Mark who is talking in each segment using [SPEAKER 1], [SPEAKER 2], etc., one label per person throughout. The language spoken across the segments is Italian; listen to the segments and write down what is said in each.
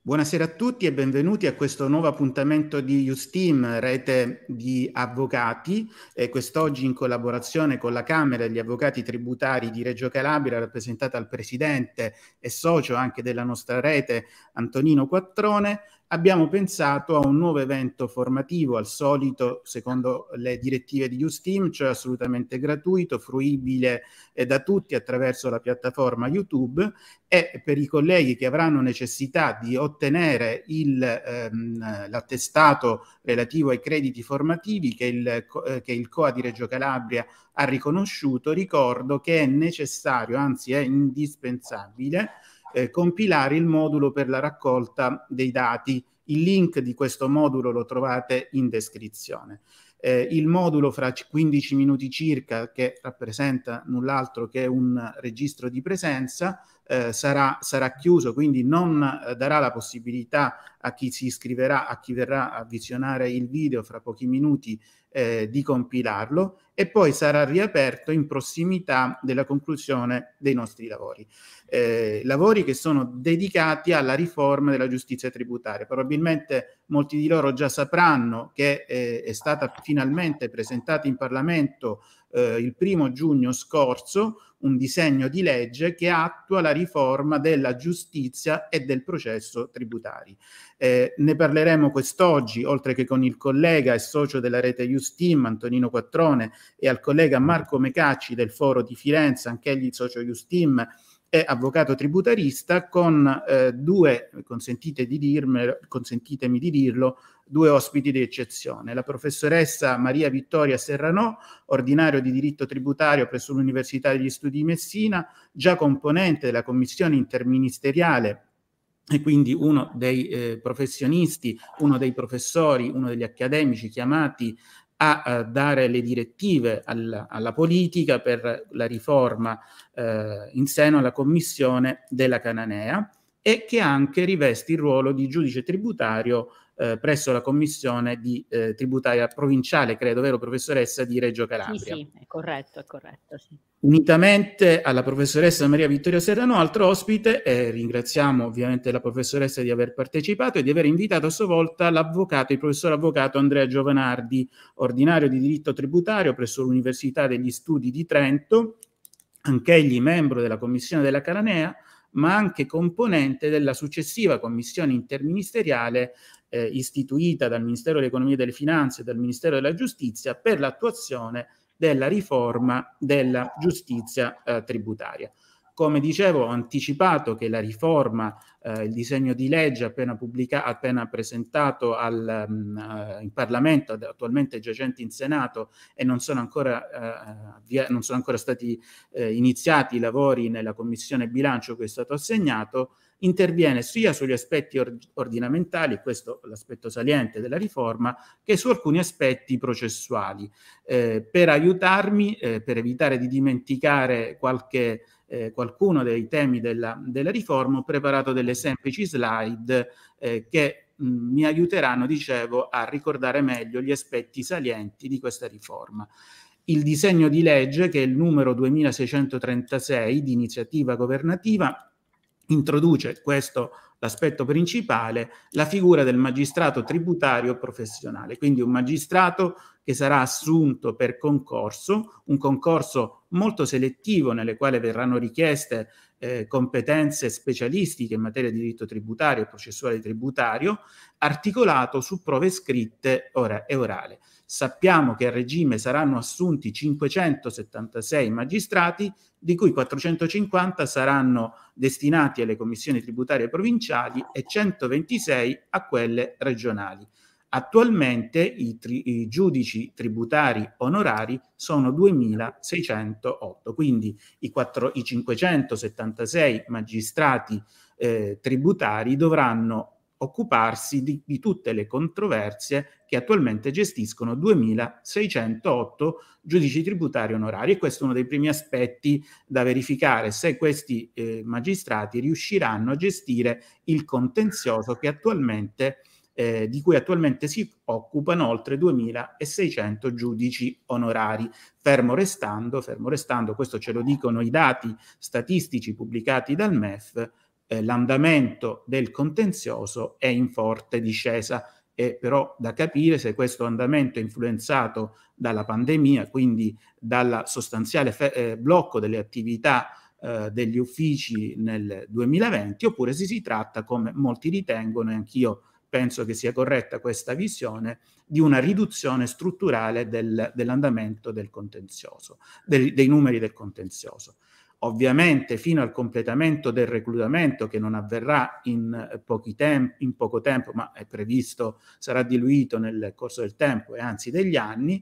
[SPEAKER 1] Buonasera a tutti e benvenuti a questo nuovo appuntamento di Justim, rete di avvocati, quest'oggi in collaborazione con la Camera degli Avvocati Tributari di Reggio Calabria, rappresentata dal presidente e socio anche della nostra rete Antonino Quattrone. Abbiamo pensato a un nuovo evento formativo, al solito secondo le direttive di Justim, cioè assolutamente gratuito, fruibile da tutti attraverso la piattaforma YouTube, e per i colleghi che avranno necessità di ottenere l'attestato relativo ai crediti formativi che il COA di Reggio Calabria ha riconosciuto, ricordo che è necessario, anzi è indispensabile, compilare il modulo per la raccolta dei dati. Il link di questo modulo lo trovate in descrizione. Il modulo fra 15 minuti circa, che rappresenta null'altro che un registro di presenza, sarà chiuso, quindi non darà la possibilità a chi si iscriverà, a chi verrà a visionare il video fra pochi minuti, di compilarlo, e poi sarà riaperto in prossimità della conclusione dei nostri lavori. Lavori che sono dedicati alla riforma della giustizia tributaria. Probabilmente molti di loro già sapranno che è stata finalmente presentata in Parlamento il 1° giugno scorso un disegno di legge che attua la riforma della giustizia e del processo tributari. Ne parleremo quest'oggi, oltre che con il collega e socio della rete Justim, Antonino Quattrone, e al collega Marco Mecacci del Foro di Firenze, anch'egli socio Justim e avvocato tributarista, con due, consentitemi di dirlo, due ospiti di eccezione: la professoressa Maria Vittoria Serranò, ordinario di diritto tributario presso l'Università degli Studi di Messina, già componente della commissione interministeriale e quindi uno dei professionisti, uno dei professori, uno degli accademici chiamati a dare le direttive alla politica per la riforma in seno alla commissione della Cananea, e che anche riveste il ruolo di giudice tributario presso la commissione tributaria provinciale, credo, vero professoressa, di Reggio Calabria.
[SPEAKER 2] Sì, è corretto, sì.
[SPEAKER 1] Unitamente alla professoressa Maria Vittoria Serrano, altro ospite, e ringraziamo ovviamente la professoressa di aver partecipato e di aver invitato a sua volta l'avvocato, il professor avvocato Andrea Giovanardi, ordinario di diritto tributario presso l'Università degli Studi di Trento, anch'egli membro della commissione della Cananea, ma anche componente della successiva commissione interministeriale istituita dal Ministero dell'Economia e delle Finanze e dal Ministero della Giustizia per l'attuazione della riforma della giustizia tributaria. Come dicevo, ho anticipato che la riforma, il disegno di legge appena presentato in Parlamento, attualmente giacente in Senato, e non sono ancora stati iniziati i lavori nella Commissione Bilancio che è stato assegnato, interviene sia sugli aspetti ordinamentali, questo è l'aspetto saliente della riforma, che su alcuni aspetti processuali. Per aiutarmi, per evitare di dimenticare qualcuno dei temi della riforma, ho preparato delle semplici slide che mi aiuteranno, dicevo, a ricordare meglio gli aspetti salienti di questa riforma. Il disegno di legge, che è il numero 2636 di iniziativa governativa, introduce, questo l'aspetto principale, la figura del magistrato tributario professionale, quindi un magistrato che sarà assunto per concorso, un concorso molto selettivo nelle quali verranno richieste competenze specialistiche in materia di diritto tributario e processuale tributario, articolato su prove scritte e orali. Sappiamo che a regime saranno assunti 576 magistrati, di cui 450 saranno destinati alle commissioni tributarie provinciali e 126 a quelle regionali. Attualmente i giudici tributari onorari sono 2.608, quindi i 576 magistrati tributari dovranno occuparsi di tutte le controversie che attualmente gestiscono 2.608 giudici tributari onorari, e questo è uno dei primi aspetti da verificare, se questi magistrati riusciranno a gestire il contenzioso che di cui attualmente si occupano oltre 2.600 giudici onorari, fermo restando, questo ce lo dicono i dati statistici pubblicati dal MEF, l'andamento del contenzioso è in forte discesa. È però da capire se questo andamento è influenzato dalla pandemia, quindi dal sostanziale blocco delle attività degli uffici nel 2020, oppure se si tratta, come molti ritengono, e anch'io penso che sia corretta questa visione, di una riduzione strutturale dell'andamento del contenzioso, dei numeri del contenzioso. Ovviamente fino al completamento del reclutamento, che non avverrà in poco tempo, ma è previsto, sarà diluito nel corso del tempo e anzi degli anni,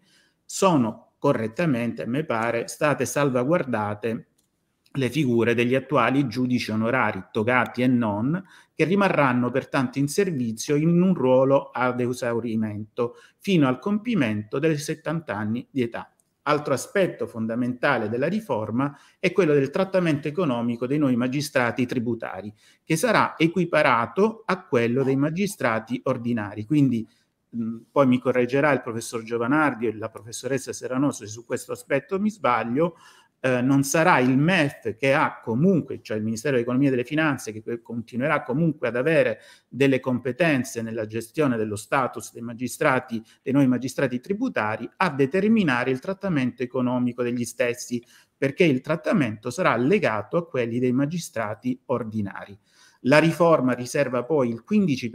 [SPEAKER 1] sono correttamente, a me pare, state salvaguardate le figure degli attuali giudici onorari, togati e non, che rimarranno pertanto in servizio in un ruolo ad esaurimento fino al compimento dei 70 anni di età. Altro aspetto fondamentale della riforma è quello del trattamento economico dei nuovi magistrati tributari, che sarà equiparato a quello dei magistrati ordinari. Quindi poi mi correggerà il professor Giovanardi e la professoressa Serranoso se su questo aspetto mi sbaglio. Non sarà il MEF che ha comunque, cioè il Ministero dell'Economia e delle Finanze, che continuerà comunque ad avere delle competenze nella gestione dello status dei magistrati, dei nuovi magistrati tributari, a determinare il trattamento economico degli stessi, perché il trattamento sarà legato a quelli dei magistrati ordinari. La riforma riserva poi il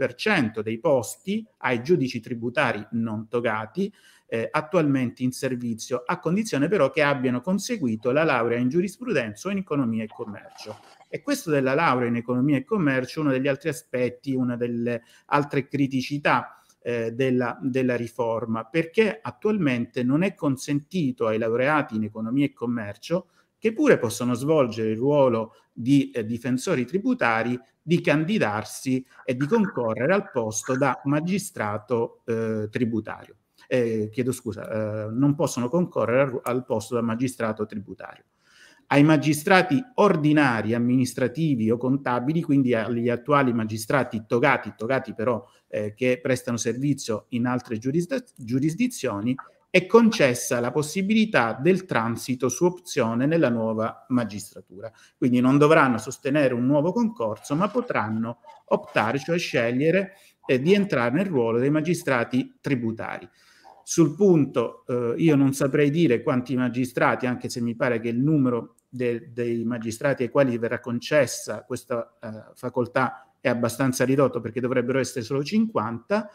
[SPEAKER 1] 15% dei posti ai giudici tributari non togati, attualmente in servizio, a condizione però che abbiano conseguito la laurea in giurisprudenza o in economia e commercio. E questo della laurea in economia e commercio è uno degli altri aspetti, una delle altre criticità della riforma, perché attualmente non è consentito ai laureati in economia e commercio, che pure possono svolgere il ruolo di difensori tributari, di candidarsi e di concorrere al posto da magistrato tributario. Chiedo scusa, non possono concorrere al posto da magistrato tributario. Ai magistrati ordinari, amministrativi o contabili, quindi agli attuali magistrati togati però che prestano servizio in altre giurisdizioni, è concessa la possibilità del transito su opzione nella nuova magistratura. Quindi non dovranno sostenere un nuovo concorso, ma potranno optare, cioè scegliere di entrare nel ruolo dei magistrati tributari. Sul punto io non saprei dire quanti magistrati, anche se mi pare che il numero dei magistrati ai quali verrà concessa questa facoltà è abbastanza ridotto, perché dovrebbero essere solo 50.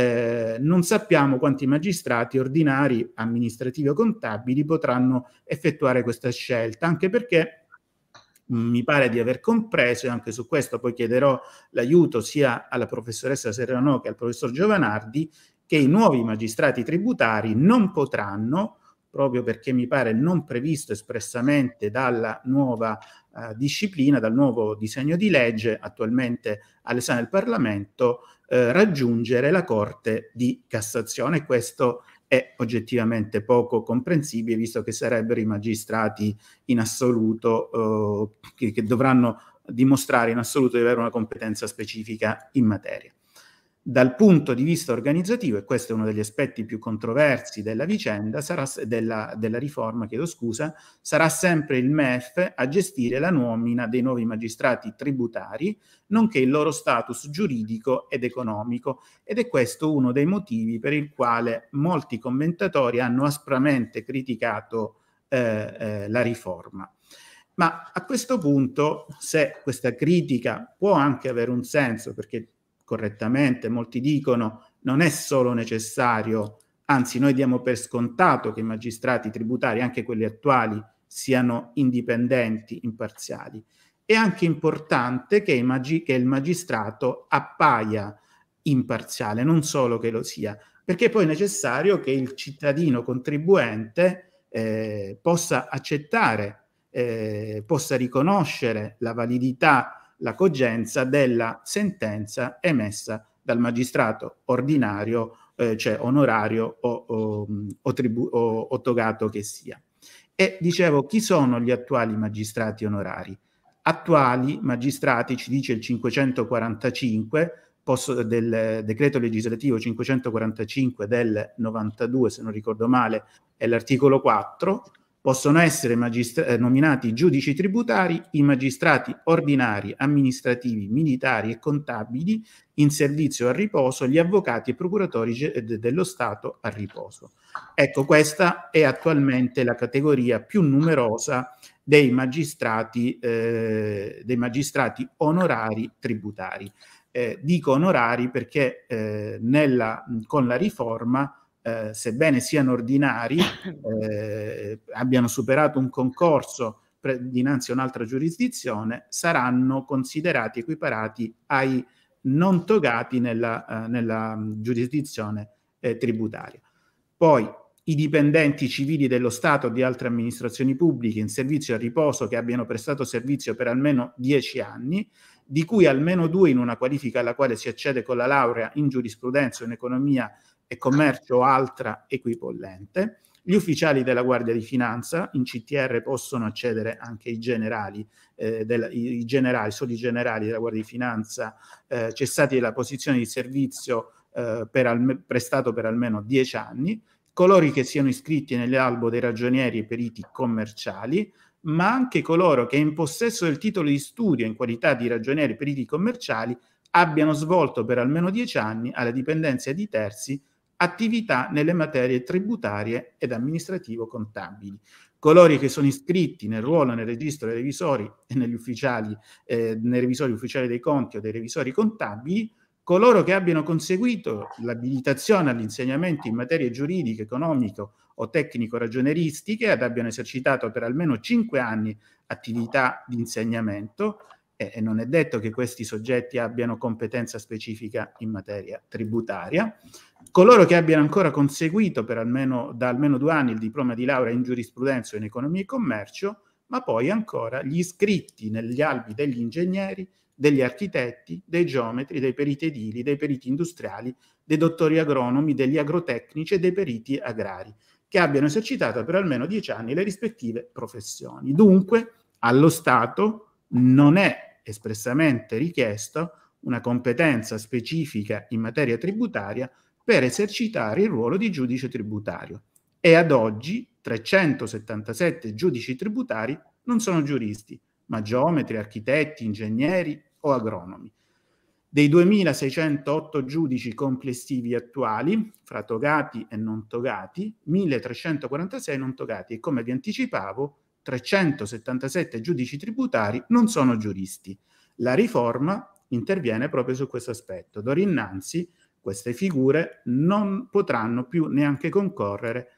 [SPEAKER 1] Non sappiamo quanti magistrati ordinari, amministrativi o contabili potranno effettuare questa scelta, anche perché mi pare di aver compreso, e anche su questo poi chiederò l'aiuto sia alla professoressa Serrano che al professor Giovanardi, che i nuovi magistrati tributari non potranno, proprio perché mi pare non previsto espressamente dalla nuova disciplina, dal nuovo disegno di legge attualmente all'esame del Parlamento, raggiungere la Corte di Cassazione. Questo è oggettivamente poco comprensibile, visto che sarebbero i magistrati in assoluto che dovranno dimostrare in assoluto di avere una competenza specifica in materia. Dal punto di vista organizzativo, e questo è uno degli aspetti più controversi della vicenda, della riforma, sarà sempre il MEF a gestire la nomina dei nuovi magistrati tributari, nonché il loro status giuridico ed economico, ed è questo uno dei motivi per il quale molti commentatori hanno aspramente criticato la riforma. Ma a questo punto, se questa critica può anche avere un senso, perché correttamente molti dicono non è solo necessario, anzi noi diamo per scontato che i magistrati tributari, anche quelli attuali, siano indipendenti, imparziali. È anche importante che il magistrato appaia imparziale, non solo che lo sia, perché poi è necessario che il cittadino contribuente possa accettare, possa riconoscere la validità, la cogenza della sentenza emessa dal magistrato ordinario, cioè onorario o togato che sia. E dicevo, chi sono gli attuali magistrati onorari? Attuali magistrati, ci dice il 545 del decreto legislativo 545 del 92, se non ricordo male, è l'articolo 4, Possono essere nominati giudici tributari i magistrati ordinari, amministrativi, militari e contabili in servizio a riposo, gli avvocati e procuratori dello Stato a riposo. Ecco, questa è attualmente la categoria più numerosa dei magistrati onorari tributari. Dico onorari perché con la riforma, sebbene siano ordinari, abbiano superato un concorso dinanzi a un'altra giurisdizione, saranno considerati equiparati ai non togati nella giurisdizione tributaria. Poi i dipendenti civili dello Stato o di altre amministrazioni pubbliche in servizio a riposo che abbiano prestato servizio per almeno 10 anni, di cui almeno 2 in una qualifica alla quale si accede con la laurea in giurisprudenza o in economia e commercio o altra equipollente. Gli ufficiali della Guardia di Finanza, in CTR possono accedere anche i generali, solo i generali della Guardia di Finanza cessati dalla posizione di servizio prestato per almeno 10 anni, coloro che siano iscritti nell'albo dei ragionieri e periti commerciali, ma anche coloro che in possesso del titolo di studio in qualità di ragionieri e periti commerciali abbiano svolto per almeno 10 anni alle dipendenze di terzi attività nelle materie tributarie ed amministrativo-contabili. Coloro che sono iscritti nel ruolo nel registro dei revisori e negli ufficiali, nei revisori ufficiali dei conti o dei revisori contabili, coloro che abbiano conseguito l'abilitazione all'insegnamento in materie giuridiche, economico o tecnico-ragionieristiche ed abbiano esercitato per almeno 5 anni attività di insegnamento, e non è detto che questi soggetti abbiano competenza specifica in materia tributaria, coloro che abbiano ancora conseguito da almeno 2 anni il diploma di laurea in giurisprudenza o in economia e commercio, ma poi ancora gli iscritti negli albi degli ingegneri, degli architetti, dei geometri, dei periti edili, dei periti industriali, dei dottori agronomi, degli agrotecnici e dei periti agrari, che abbiano esercitato per almeno 10 anni le rispettive professioni. Dunque, allo Stato non è espressamente richiesto una competenza specifica in materia tributaria per esercitare il ruolo di giudice tributario. E ad oggi 377 giudici tributari non sono giuristi, ma geometri, architetti, ingegneri o agronomi. Dei 2.608 giudici complessivi attuali, fra togati e non togati, 1.346 non togati e, come vi anticipavo, 377 giudici tributari non sono giuristi. La riforma interviene proprio su questo aspetto. D'ora innanzi queste figure non potranno più neanche concorrere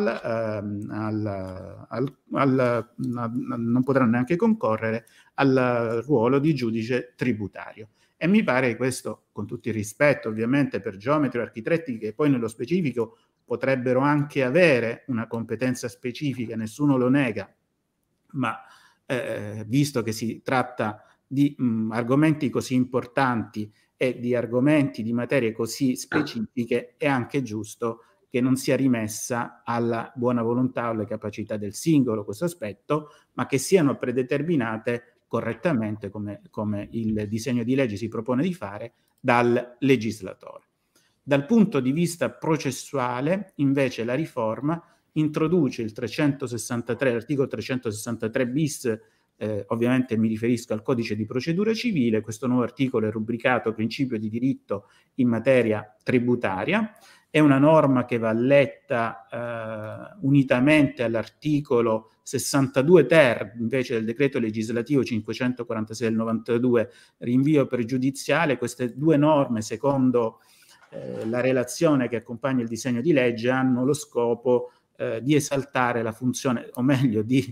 [SPEAKER 1] non potranno neanche concorrere al ruolo di giudice tributario. E mi pare che questo, con tutto il rispetto ovviamente per geometri o architetti che poi nello specifico potrebbero anche avere una competenza specifica, nessuno lo nega, ma visto che si tratta di argomenti così importanti e di argomenti di materie così specifiche, è anche giusto che non sia rimessa alla buona volontà o alle capacità del singolo questo aspetto, ma che siano predeterminate correttamente, come il disegno di legge si propone di fare, dal legislatore. Dal punto di vista processuale, invece, la riforma introduce l'articolo 363 bis, ovviamente mi riferisco al codice di procedura civile. Questo nuovo articolo è rubricato principio di diritto in materia tributaria. È una norma che va letta unitamente all'articolo 62 ter invece del decreto legislativo 546 del 92, rinvio pregiudiziale. Queste due norme, secondo la relazione che accompagna il disegno di legge, hanno lo scopo di esaltare la funzione, o meglio di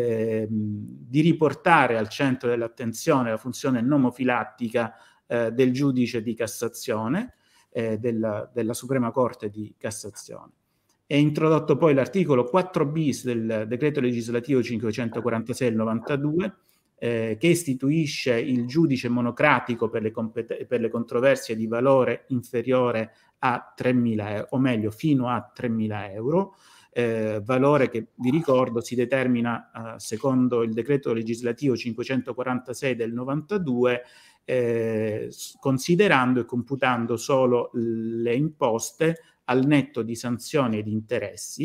[SPEAKER 1] riportare al centro dell'attenzione la funzione nomofilattica del giudice di Cassazione, della Suprema Corte di Cassazione. È introdotto poi l'articolo 4 bis del decreto legislativo 546 del 92, che istituisce il giudice monocratico per le controversie di valore inferiore a 3.000 euro, o meglio fino a 3.000 euro, valore che, vi ricordo, si determina secondo il decreto legislativo 546 del 92, considerando e computando solo le imposte al netto di sanzioni ed interessi,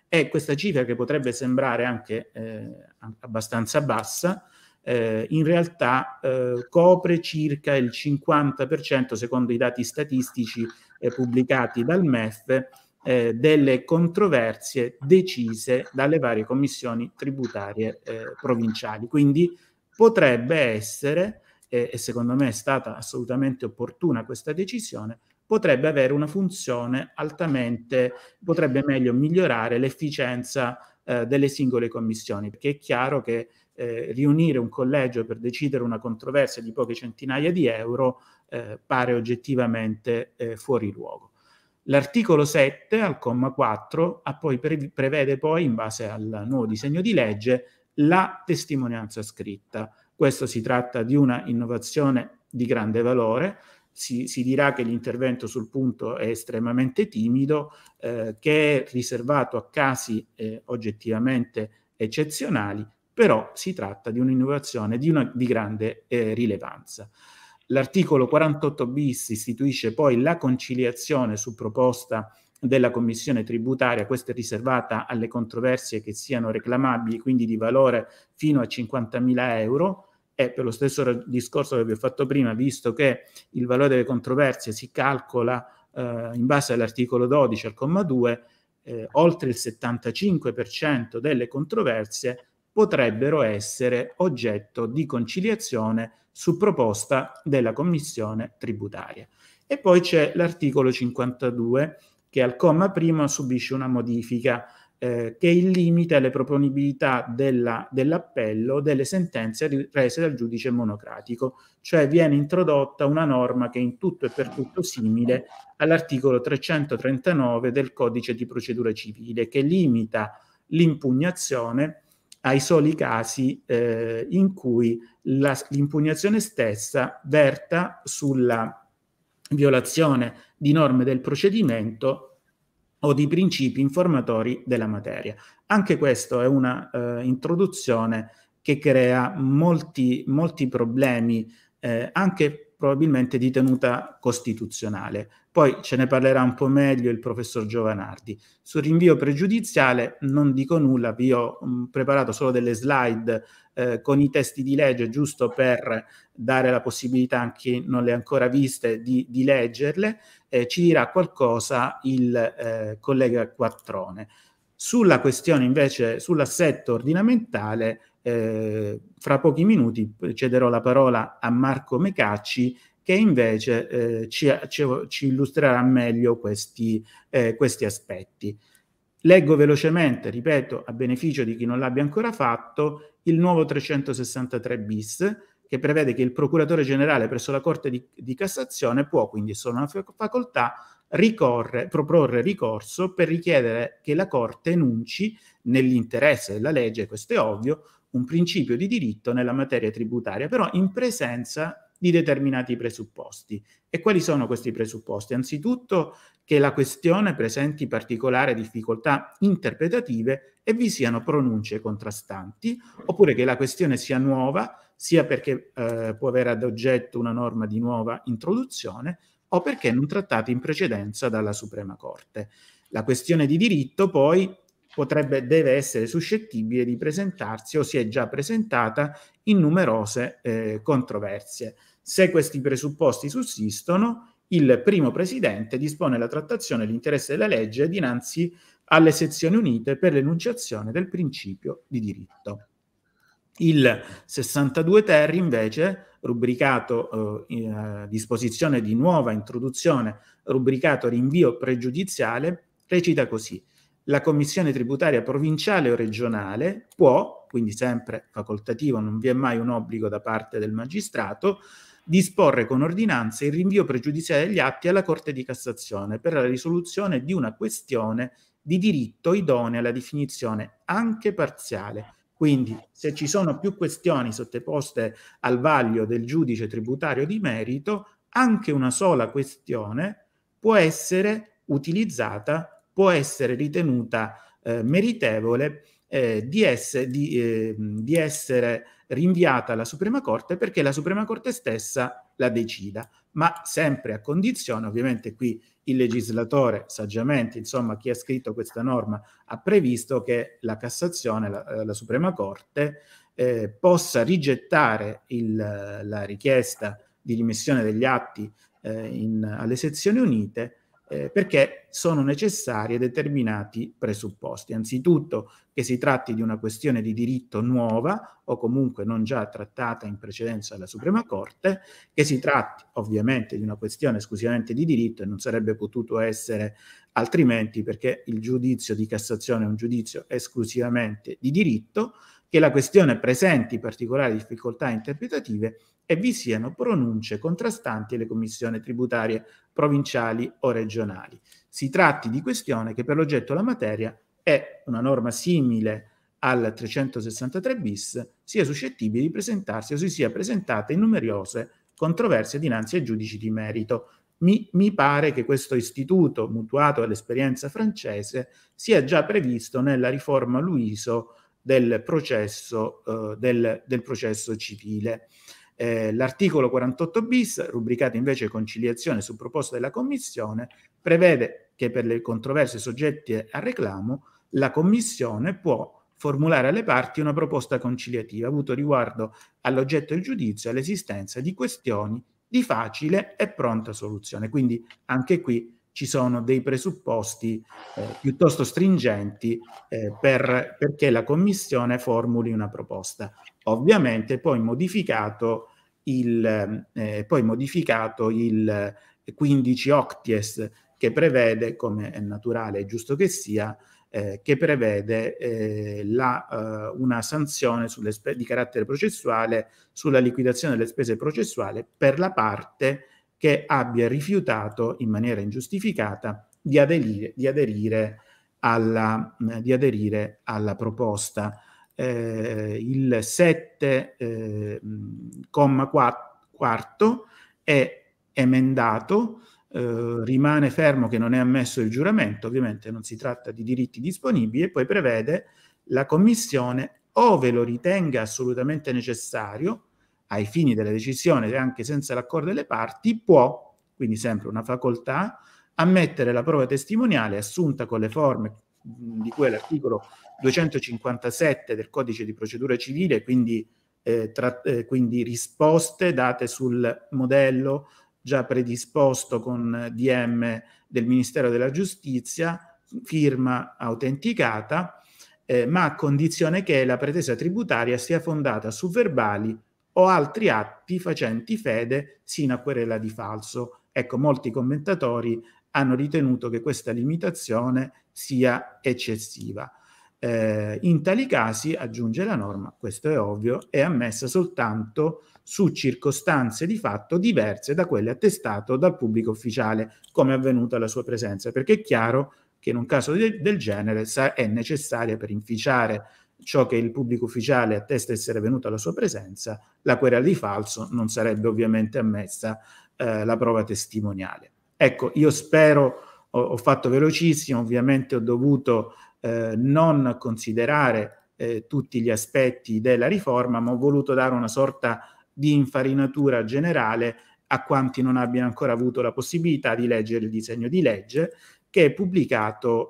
[SPEAKER 1] e questa cifra, che potrebbe sembrare anche abbastanza bassa, in realtà copre circa il 50%, secondo i dati statistici pubblicati dal MEF, delle controversie decise dalle varie commissioni tributarie provinciali. Quindi potrebbe essere, e secondo me è stata assolutamente opportuna questa decisione, potrebbe avere una funzione potrebbe meglio migliorare l'efficienza delle singole commissioni, perché è chiaro che riunire un collegio per decidere una controversia di poche centinaia di euro pare oggettivamente fuori luogo. L'articolo 7, al comma 4, prevede poi, in base al nuovo disegno di legge, la testimonianza scritta. Questo si tratta di una innovazione di grande valore. Si dirà che l'intervento sul punto è estremamente timido, che è riservato a casi oggettivamente eccezionali, però si tratta di un'innovazione di grande rilevanza. L'articolo 48 bis istituisce poi la conciliazione su proposta della commissione tributaria. Questa è riservata alle controversie che siano reclamabili, quindi di valore fino a 50.000 euro, e per lo stesso discorso che vi ho fatto prima, visto che il valore delle controversie si calcola in base all'articolo 12 al comma 2, oltre il 75% delle controversie potrebbero essere oggetto di conciliazione su proposta della commissione tributaria. E poi c'è l'articolo 52, che al comma primo subisce una modifica che il limite alle proponibilità dell'appello delle sentenze rese dal giudice monocratico, cioè viene introdotta una norma che è in tutto e per tutto simile all'articolo 339 del Codice di procedura civile, che limita l'impugnazione ai soli casi in cui l'impugnazione stessa verta sulla violazione di norme del procedimento o di principi informatori della materia. Anche questo è una introduzione che crea molti problemi, anche probabilmente di tenuta costituzionale. Poi ce ne parlerà un po' meglio il professor Giovanardi. Sul rinvio pregiudiziale non dico nulla, vi ho preparato solo delle slide con i testi di legge, giusto per dare la possibilità a chi non le ha ancora viste di leggerle. Ci dirà qualcosa il collega Quattrone. Sulla questione invece, sull'assetto ordinamentale, fra pochi minuti cederò la parola a Marco Mecacci, che invece ci illustrerà meglio questi aspetti. Leggo velocemente, ripeto, a beneficio di chi non l'abbia ancora fatto, il nuovo 363 bis, che prevede che il procuratore generale presso la Corte di Cassazione può, quindi è solo una facoltà, proporre ricorso per richiedere che la Corte enunci, nell'interesse della legge, questo è ovvio, un principio di diritto nella materia tributaria, però in presenza di determinati presupposti. E quali sono questi presupposti? Anzitutto che la questione presenti particolari difficoltà interpretative e vi siano pronunce contrastanti, oppure che la questione sia nuova, sia perché può avere ad oggetto una norma di nuova introduzione, o perché non trattata in precedenza dalla Suprema Corte. La questione di diritto poi deve essere suscettibile di presentarsi o si è già presentata in numerose controversie. Se questi presupposti sussistono, il primo presidente dispone la trattazione dell'interesse della legge dinanzi alle sezioni unite per l'enunciazione del principio di diritto. Il 62 ter invece, rubricato disposizione di nuova introduzione, rubricato rinvio pregiudiziale, recita così: la commissione tributaria provinciale o regionale può, quindi sempre facoltativo, non vi è mai un obbligo da parte del magistrato, disporre con ordinanza il rinvio pregiudiziale degli atti alla Corte di Cassazione per la risoluzione di una questione di diritto idonea alla definizione anche parziale. Quindi, se ci sono più questioni sottoposte al vaglio del giudice tributario di merito, anche una sola questione può essere utilizzata, può essere ritenuta meritevole di essere rinviata alla Suprema Corte, perché la Suprema Corte stessa la decida, ma sempre a condizione, ovviamente qui il legislatore, saggiamente, insomma, chi ha scritto questa norma, ha previsto che la Cassazione, la Suprema Corte, possa rigettare la richiesta di rimissione degli atti alle sezioni unite perché sono necessari determinati presupposti. Anzitutto che si tratti di una questione di diritto nuova o comunque non già trattata in precedenza dalla Suprema Corte, che si tratti ovviamente di una questione esclusivamente di diritto e non sarebbe potuto essere altrimenti, perché il giudizio di Cassazione è un giudizio esclusivamente di diritto, che la questione presenti particolari difficoltà interpretative e vi siano pronunce contrastanti alle commissioni tributarie provinciali o regionali. Si tratti di questione che per l'oggetto della materia è una norma simile al 363 bis, sia suscettibile di presentarsi o si sia presentata in numerose controversie dinanzi ai giudici di merito. Mi pare che questo istituto, mutuato dall'esperienza francese, sia già previsto nella riforma Luiso del processo civile. L'articolo 48 bis, rubricato invece conciliazione su proposta della Commissione, prevede che per le controversie soggette a reclamo la Commissione può formulare alle parti una proposta conciliativa avuto riguardo all'oggetto del giudizio e all'esistenza di questioni di facile e pronta soluzione. Quindi anche qui ci sono dei presupposti piuttosto stringenti perché la Commissione formuli una proposta. Ovviamente poi modificato il 15 octies che prevede, come è naturale e giusto che sia, che prevede una sanzione di carattere processuale sulla liquidazione delle spese processuali per la parte che abbia rifiutato in maniera ingiustificata di aderire alla proposta. Il 7, comma quarto è emendato, rimane fermo che non è ammesso il giuramento, ovviamente non si tratta di diritti disponibili, e poi prevede la Commissione, ove lo ritenga assolutamente necessario, ai fini della decisione, anche senza l'accordo delle parti, può, quindi sempre una facoltà, ammettere la prova testimoniale assunta con le forme di cui all'articolo 257 del Codice di procedura civile, quindi risposte date sul modello già predisposto con DM del Ministero della Giustizia, firma autenticata, ma a condizione che la pretesa tributaria sia fondata su verbali o altri atti facenti fede sino a querela di falso. Ecco, molti commentatori hanno ritenuto che questa limitazione sia eccessiva. In tali casi, aggiunge la norma, questo è ovvio, è ammessa soltanto su circostanze di fatto diverse da quelle attestate dal pubblico ufficiale, come è avvenuto alla sua presenza, perché è chiaro che in un caso del genere è necessaria, per inficiare ciò che il pubblico ufficiale attesta essere venuto alla sua presenza, la querela di falso, non sarebbe ovviamente ammessa la prova testimoniale. Ecco, io spero, ho fatto velocissimo, ovviamente ho dovuto non considerare tutti gli aspetti della riforma, ma ho voluto dare una sorta di infarinatura generale a quanti non abbiano ancora avuto la possibilità di leggere il disegno di legge, che è pubblicato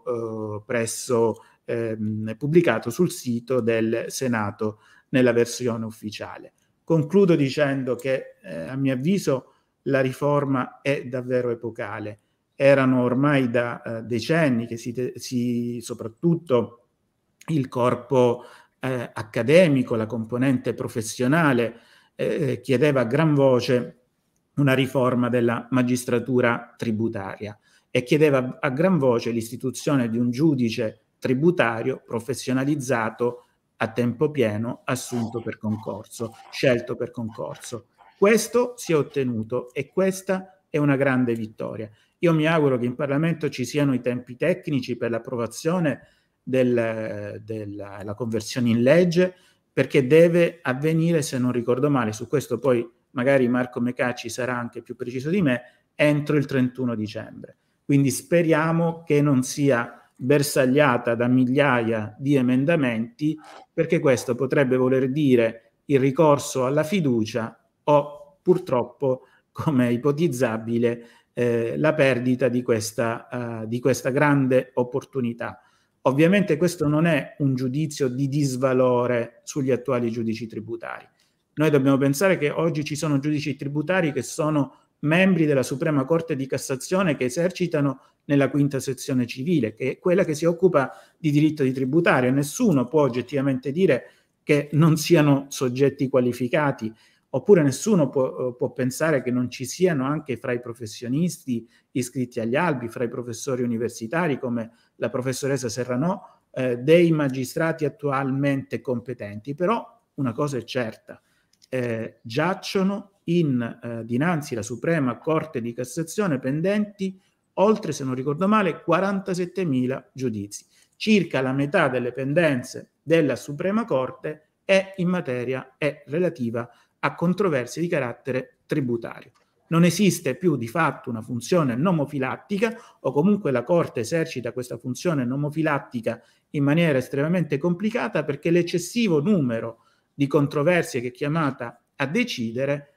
[SPEAKER 1] pubblicato sul sito del Senato nella versione ufficiale. Concludo dicendo che a mio avviso la riforma è davvero epocale. Erano ormai da decenni che soprattutto il corpo accademico, la componente professionale chiedeva a gran voce una riforma della magistratura tributaria e chiedeva a gran voce l'istituzione di un giudice tributario professionalizzato a tempo pieno, assunto per concorso, scelto per concorso. Questo si è ottenuto e questa è una grande vittoria. Io mi auguro che in Parlamento ci siano i tempi tecnici per l'approvazione della conversione in legge, perché deve avvenire, se non ricordo male, su questo poi magari Marco Mecacci sarà anche più preciso di me, entro il 31 dicembre. Quindi speriamo che non sia bersagliata da migliaia di emendamenti, perché questo potrebbe voler dire il ricorso alla fiducia o purtroppo, come è ipotizzabile, la perdita di questa grande opportunità. Ovviamente questo non è un giudizio di disvalore sugli attuali giudici tributari. Noi dobbiamo pensare che oggi ci sono giudici tributari che sono membri della Suprema Corte di Cassazione, che esercitano nella quinta sezione civile, che è quella che si occupa di diritto di tributario. Nessuno può oggettivamente dire che non siano soggetti qualificati, oppure nessuno può pensare che non ci siano anche fra i professionisti iscritti agli albi, fra i professori universitari come la professoressa Serranò, dei magistrati attualmente competenti. Però una cosa è certa, giacciono dinanzi alla Suprema Corte di Cassazione pendenti oltre, se non ricordo male, 47.000 giudizi. Circa la metà delle pendenze della Suprema Corte è relativa a controversie di carattere tributario. Non esiste più di fatto una funzione nomofilattica, o comunque la Corte esercita questa funzione nomofilattica in maniera estremamente complicata, perché l'eccessivo numero di controversie che è chiamata a decidere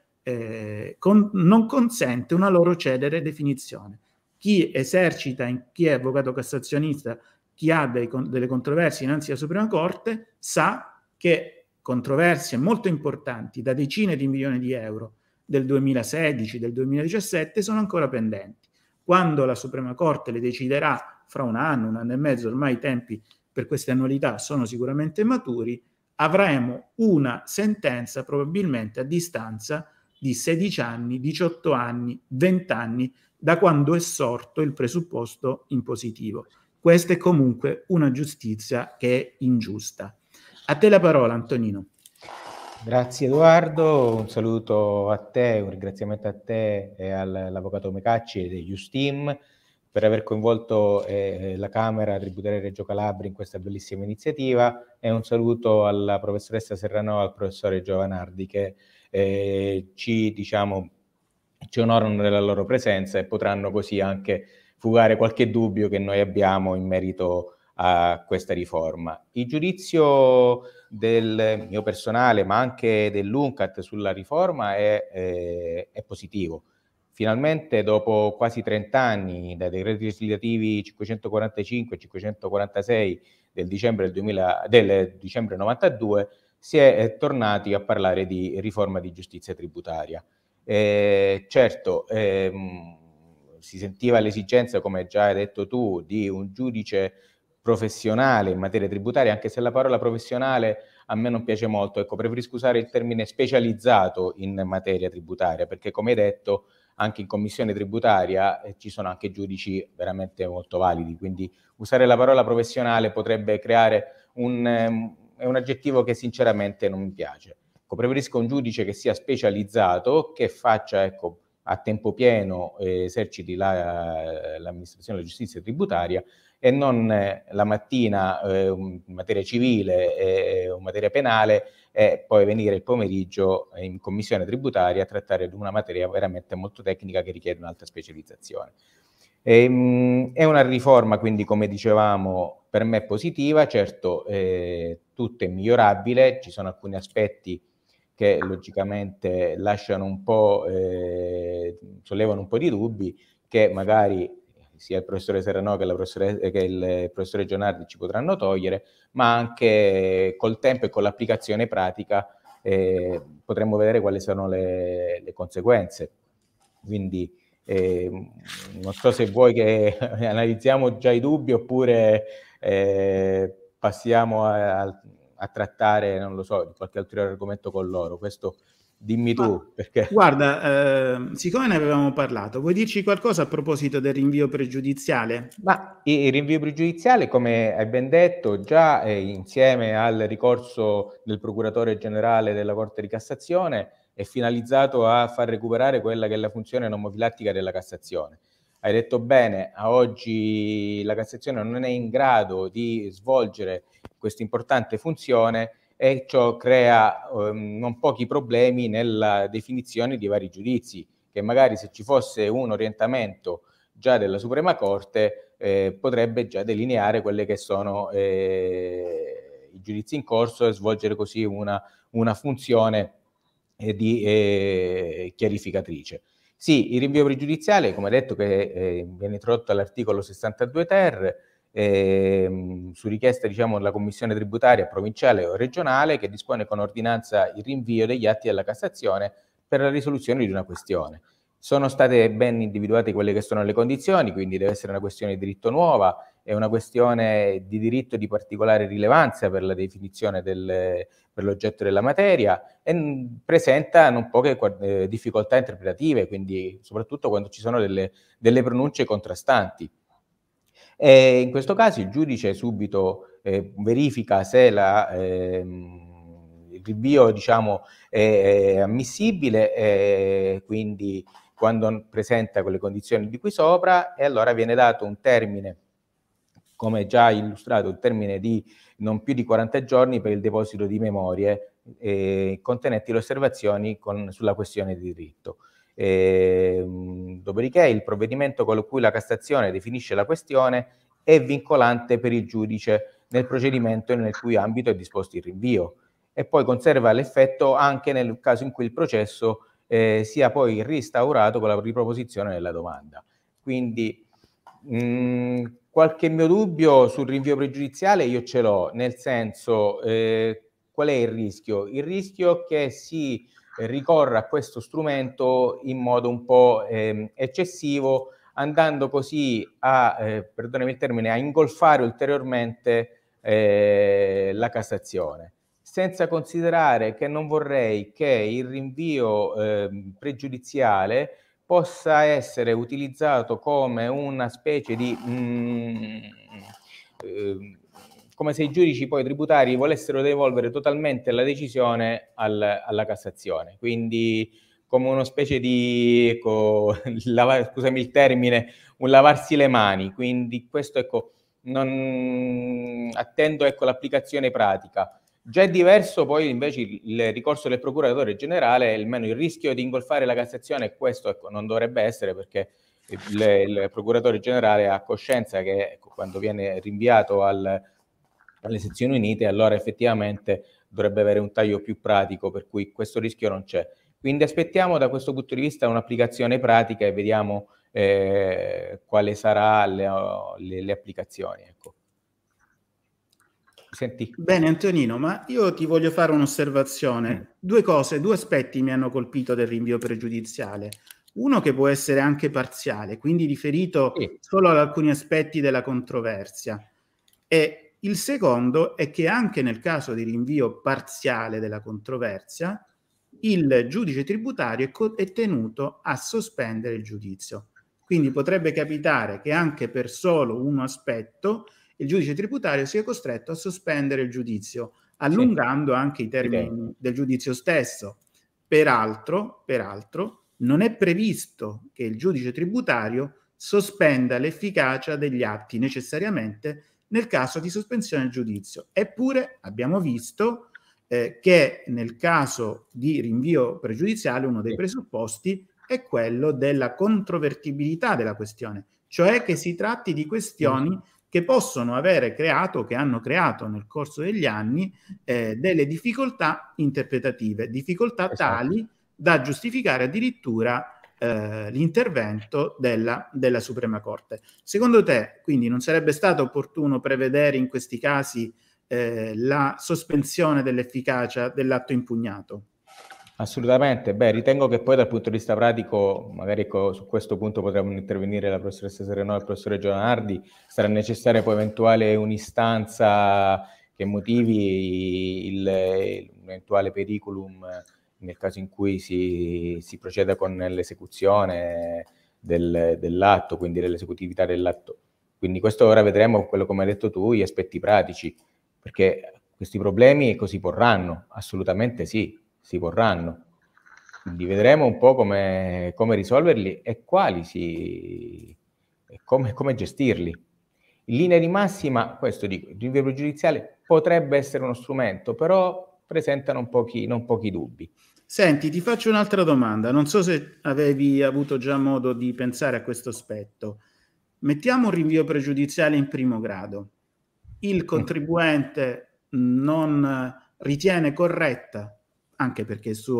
[SPEAKER 1] non consente una loro celere definizione. Chi è avvocato cassazionista, chi ha delle controversie innanzi alla Suprema Corte, sa che controversie molto importanti, da decine di milioni di euro, del 2016, del 2017, sono ancora pendenti. Quando la Suprema Corte le deciderà fra un anno e mezzo, ormai i tempi per queste annualità sono sicuramente maturi, avremo una sentenza probabilmente a distanza di 16 anni, 18 anni, 20 anni da quando è sorto il presupposto impositivo. Questa è comunque una giustizia che è ingiusta. A te la parola, Antonino.
[SPEAKER 3] Grazie Edoardo, un saluto a te, un ringraziamento a te e all'avvocato Mecacci e del Just-Team per aver coinvolto la Camera Tributaria Reggio Calabria in questa bellissima iniziativa, e un saluto alla professoressa Serranò e al professore Giovanardi che ci onorano della loro presenza e potranno così anche fugare qualche dubbio che noi abbiamo in merito a questa riforma. Il giudizio del mio personale, ma anche dell'UNCAT sulla riforma è positivo. Finalmente, dopo quasi 30 anni, dai decreti legislativi 545 e 546 del dicembre 92, si è tornati a parlare di riforma di giustizia tributaria. Certo, si sentiva l'esigenza, come già hai detto tu, di un giudice professionale in materia tributaria, anche se la parola professionale a me non piace molto. Ecco, preferisco usare il termine specializzato in materia tributaria, perché come hai detto anche in commissione tributaria ci sono anche giudici veramente molto validi, quindi usare la parola professionale potrebbe creare è un aggettivo che sinceramente non mi piace. Ecco, preferisco un giudice che sia specializzato, che faccia, ecco, a tempo pieno, eserciti l'amministrazione della giustizia tributaria, e non la mattina in materia civile o in materia penale e poi venire il pomeriggio in commissione tributaria a trattare di una materia veramente molto tecnica che richiede un'alta specializzazione. È una riforma, quindi, come dicevamo, per me positiva. Certo, tutto è migliorabile, ci sono alcuni aspetti che logicamente lasciano un po', sollevano un po' di dubbi, che magari sia il professore Serranò che il professore Giovanardi ci potranno togliere, ma anche col tempo e con l'applicazione pratica potremmo vedere quali sono le conseguenze. Quindi non so se vuoi che analizziamo già i dubbi oppure passiamo a trattare, non lo so, di qualche altro argomento con loro. Questo dimmi tu. Perché...
[SPEAKER 1] Guarda, siccome ne avevamo parlato, vuoi dirci qualcosa a proposito del rinvio pregiudiziale?
[SPEAKER 3] Ma il rinvio pregiudiziale, come hai ben detto, già insieme al ricorso del procuratore generale della Corte di Cassazione è finalizzato a far recuperare quella che è la funzione nomofilattica della Cassazione. Hai detto bene, a oggi la Cassazione non è in grado di svolgere questa importante funzione, e ciò crea non pochi problemi nella definizione di vari giudizi, che magari, se ci fosse un orientamento già della Suprema Corte, potrebbe già delineare quelle che sono i giudizi in corso e svolgere così una funzione di chiarificatrice. Sì, il rinvio pregiudiziale, come detto, che viene introdotto all'articolo 62 ter, su richiesta, diciamo, della commissione tributaria provinciale o regionale, che dispone con ordinanza il rinvio degli atti della Cassazione per la risoluzione di una questione. Sono state ben individuate quelle che sono le condizioni, quindi deve essere una questione di diritto nuova, è una questione di diritto di particolare rilevanza per la definizione per l'oggetto della materia, e presenta non poche difficoltà interpretative, quindi soprattutto quando ci sono delle pronunce contrastanti. E in questo caso il giudice subito verifica se il rinvio, diciamo, è ammissibile, quindi quando presenta quelle condizioni di qui sopra, e allora viene dato un termine, come già illustrato, un termine di non più di 40 giorni per il deposito di memorie contenenti le osservazioni sulla questione di diritto. Dopodiché il provvedimento con cui la Cassazione definisce la questione è vincolante per il giudice nel procedimento nel cui ambito è disposto il rinvio, e poi conserva l'effetto anche nel caso in cui il processo sia poi restaurato con la riproposizione della domanda. Quindi qualche mio dubbio sul rinvio pregiudiziale io ce l'ho, nel senso, qual è il rischio? Il rischio che si ricorra a questo strumento in modo un po' eccessivo, andando così a, perdonami il termine, a ingolfare ulteriormente la Cassazione, senza considerare che non vorrei che il rinvio pregiudiziale possa essere utilizzato come una specie di come se i giudici poi tributari volessero devolvere totalmente la decisione alla Cassazione, quindi come una specie di, ecco, scusami il termine, un lavarsi le mani. Quindi questo, ecco, non attendo, ecco, l'applicazione pratica. Già è diverso poi invece il ricorso del procuratore generale, almeno il rischio di ingolfare la Cassazione, e questo, ecco, non dovrebbe essere, perché il procuratore generale ha coscienza che, ecco, quando viene rinviato alle sezioni unite, allora effettivamente dovrebbe avere un taglio più pratico, per cui questo rischio non c'è. Quindi aspettiamo da questo punto di vista un'applicazione pratica e vediamo quale sarà le applicazioni. Ecco. Senti.
[SPEAKER 1] Bene Antonino, ma io ti voglio fare un'osservazione. Due cose, due aspetti mi hanno colpito del rinvio pregiudiziale. Uno che può essere anche parziale, quindi riferito solo ad alcuni aspetti della controversia. E il secondo è che anche nel caso di rinvio parziale della controversia, il giudice tributario è tenuto a sospendere il giudizio. Quindi potrebbe capitare che anche per solo un aspetto il giudice tributario sia costretto a sospendere il giudizio, allungando anche i termini del giudizio stesso. Peraltro, non è previsto che il giudice tributario sospenda l'efficacia degli atti necessariamente nel caso di sospensione del giudizio. Eppure abbiamo visto che nel caso di rinvio pregiudiziale uno dei presupposti è quello della controvertibilità della questione, cioè che si tratti di questioni che possono avere creato, che hanno creato nel corso degli anni delle difficoltà interpretative, difficoltà tali da giustificare addirittura l'intervento della Suprema Corte. Secondo te, quindi, non sarebbe stato opportuno prevedere in questi casi la sospensione dell'efficacia dell'atto impugnato?
[SPEAKER 3] Assolutamente. Beh, ritengo che poi dal punto di vista pratico, magari su questo punto potranno intervenire la professoressa Serenò e il professore Giovanardi, sarà necessaria poi eventuale un'istanza che motivi l'eventuale periculum nel caso in cui si proceda con l'esecuzione dell'atto, quindi dell'esecutività dell'atto. Quindi questo ora vedremo, quello come hai detto tu, gli aspetti pratici, perché questi problemi si porranno, assolutamente sì, si porranno. Quindi vedremo un po' come risolverli e come gestirli. In linea di massima, questo dico, il rinvio pregiudiziale potrebbe essere uno strumento, però presenta non pochi dubbi.
[SPEAKER 1] Senti, ti faccio un'altra domanda, non so se avevi avuto già modo di pensare a questo aspetto. Mettiamo un rinvio pregiudiziale in primo grado. Il contribuente non ritiene corretta, anche perché il suo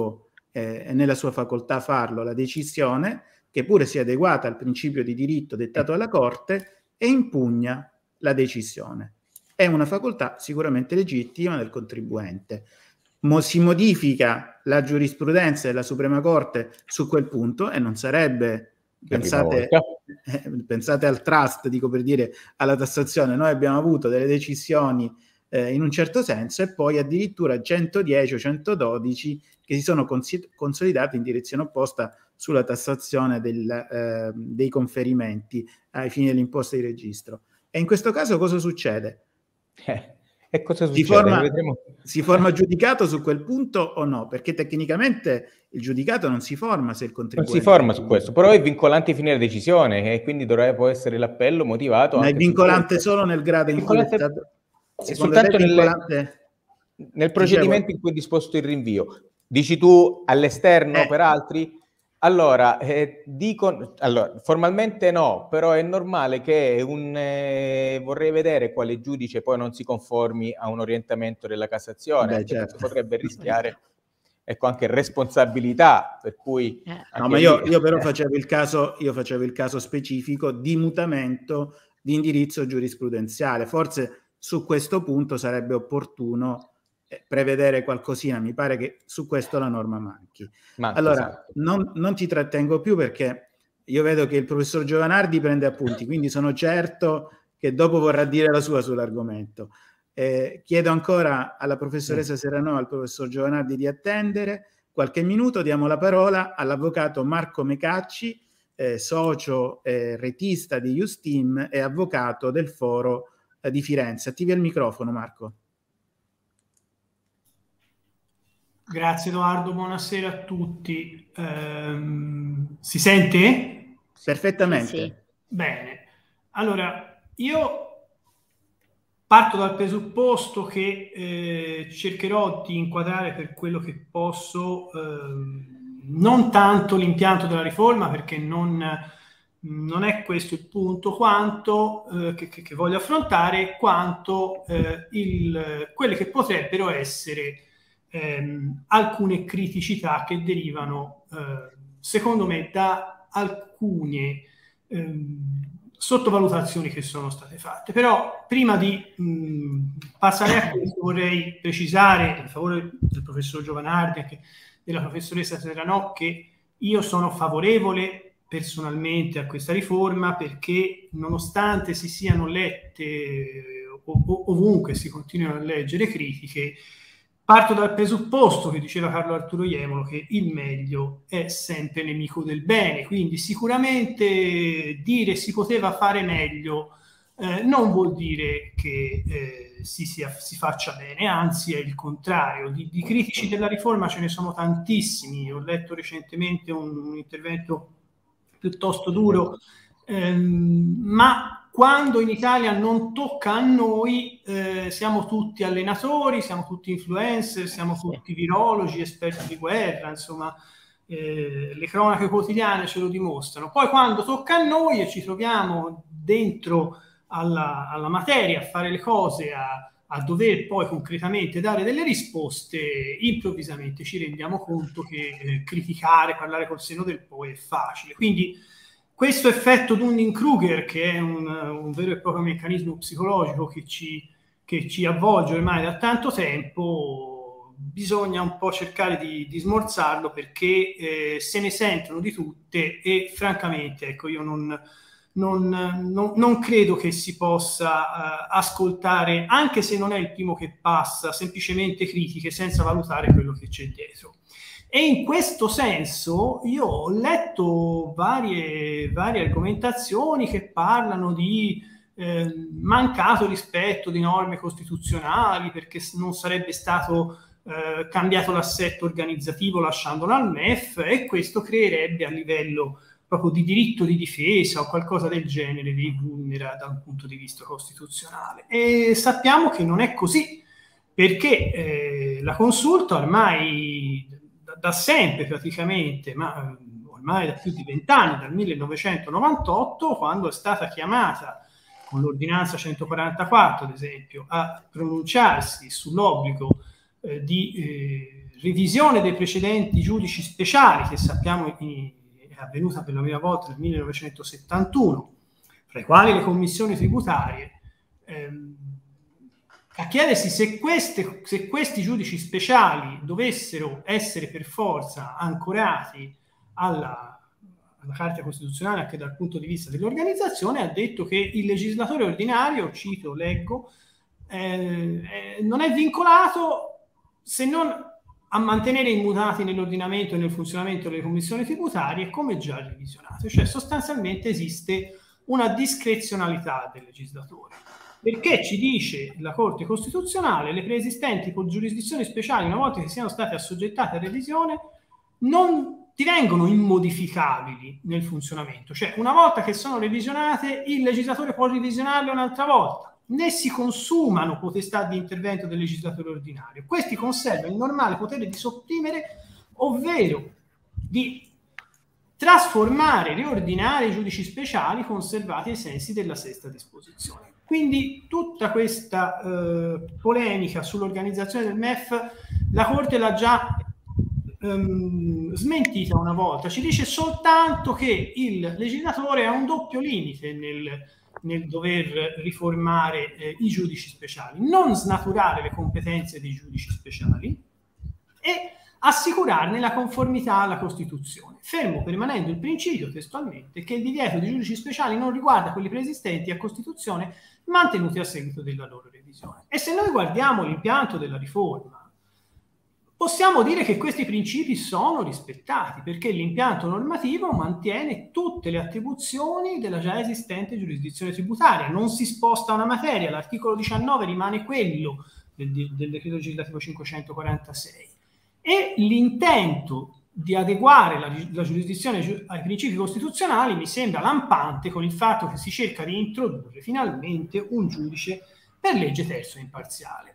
[SPEAKER 1] è nella sua facoltà farlo, la decisione, che pure sia adeguata al principio di diritto dettato dalla Corte, e impugna la decisione. È una facoltà sicuramente legittima del contribuente. Si modifica la giurisprudenza della Suprema Corte su quel punto e non sarebbe, pensate al trust, dico per dire, alla tassazione. Noi abbiamo avuto delle decisioni in un certo senso e poi addirittura 110 o 112 che si sono consolidate in direzione opposta sulla tassazione dei conferimenti ai fini dell'imposta di registro. E in questo caso cosa succede?
[SPEAKER 3] E cosa succede?
[SPEAKER 1] Si forma giudicato su quel punto o no? Perché tecnicamente il giudicato non si forma se il contribuente...
[SPEAKER 3] Non si forma su questo, però è vincolante fine la decisione e quindi può essere l'appello motivato.
[SPEAKER 1] Ma
[SPEAKER 3] anche
[SPEAKER 1] è vincolante solo nel grado in cui è stato... Soltanto
[SPEAKER 3] nel procedimento in cui è disposto il rinvio. Dici tu all'esterno per altri? Allora, formalmente no, però è normale che vorrei vedere quale giudice poi non si conformi a un orientamento della Cassazione, certo. Potrebbe rischiare anche responsabilità, per cui...
[SPEAKER 1] No, ma io però facevo il caso specifico di mutamento di indirizzo giurisprudenziale. Forse su questo punto sarebbe opportuno prevedere qualcosina, mi pare che su questo la norma manchi. Allora, non ti trattengo più perché io vedo che il professor Giovanardi prende appunti, quindi sono certo che dopo vorrà dire la sua sull'argomento. Chiedo ancora alla professoressa Serranò e al professor Giovanardi di attendere qualche minuto, diamo la parola all'avvocato Marco Mecacci, socio retista di Iustim e avvocato del Foro di Firenze. Attivi il microfono, Marco.
[SPEAKER 4] Grazie Edoardo, buonasera a tutti. Si sente?
[SPEAKER 1] Perfettamente.
[SPEAKER 2] Sì.
[SPEAKER 4] Bene, allora io parto dal presupposto che cercherò di inquadrare per quello che posso non tanto l'impianto della riforma, perché non è questo il punto, quanto che voglio affrontare, quanto quelle che potrebbero essere alcune criticità che derivano, secondo me, da alcune sottovalutazioni che sono state fatte. Però prima di passare a questo vorrei precisare in favore del professor Giovanardi e della professoressa Serranò che io sono favorevole personalmente a questa riforma, perché nonostante si siano lette ovunque si continuano a leggere critiche, parto dal presupposto che diceva Carlo Arturo Jemolo, che il meglio è sempre nemico del bene, quindi sicuramente dire si poteva fare meglio non vuol dire che si faccia bene, anzi è il contrario. Di critici della riforma ce ne sono tantissimi. Ho letto recentemente un intervento piuttosto duro, ma quando in Italia non tocca a noi, siamo tutti allenatori, siamo tutti influencer, siamo tutti virologi, esperti di guerra, insomma, le cronache quotidiane ce lo dimostrano. Poi quando tocca a noi e ci troviamo dentro alla materia, a fare le cose, a dover poi concretamente dare delle risposte, improvvisamente ci rendiamo conto che criticare, parlare col senno del poi è facile. Quindi questo effetto Dunning-Kruger, che è un vero e proprio meccanismo psicologico che ci avvolge ormai da tanto tempo, bisogna un po' cercare di smorzarlo, perché se ne sentono di tutte e francamente, ecco, io non credo che si possa ascoltare, anche se non è il primo che passa, semplicemente critiche senza valutare quello che c'è dietro. E in questo senso io ho letto varie argomentazioni che parlano di mancato rispetto di norme costituzionali, perché non sarebbe stato cambiato l'assetto organizzativo lasciandolo al MEF, e questo creerebbe a livello proprio di diritto di difesa o qualcosa del genere dei vulnera da un punto di vista costituzionale. E sappiamo che non è così, perché la Consulta ormai da sempre praticamente, ma ormai da più di 20 anni, dal 1998, quando è stata chiamata con l'ordinanza 144, ad esempio, a pronunciarsi sull'obbligo di revisione dei precedenti giudici speciali, che sappiamo è avvenuta per la prima volta nel 1971, fra i quali le commissioni tributarie, a chiedersi se questi giudici speciali dovessero essere per forza ancorati alla Carta Costituzionale anche dal punto di vista dell'organizzazione, ha detto che il legislatore ordinario, cito, leggo, non è vincolato se non a mantenere immutati nell'ordinamento e nel funzionamento delle commissioni tributarie come già revisionate. Cioè sostanzialmente esiste una discrezionalità del legislatore. Perché ci dice la Corte Costituzionale, le preesistenti giurisdizioni speciali, una volta che siano state assoggettate a revisione, non divengono immodificabili nel funzionamento. Cioè una volta che sono revisionate, il legislatore può revisionarle un'altra volta. Né si consumano potestà di intervento del legislatore ordinario. Questi conservano il normale potere di sopprimere, ovvero di trasformare, riordinare i giudici speciali conservati ai sensi della sesta disposizione. Quindi tutta questa polemica sull'organizzazione del MEF, la Corte l'ha già smentita una volta. Ci dice soltanto che il legislatore ha un doppio limite nel dover riformare i giudici speciali, non snaturare le competenze dei giudici speciali e assicurarne la conformità alla Costituzione, fermo permanendo il principio testualmente che il divieto di giudici speciali non riguarda quelli preesistenti a Costituzione mantenuti a seguito della loro revisione. E se noi guardiamo l'impianto della riforma, possiamo dire che questi principi sono rispettati, perché l'impianto normativo mantiene tutte le attribuzioni della già esistente giurisdizione tributaria, non si sposta una materia, l'articolo 19 rimane quello del decreto legislativo 546 e l'intento di adeguare la giurisdizione ai principi costituzionali mi sembra lampante con il fatto che si cerca di introdurre finalmente un giudice per legge terzo e imparziale.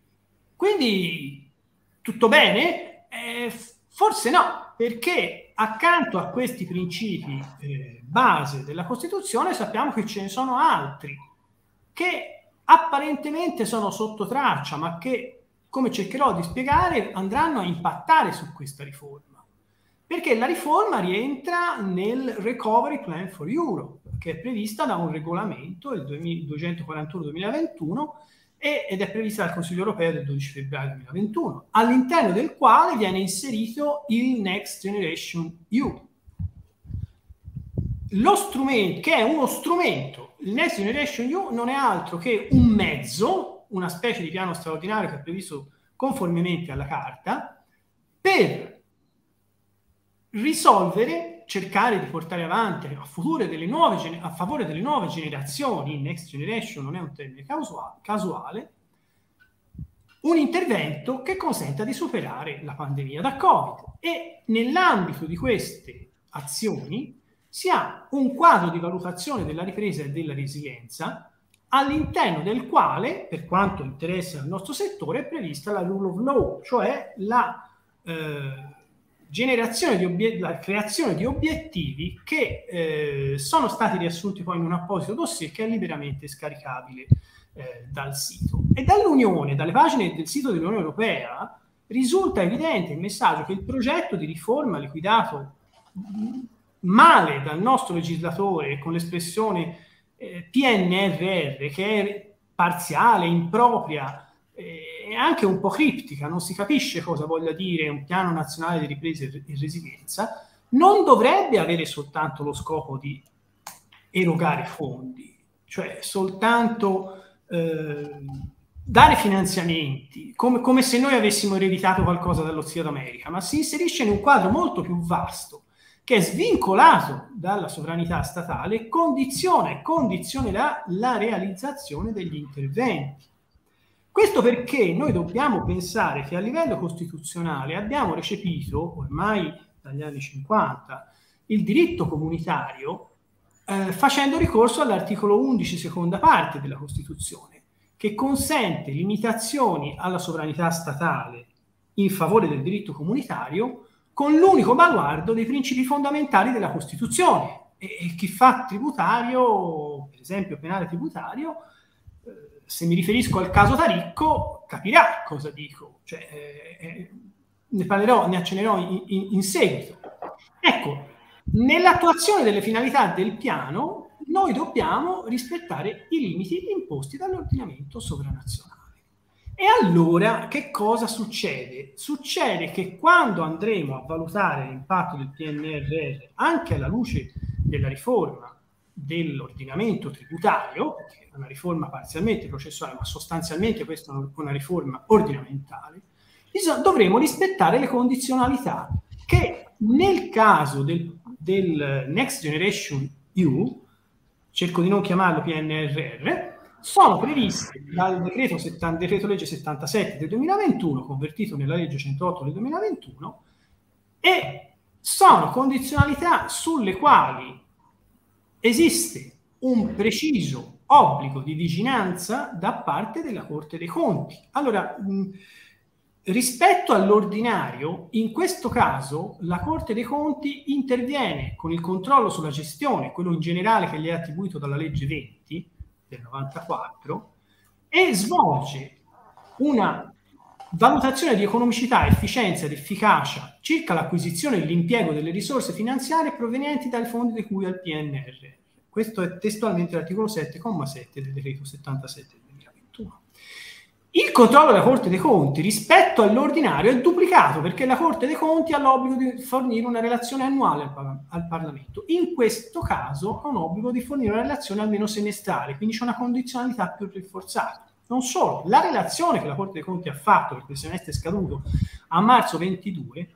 [SPEAKER 4] Quindi tutto bene? Forse no, perché accanto a questi principi base della Costituzione sappiamo che ce ne sono altri che apparentemente sono sotto traccia, ma che, come cercherò di spiegare, andranno a impattare su questa riforma. Perché la riforma rientra nel Recovery Plan for Europe, che è prevista da un regolamento, il 241-2021, ed è prevista dal Consiglio europeo del 12 febbraio 2021, all'interno del quale viene inserito il Next Generation EU. Lo strumento, che è uno strumento, il Next Generation EU non è altro che un mezzo, una specie di piano straordinario che è previsto conformemente alla Carta, per risolvere, cercare di portare avanti a favore delle nuove generazioni, Next Generation non è un termine casuale, un intervento che consenta di superare la pandemia da Covid. E nell'ambito di queste azioni si ha un quadro di valutazione della ripresa e della resilienza all'interno del quale, per quanto interessa il nostro settore, è prevista la rule of law, cioè la la creazione di obiettivi che sono stati riassunti poi in un apposito dossier che è liberamente scaricabile dal sito. E dalle pagine del sito dell'Unione Europea risulta evidente il messaggio che il progetto di riforma liquidato male dal nostro legislatore con l'espressione PNRR, che è parziale, impropria, è anche un po' criptica, non si capisce cosa voglia dire un piano nazionale di ripresa e resilienza, non dovrebbe avere soltanto lo scopo di erogare fondi, cioè soltanto dare finanziamenti, come se noi avessimo ereditato qualcosa dallo Zio d'America, ma si inserisce in un quadro molto più vasto, che è svincolato dalla sovranità statale e condizionerà la realizzazione degli interventi. Questo perché noi dobbiamo pensare che a livello costituzionale abbiamo recepito, ormai dagli anni 50, il diritto comunitario facendo ricorso all'articolo 11, seconda parte della Costituzione, che consente limitazioni alla sovranità statale in favore del diritto comunitario con l'unico baluardo dei principi fondamentali della Costituzione. E chi fa tributario, per esempio penale tributario, se mi riferisco al caso Taricco, capirà cosa dico. Cioè, ne accennerò in seguito. Ecco, nell'attuazione delle finalità del piano noi dobbiamo rispettare i limiti imposti dall'ordinamento sovranazionale. E allora che cosa succede? Succede che quando andremo a valutare l'impatto del PNRR anche alla luce della riforma dell'ordinamento tributario, che è una riforma parzialmente processuale, ma sostanzialmente questa è una riforma ordinamentale, dovremo rispettare le condizionalità che nel caso del Next Generation EU, cerco di non chiamarlo PNRR, sono previste dal decreto legge 77 del 2021, convertito nella legge 108 del 2021, e sono condizionalità sulle quali esiste un preciso obbligo di vigilanza da parte della Corte dei Conti. Allora, rispetto all'ordinario, in questo caso la Corte dei Conti interviene con il controllo sulla gestione, quello in generale che gli è attribuito dalla legge 20 del 94, e svolge una valutazione di economicità, efficienza ed efficacia circa l'acquisizione e l'impiego delle risorse finanziarie provenienti dai fondi di cui al PNRR. Questo è testualmente l'articolo 7,7 del decreto 77 del 2021. Il controllo della Corte dei Conti rispetto all'ordinario è duplicato, perché la Corte dei Conti ha l'obbligo di fornire una relazione annuale al Parlamento. In questo caso ha un obbligo di fornire una relazione almeno semestrale, quindi c'è una condizionalità più rinforzata. Non solo, la relazione che la Corte dei Conti ha fatto, perché il semestre è scaduto a marzo 22,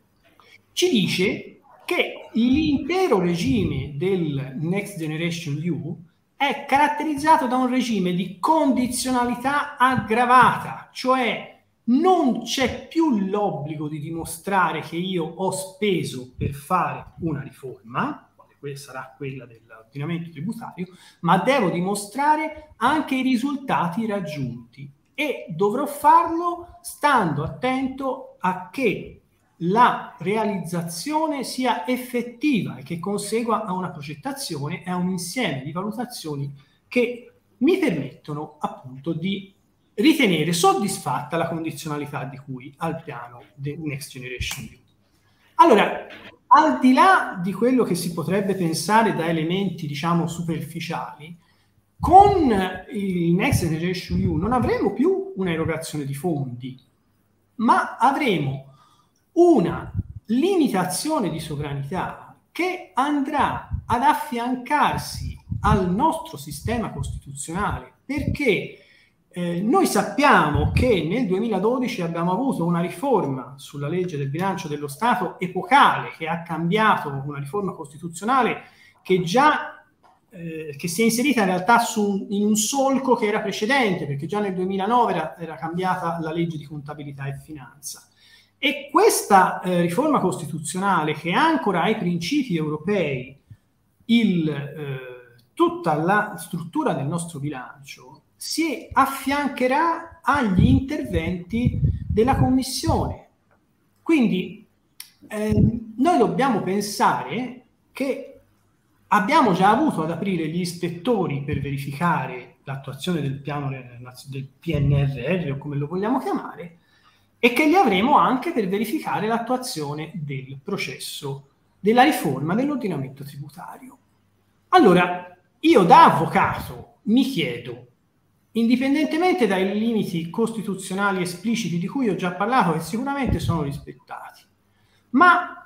[SPEAKER 4] ci dice che l'intero regime del Next Generation EU è caratterizzato da un regime di condizionalità aggravata, cioè non c'è più l'obbligo di dimostrare che io ho speso per fare una riforma, quale sarà quella dell'ordinamento tributario, ma devo dimostrare anche i risultati raggiunti, e dovrò farlo stando attento a che la realizzazione sia effettiva e che consegua a una progettazione e a un insieme di valutazioni che mi permettono appunto di ritenere soddisfatta la condizionalità di cui al piano del Next Generation EU. Allora, al di là di quello che si potrebbe pensare da elementi, diciamo, superficiali, con il Next Generation EU non avremo più una erogazione di fondi, ma avremo una limitazione di sovranità che andrà ad affiancarsi al nostro sistema costituzionale, perché noi sappiamo che nel 2012 abbiamo avuto una riforma sulla legge del bilancio dello Stato epocale, che ha cambiato, una riforma costituzionale che già che si è inserita in realtà in un solco che era precedente, perché già nel 2009 era cambiata la legge di contabilità e finanza. E questa riforma costituzionale, che ancora ai principi europei tutta la struttura del nostro bilancio, si affiancherà agli interventi della Commissione. Quindi noi dobbiamo pensare che abbiamo già avuto ad aprire gli ispettori per verificare l'attuazione del piano del PNRR, o come lo vogliamo chiamare, e che li avremo anche per verificare l'attuazione del processo della riforma dell'ordinamento tributario. Allora, io da avvocato mi chiedo, indipendentemente dai limiti costituzionali espliciti di cui ho già parlato, che sicuramente sono rispettati, ma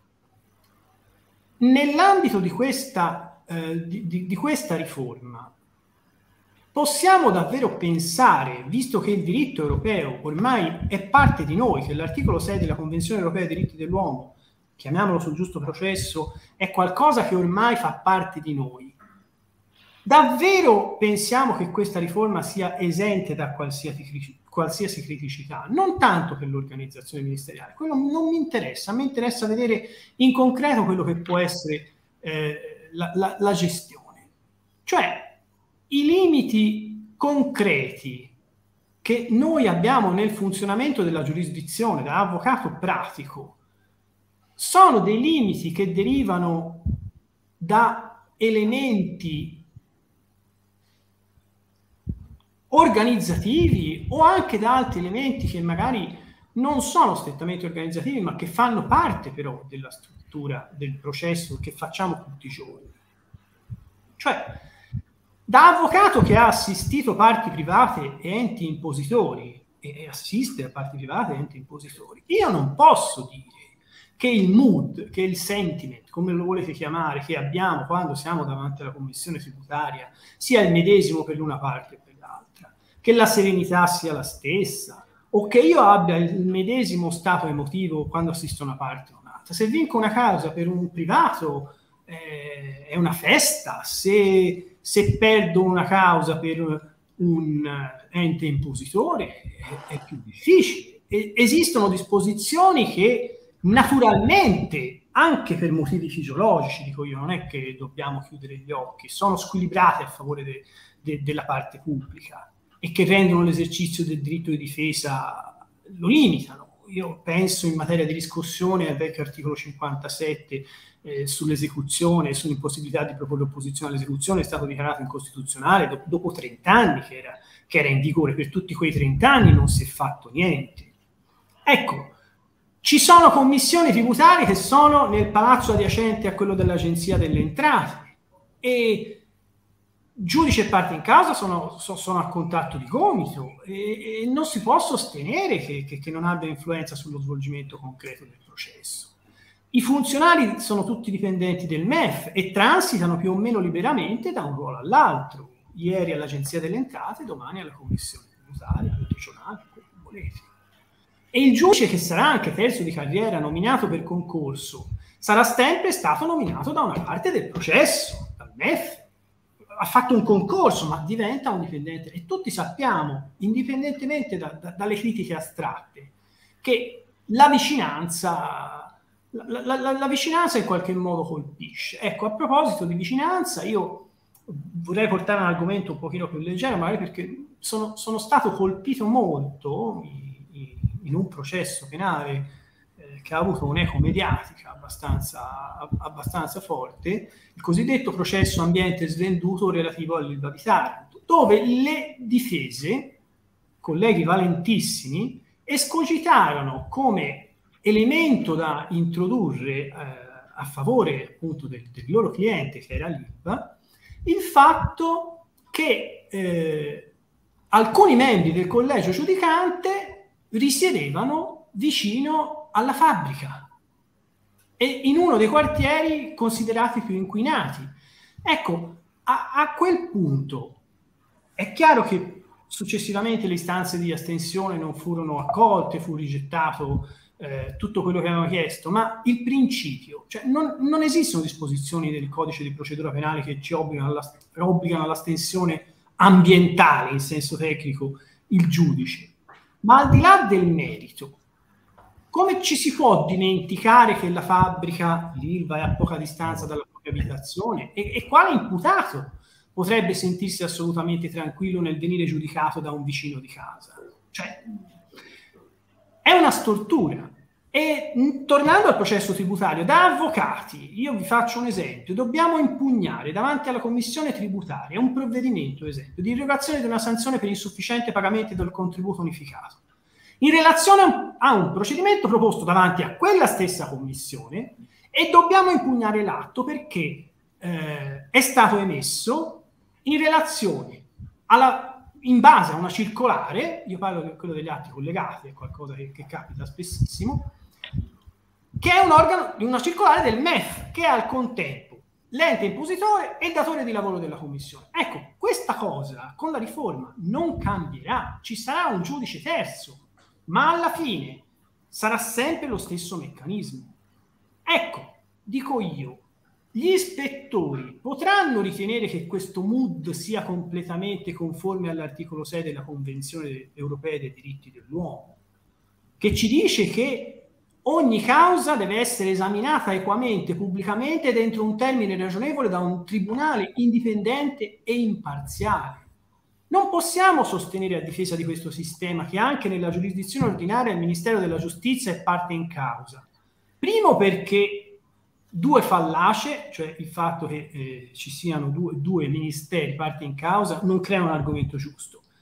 [SPEAKER 4] nell'ambito di questa riforma possiamo davvero pensare, visto che il diritto europeo ormai è parte di noi, che l'articolo 6 della Convenzione europea dei diritti dell'uomo, chiamiamolo sul giusto processo, è qualcosa che ormai fa parte di noi, davvero pensiamo che questa riforma sia esente da qualsiasi criticità? Non tanto per l'organizzazione ministeriale, quello non mi interessa, a me interessa vedere in concreto quello che può essere la gestione. Cioè, i limiti concreti che noi abbiamo nel funzionamento della giurisdizione da avvocato pratico sono dei limiti che derivano da elementi organizzativi o anche da altri elementi che magari non sono strettamente organizzativi, ma che fanno parte però della struttura del processo che facciamo tutti i giorni. Cioè, da avvocato che ha assistito parti private e enti impositori, e assiste a parti private e enti impositori, io non posso dire che il mood, che il sentiment, come lo volete chiamare, che abbiamo quando siamo davanti alla commissione tributaria, sia il medesimo per l'una parte e per l'altra, che la serenità sia la stessa, o che io abbia il medesimo stato emotivo quando assisto una parte o un'altra. Se vinco una causa per un privato è una festa, se perdo una causa per un ente impositore è più difficile. Esistono disposizioni che naturalmente, anche per motivi fisiologici, dico io, non è che dobbiamo chiudere gli occhi, sono squilibrate a favore della parte pubblica e che rendono l'esercizio del diritto di difesa, lo limitano. Io penso in materia di riscossione al vecchio articolo 57 sull'esecuzione e sull'impossibilità di proporre opposizione all'esecuzione, è stato dichiarato incostituzionale dopo 30 anni che era in vigore. Per tutti quei 30 anni non si è fatto niente. Ecco, ci sono commissioni tributarie che sono nel palazzo adiacente a quello dell'Agenzia delle Entrate e giudice e parte in causa sono a contatto di gomito e non si può sostenere che non abbia influenza sullo svolgimento concreto del processo. I funzionari sono tutti dipendenti del MEF e transitano più o meno liberamente da un ruolo all'altro. Ieri all'Agenzia delle Entrate, domani alla Commissione tributaria, regionale, quello che volete. E il giudice, che sarà anche terzo di carriera nominato per concorso, sarà sempre stato nominato da una parte del processo, dal MEF. Ha fatto un concorso, ma diventa un dipendente. E tutti sappiamo, indipendentemente dalle critiche astratte, che la vicinanza in qualche modo colpisce. Ecco, a proposito di vicinanza, io vorrei portare un argomento un pochino più leggero, magari perché sono stato colpito molto in un processo penale che ha avuto un'eco mediatica abbastanza forte, il cosiddetto processo ambiente svenduto relativo all'Ilva di Taranto, dove le difese, colleghi valentissimi, escogitarono come elemento da introdurre a favore appunto del loro cliente, che era l'Ilva, il fatto che alcuni membri del collegio giudicante risiedevano vicino alla fabbrica e in uno dei quartieri considerati più inquinati. Ecco, a quel punto è chiaro che successivamente le istanze di astensione non furono accolte, fu rigettato tutto quello che avevano chiesto, ma il principio, cioè non esistono disposizioni del codice di procedura penale che ci obbligano all'astensione ambientale in senso tecnico il giudice. Ma al di là del merito, come ci si può dimenticare che la fabbrica, l'Ilva, è a poca distanza dalla propria abitazione? E quale imputato potrebbe sentirsi assolutamente tranquillo nel venire giudicato da un vicino di casa? Cioè, è una stortura. E tornando al processo tributario, da avvocati, io vi faccio un esempio, dobbiamo impugnare davanti alla commissione tributaria un provvedimento, esempio, di irrogazione di una sanzione per insufficiente pagamento del contributo unificato, in relazione a un procedimento proposto davanti a quella stessa commissione, e dobbiamo impugnare l'atto perché è stato emesso in relazione in base a una circolare, io parlo di quello degli atti collegati, è qualcosa che capita spessissimo, che è un organo di una circolare del MEF, che è al contempo l'ente impositore e il datore di lavoro della commissione. Ecco, questa cosa con la riforma non cambierà, ci sarà un giudice terzo, ma alla fine sarà sempre lo stesso meccanismo. Ecco, dico io, gli ispettori potranno ritenere che questo MUD sia completamente conforme all'articolo 6 della Convenzione europea dei diritti dell'uomo, che ci dice che ogni causa deve essere esaminata equamente, pubblicamente, dentro un termine ragionevole da un tribunale indipendente e imparziale. Non possiamo sostenere a difesa di questo sistema che anche nella giurisdizione ordinaria il Ministero della Giustizia è parte in causa. Primo perché due fallacie, cioè il fatto che ci siano due ministeri parte in causa, non crea un argomento giusto.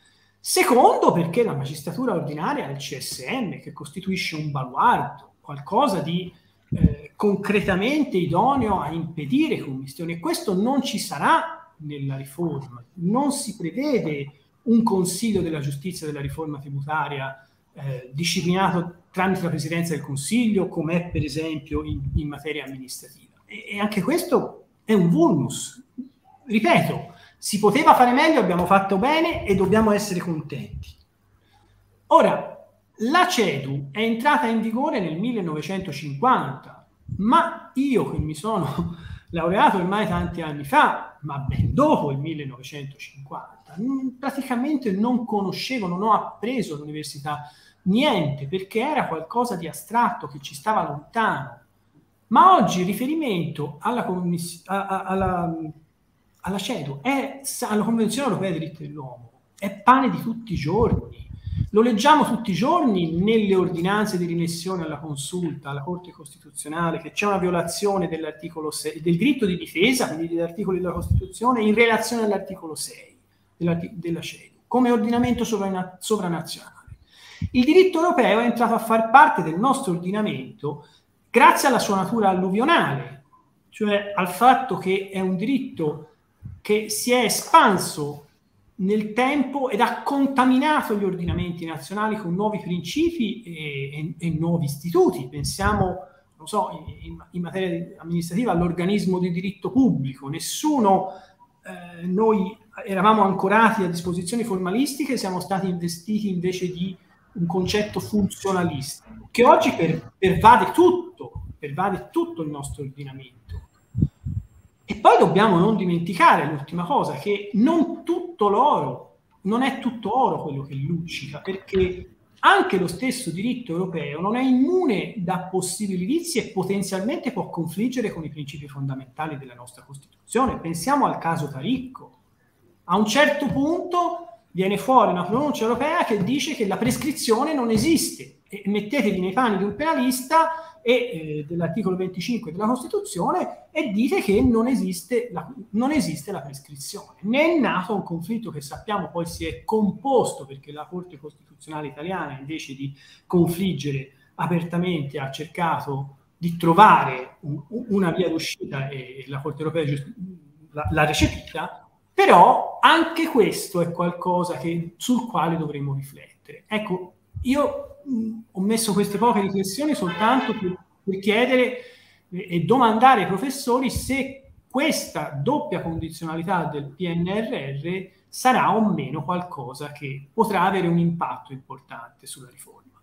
[SPEAKER 4] Secondo, perché la magistratura ordinaria è il CSM, che costituisce un baluardo, qualcosa di concretamente idoneo a impedire commistioni, e questo non ci sarà nella riforma. Non si prevede un Consiglio della Giustizia della riforma tributaria disciplinato tramite la Presidenza del Consiglio, come è per esempio in materia amministrativa. E anche questo è un vulnus. Ripeto, si poteva fare meglio, abbiamo fatto bene e dobbiamo essere contenti. Ora, la CEDU è entrata in vigore nel 1950, ma io che mi sono laureato ormai tanti anni fa, ma ben dopo il 1950, praticamente non conoscevo, non ho appreso all'università niente, perché era qualcosa di astratto che ci stava lontano. Ma oggi il riferimento alla CEDU, alla Convenzione Europea dei Diritti dell'Uomo, è pane di tutti i giorni. Lo leggiamo tutti i giorni nelle ordinanze di rimessione alla consulta, alla Corte Costituzionale, che c'è una violazione dell'articolo 6, del diritto di difesa, quindi degli articoli della Costituzione, in relazione all'articolo 6 della CEDU, come ordinamento sovranazionale. Il diritto europeo è entrato a far parte del nostro ordinamento grazie alla sua natura alluvionale, cioè al fatto che è un diritto che si è espanso nel tempo ed ha contaminato gli ordinamenti nazionali con nuovi principi e nuovi istituti. Pensiamo, non so, in materia amministrativa all'organismo di diritto pubblico. Noi eravamo ancorati a disposizioni formalistiche, siamo stati investiti invece di un concetto funzionalistico, che oggi pervade tutto il nostro ordinamento. E poi dobbiamo non dimenticare l'ultima cosa, che non è tutto oro quello che luccica, perché anche lo stesso diritto europeo non è immune da possibili vizi e potenzialmente può confliggere con i principi fondamentali della nostra Costituzione. Pensiamo al caso Taricco. A un certo punto viene fuori una pronuncia europea che dice che la prescrizione non esiste, e mettetevi nei panni di un penalista dell'articolo 25 della Costituzione e dite che non esiste la prescrizione. Ne è nato un conflitto che sappiamo poi si è composto, perché la Corte Costituzionale italiana, invece di confliggere apertamente, ha cercato di trovare una via d'uscita e la Corte Europea l'ha recepita. Però anche questo è qualcosa sul quale dovremmo riflettere. Ecco, io ho messo queste poche riflessioni soltanto per chiedere e domandare ai professori se questa doppia condizionalità del PNRR sarà o meno qualcosa che potrà avere un impatto importante sulla riforma.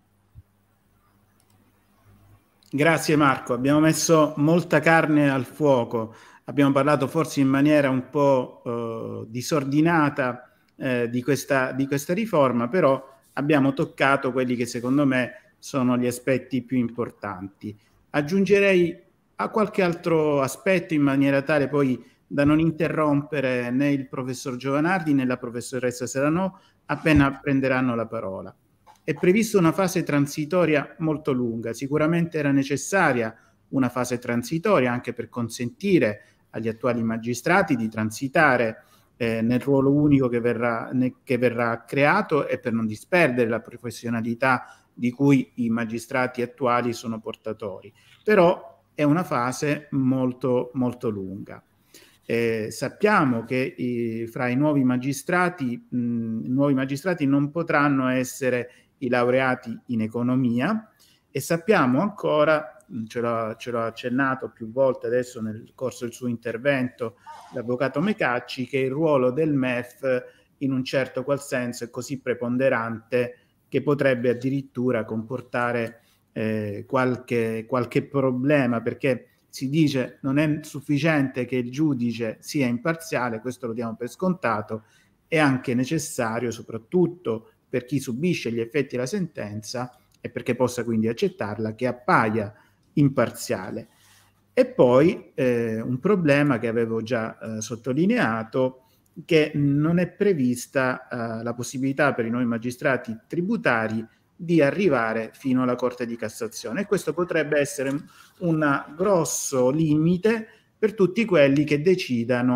[SPEAKER 1] Grazie Marco, abbiamo messo molta carne al fuoco. Abbiamo parlato forse in maniera un po' disordinata di questa riforma, però abbiamo toccato quelli che secondo me sono gli aspetti più importanti. Aggiungerei a qualche altro aspetto in maniera tale poi da non interrompere né il professor Giovanardi né la professoressa Serranò appena prenderanno la parola. È prevista una fase transitoria molto lunga, sicuramente era necessaria una fase transitoria anche per consentire agli attuali magistrati di transitare nel ruolo unico che verrà creato e per non disperdere la professionalità di cui i magistrati attuali sono portatori. Però è una fase molto, molto lunga. Sappiamo che fra i nuovi magistrati non potranno essere i laureati in economia e sappiamo ancora, ce l'ho accennato più volte adesso nel corso del suo intervento l'avvocato Mecacci, che il ruolo del MEF in un certo qual senso è così preponderante che potrebbe addirittura comportare qualche problema, perché si dice non è sufficiente che il giudice sia imparziale, questo lo diamo per scontato, è anche necessario, soprattutto per chi subisce gli effetti della sentenza e perché possa quindi accettarla, che appaia imparziale. E poi un problema che avevo già sottolineato, che non è prevista la possibilità per i nuovi magistrati tributari di arrivare fino alla Corte di Cassazione, e questo potrebbe essere un grosso limite per tutti quelli che decidano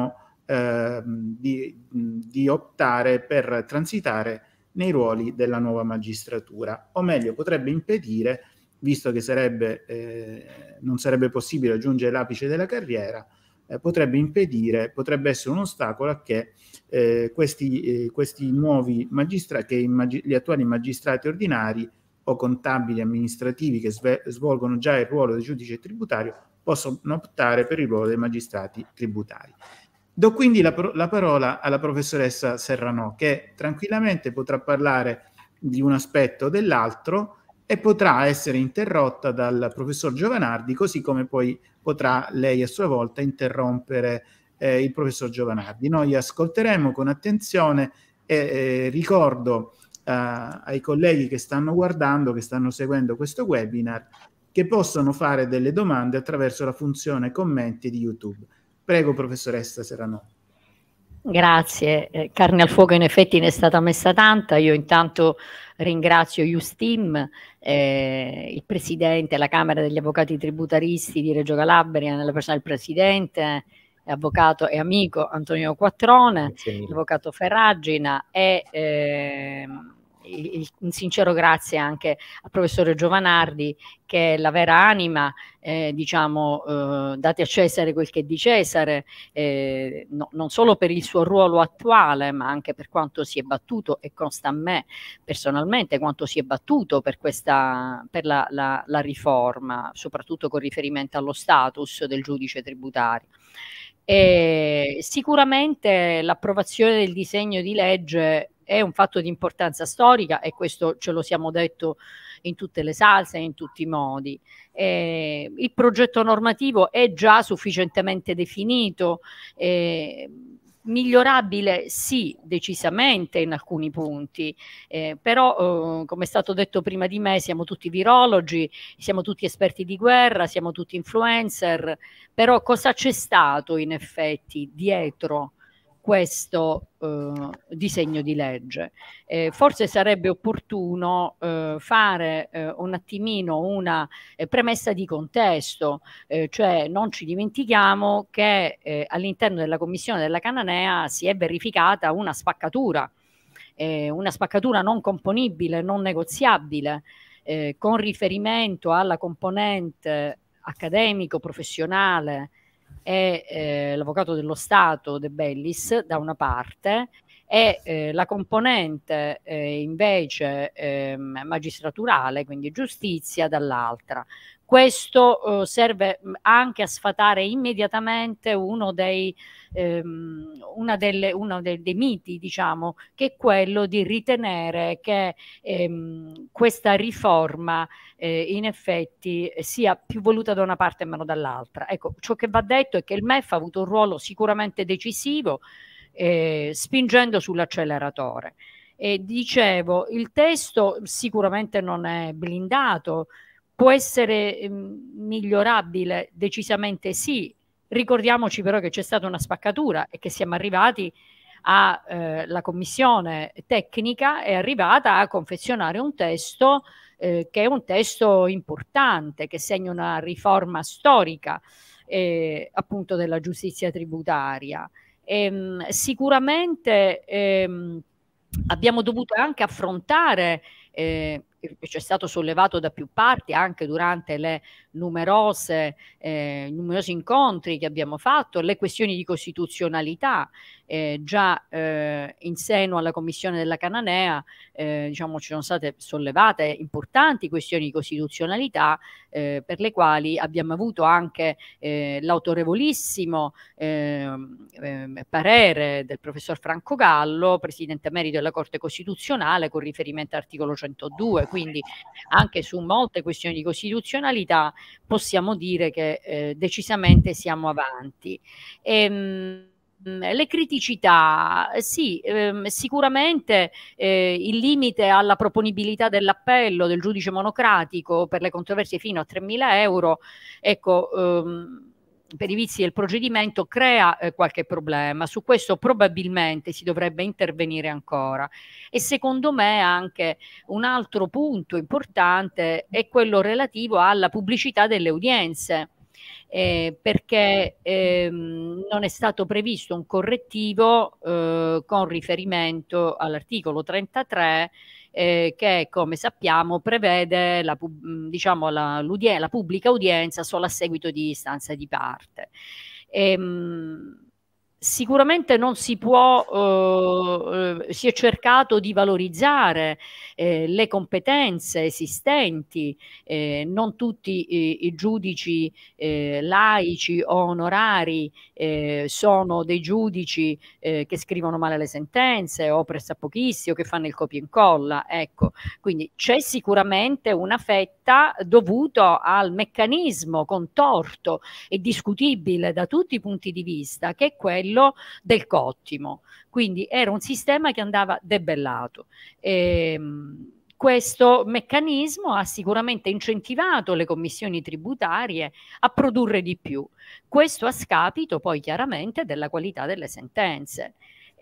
[SPEAKER 1] di optare per transitare nei ruoli della nuova magistratura, o meglio potrebbe impedire, visto che non sarebbe possibile raggiungere l'apice della carriera, potrebbe essere un ostacolo a che questi nuovi magistrati, gli attuali magistrati ordinari o contabili amministrativi che svolgono già il ruolo di giudice tributario possono optare per il ruolo dei magistrati tributari. Do quindi la parola alla professoressa Serranò, che tranquillamente potrà parlare di un aspetto o dell'altro e potrà essere interrotta dal professor Giovanardi, così come poi potrà lei a sua volta interrompere il professor Giovanardi. Noi ascolteremo con attenzione e ricordo ai colleghi che stanno guardando, che stanno seguendo questo webinar, che possono fare delle domande attraverso la funzione commenti di YouTube. Prego, professoressa Serranò.
[SPEAKER 2] Grazie, carne al fuoco in effetti ne è stata messa tanta. Io intanto ringrazio Justim, il presidente, la Camera degli Avvocati Tributaristi di Reggio Calabria, nella persona del presidente, avvocato e amico Antonio Quattrone, l'avvocato Ferragina e un sincero grazie anche al professore Giovanardi, che è la vera anima, date a Cesare quel che è di Cesare, non solo per il suo ruolo attuale, ma anche per quanto si è battuto, e consta a me personalmente quanto si è battuto per la riforma, soprattutto con riferimento allo status del giudice tributario. Sicuramente l'approvazione del disegno di legge è un fatto di importanza storica, e questo ce lo siamo detto in tutte le salse e in tutti i modi. Il progetto normativo è già sufficientemente definito, migliorabile sì, decisamente in alcuni punti, però come è stato detto prima di me, siamo tutti virologi, siamo tutti esperti di guerra, siamo tutti influencer, però cosa c'è stato in effetti dietro questo disegno di legge? Forse sarebbe opportuno fare un attimino una premessa di contesto, cioè non ci dimentichiamo che all'interno della Commissione della Cananea si è verificata una spaccatura non componibile, non negoziabile, con riferimento alla componente accademico, professionale e l'avvocato dello Stato De Bellis da una parte, e la componente invece magistraturale, quindi giustizia, dall'altra. Questo serve anche a sfatare immediatamente uno dei miti, diciamo, che è quello di ritenere che questa riforma in effetti sia più voluta da una parte e meno dall'altra. Ecco, ciò che va detto è che il MEF ha avuto un ruolo sicuramente decisivo, spingendo sull'acceleratore. Dicevo, il testo sicuramente non è blindato, può essere migliorabile, decisamente sì. Ricordiamoci però che c'è stata una spaccatura e che siamo arrivati la commissione tecnica è arrivata a confezionare un testo che è un testo importante, che segna una riforma storica appunto della giustizia tributaria. Sicuramente abbiamo dovuto anche affrontare, c'è stato sollevato da più parti anche durante le numerosi incontri che abbiamo fatto, le questioni di costituzionalità. Già in seno alla Commissione della Cananea diciamo, ci sono state sollevate importanti questioni di costituzionalità, per le quali abbiamo avuto anche l'autorevolissimo parere del professor Franco Gallo, presidente emerito della Corte Costituzionale, con riferimento all'articolo 102. Quindi anche su molte questioni di costituzionalità possiamo dire che decisamente siamo avanti. Le criticità, sì, sicuramente il limite alla proponibilità dell'appello del giudice monocratico per le controversie fino a 3.000 euro, ecco, per i vizi del procedimento crea qualche problema. Su questo probabilmente si dovrebbe intervenire ancora. E secondo me anche un altro punto importante è quello relativo alla pubblicità delle udienze. perché non è stato previsto un correttivo con riferimento all'articolo 33 che, come sappiamo, prevede la pubblica udienza solo a seguito di istanza di parte. Sicuramente non si può, si è cercato di valorizzare le competenze esistenti, non tutti i giudici laici o onorari sono dei giudici che scrivono male le sentenze o pressapochissimi o che fanno il copia e incolla, ecco. Quindi c'è sicuramente una fetta dovuto al meccanismo contorto e discutibile da tutti i punti di vista, che è quello del cottimo. Quindi era un sistema che andava debellato. Questo meccanismo ha sicuramente incentivato le commissioni tributarie a produrre di più. Questo a scapito poi chiaramente della qualità delle sentenze.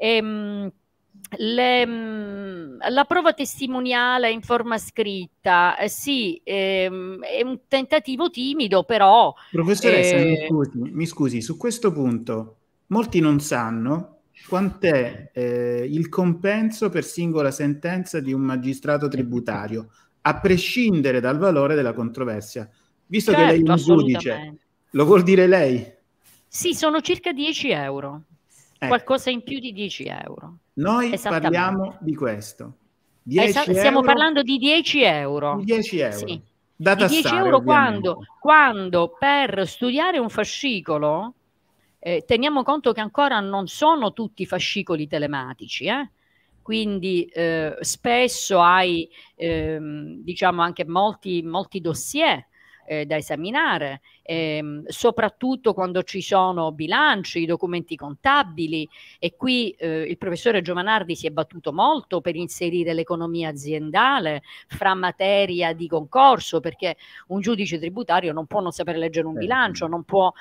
[SPEAKER 2] La prova testimoniale in forma scritta, sì, è un tentativo timido, però...
[SPEAKER 1] Professoressa, mi scusi, su questo punto molti non sanno quant'è il compenso per singola sentenza di un magistrato tributario, a prescindere dal valore della controversia. Visto che lei è un giudice, lo vuol dire lei?
[SPEAKER 2] Sì, sono circa 10 euro. Qualcosa in più di 10 euro.
[SPEAKER 1] Noi parliamo di questo.
[SPEAKER 2] Stiamo parlando di 10 euro.
[SPEAKER 1] Di 10 euro.
[SPEAKER 2] Sì.
[SPEAKER 1] Da
[SPEAKER 2] di 10
[SPEAKER 1] tassare,
[SPEAKER 2] euro quando per studiare un fascicolo, teniamo conto che ancora non sono tutti fascicoli telematici, quindi spesso hai diciamo anche molti dossier da esaminare, soprattutto quando ci sono bilanci, documenti contabili, e qui il professore Giovanardi si è battuto molto per inserire l'economia aziendale fra materia di concorso, perché un giudice tributario non può non sapere leggere un bilancio, non può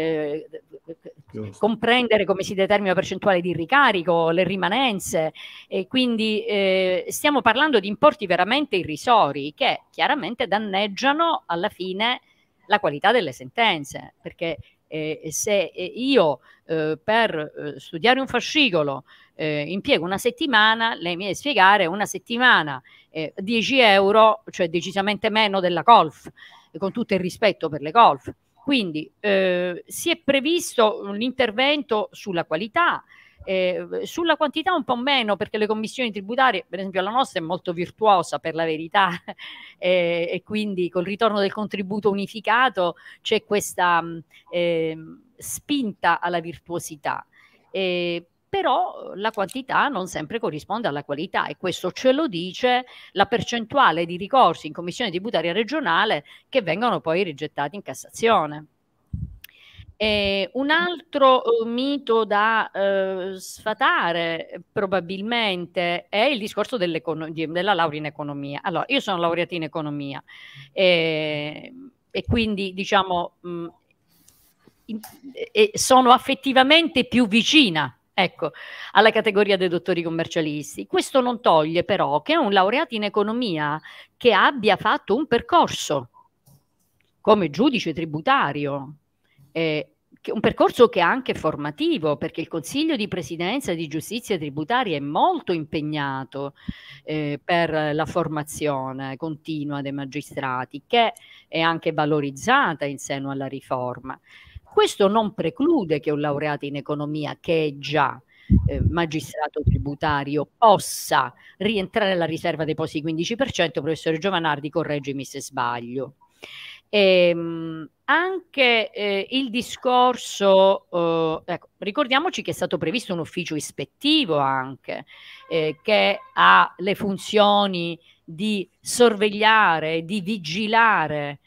[SPEAKER 2] comprendere come si determina la percentuale di ricarico, le rimanenze, e quindi stiamo parlando di importi veramente irrisori che chiaramente danneggiano alla fine la qualità delle sentenze, perché se io per studiare un fascicolo impiego una settimana, lei mi deve spiegare una settimana 10 euro, cioè decisamente meno della Colf, con tutto il rispetto per le Colf. Quindi si è previsto un intervento sulla qualità, sulla quantità un po' meno, perché le commissioni tributarie, per esempio la nostra è molto virtuosa per la verità, e quindi col ritorno del contributo unificato c'è questa spinta alla virtuosità. Però la quantità non sempre corrisponde alla qualità, e questo ce lo dice la percentuale di ricorsi in commissione tributaria regionale che vengono poi rigettati in Cassazione. Un altro mito da sfatare probabilmente è il discorso della laurea in economia. Allora, io sono laureata in economia e quindi diciamo sono affettivamente più vicina, ecco, alla categoria dei dottori commercialisti. Questo non toglie però che un laureato in economia che abbia fatto un percorso come giudice tributario, un percorso che è anche formativo, perché il Consiglio di Presidenza di Giustizia Tributaria è molto impegnato per la formazione continua dei magistrati, che è anche valorizzata in seno alla riforma. Questo non preclude che un laureato in economia, che è già magistrato tributario, possa rientrare nella riserva dei posti 15%. Professore Giovanardi, correggimi se sbaglio. Anche il discorso, ecco, ricordiamoci che è stato previsto un ufficio ispettivo anche, che ha le funzioni di sorvegliare, di vigilare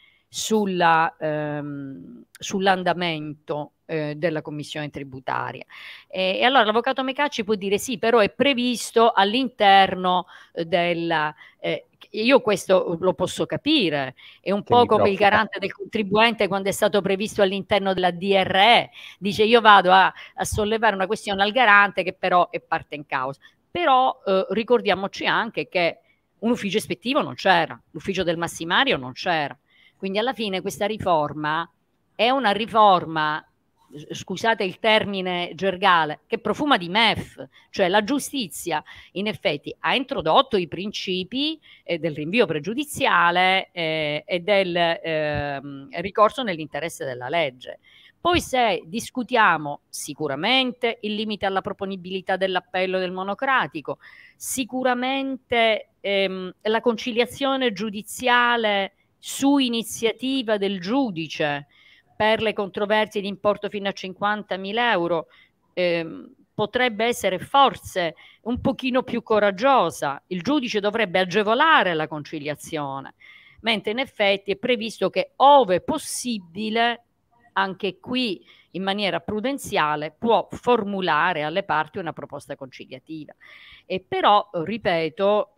[SPEAKER 2] sull'andamento della commissione tributaria. E allora l'avvocato Mecacci può dire sì, però è previsto all'interno della... io questo lo posso capire, è un po' come il garante del contribuente quando è stato previsto all'interno della DRE, dice io vado a sollevare una questione al garante che però è parte in causa. Però ricordiamoci anche che un ufficio ispettivo non c'era, l'ufficio del massimario non c'era, quindi alla fine questa riforma è una riforma, scusate il termine gergale, che profuma di MEF, cioè la giustizia in effetti ha introdotto i principi del rinvio pregiudiziale e del ricorso nell'interesse della legge. Poi se discutiamo sicuramente il limite alla proponibilità dell'appello del monocratico, sicuramente la conciliazione giudiziale su iniziativa del giudice per le controversie di importo fino a 50.000 euro, potrebbe essere forse un pochino più coraggiosa. Il giudice dovrebbe agevolare la conciliazione, mentre in effetti è previsto che, ove possibile, anche qui in maniera prudenziale può formulare alle parti una proposta conciliativa. E però, ripeto,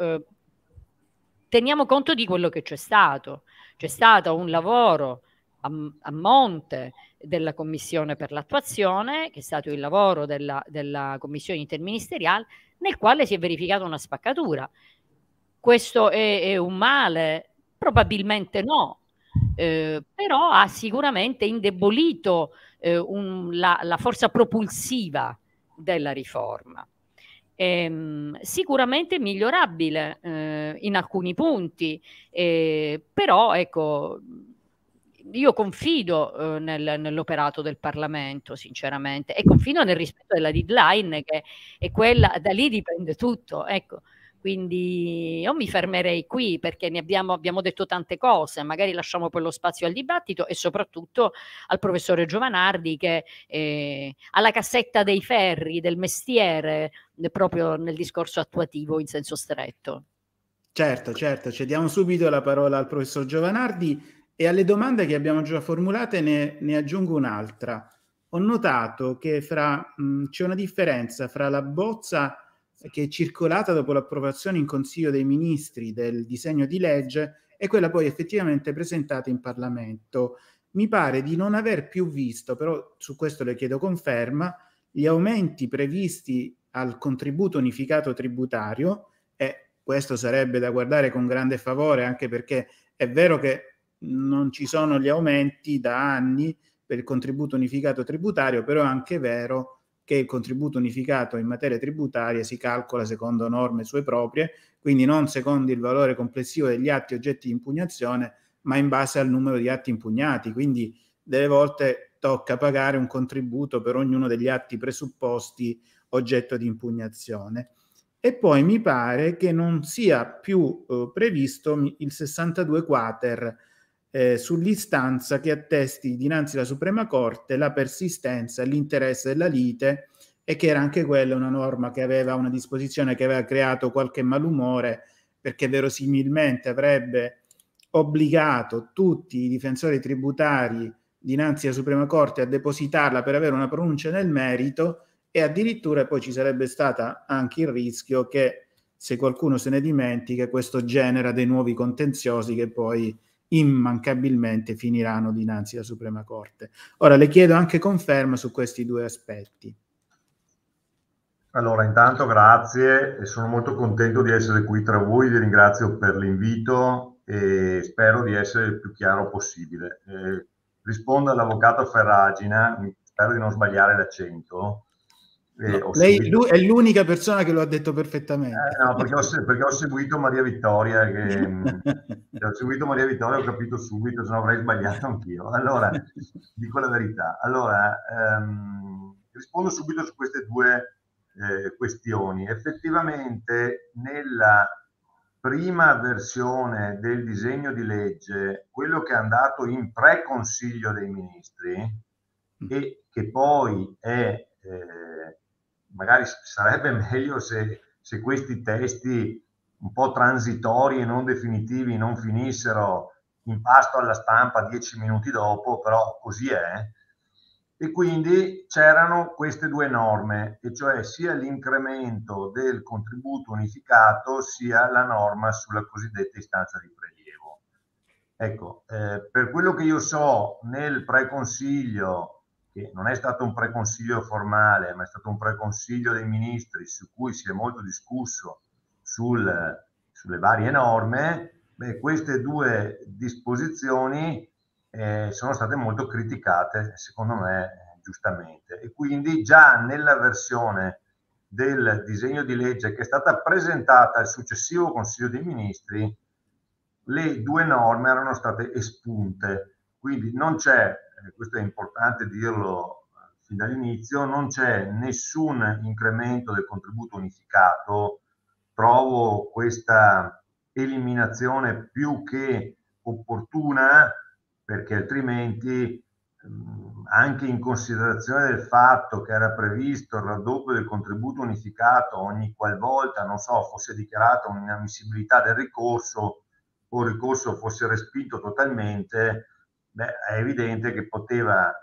[SPEAKER 2] teniamo conto di quello che c'è stato. C'è stato un lavoro a monte della Commissione per l'attuazione, che è stato il lavoro della Commissione interministeriale, nel quale si è verificata una spaccatura. Questo è un male? Probabilmente no. Però ha sicuramente indebolito la forza propulsiva della riforma. Sicuramente migliorabile in alcuni punti, però ecco, io confido nell'operato del Parlamento, sinceramente, e confido nel rispetto della deadline, che è quella, da lì dipende tutto, ecco. Quindi io mi fermerei qui, perché abbiamo detto tante cose, magari lasciamo poi lo spazio al dibattito e soprattutto al professore Giovanardi, che ha la cassetta dei ferri del mestiere proprio nel discorso attuativo in senso stretto.
[SPEAKER 1] Certo, cediamo subito la parola al professor Giovanardi, e alle domande che abbiamo già formulate ne aggiungo un'altra. Ho notato che c'è una differenza fra la bozza che è circolata dopo l'approvazione in Consiglio dei Ministri del disegno di legge e quella poi effettivamente presentata in Parlamento. Mi pare di non aver più visto, però su questo le chiedo conferma, gli aumenti previsti al contributo unificato tributario, e questo sarebbe da guardare con grande favore, anche perché è vero che non ci sono gli aumenti da anni per il contributo unificato tributario, però è anche vero che il contributo unificato in materia tributaria si calcola secondo norme sue proprie, quindi non secondo il valore complessivo degli atti oggetti di impugnazione, ma in base al numero di atti impugnati. Quindi delle volte tocca pagare un contributo per ognuno degli atti presupposti oggetto di impugnazione. E poi mi pare che non sia più previsto il 62 quater sull'istanza che attesti dinanzi alla Suprema Corte la persistenza e l'interesse della lite, e che era anche quella una norma che aveva una disposizione che aveva creato qualche malumore, perché verosimilmente avrebbe obbligato tutti i difensori tributari dinanzi alla Suprema Corte a depositarla per avere una pronuncia nel merito, e addirittura poi ci sarebbe stata anche il rischio che, se qualcuno se ne dimentica, questo genera dei nuovi contenziosi che poi immancabilmente finiranno dinanzi alla Suprema Corte. Ora le chiedo anche conferma su questi due aspetti.
[SPEAKER 5] Allora, intanto grazie, e sono molto contento di essere qui tra voi, vi ringrazio per l'invito e spero di essere il più chiaro possibile. Rispondo all'avvocato Ferragina, spero di non sbagliare l'accento.
[SPEAKER 1] No, lei è l'unica persona che lo ha detto perfettamente.
[SPEAKER 5] No, perché ho seguito Maria Vittoria, ho seguito Maria Vittoria, ho capito subito, se no avrei sbagliato anch'io. Allora, dico la verità. Allora, rispondo subito su queste due questioni. Effettivamente, nella prima versione del disegno di legge, quello che è andato in pre-consiglio dei ministri e che poi è magari sarebbe meglio se questi testi un po' transitori e non definitivi non finissero in pasto alla stampa 10 minuti dopo, però così è. E quindi c'erano queste due norme, e cioè sia l'incremento del contributo unificato sia la norma sulla cosiddetta istanza di prelievo. Ecco, per quello che io so, nel preconsiglio, che non è stato un preconsiglio formale, ma è stato un preconsiglio dei ministri su cui si è molto discusso sulle varie norme, queste due disposizioni sono state molto criticate, secondo me giustamente, e quindi già nella versione del disegno di legge che è stata presentata al successivo Consiglio dei Ministri, le due norme erano state espunte, quindi non c'è, questo è importante dirlo fin dall'inizio, non c'è nessun incremento del contributo unificato. Trovo questa eliminazione più che opportuna, perché altrimenti anche in considerazione del fatto che era previsto il raddoppio del contributo unificato ogni qualvolta, non so, fosse dichiarata un'inammissibilità del ricorso o il ricorso fosse respinto totalmente, è evidente che poteva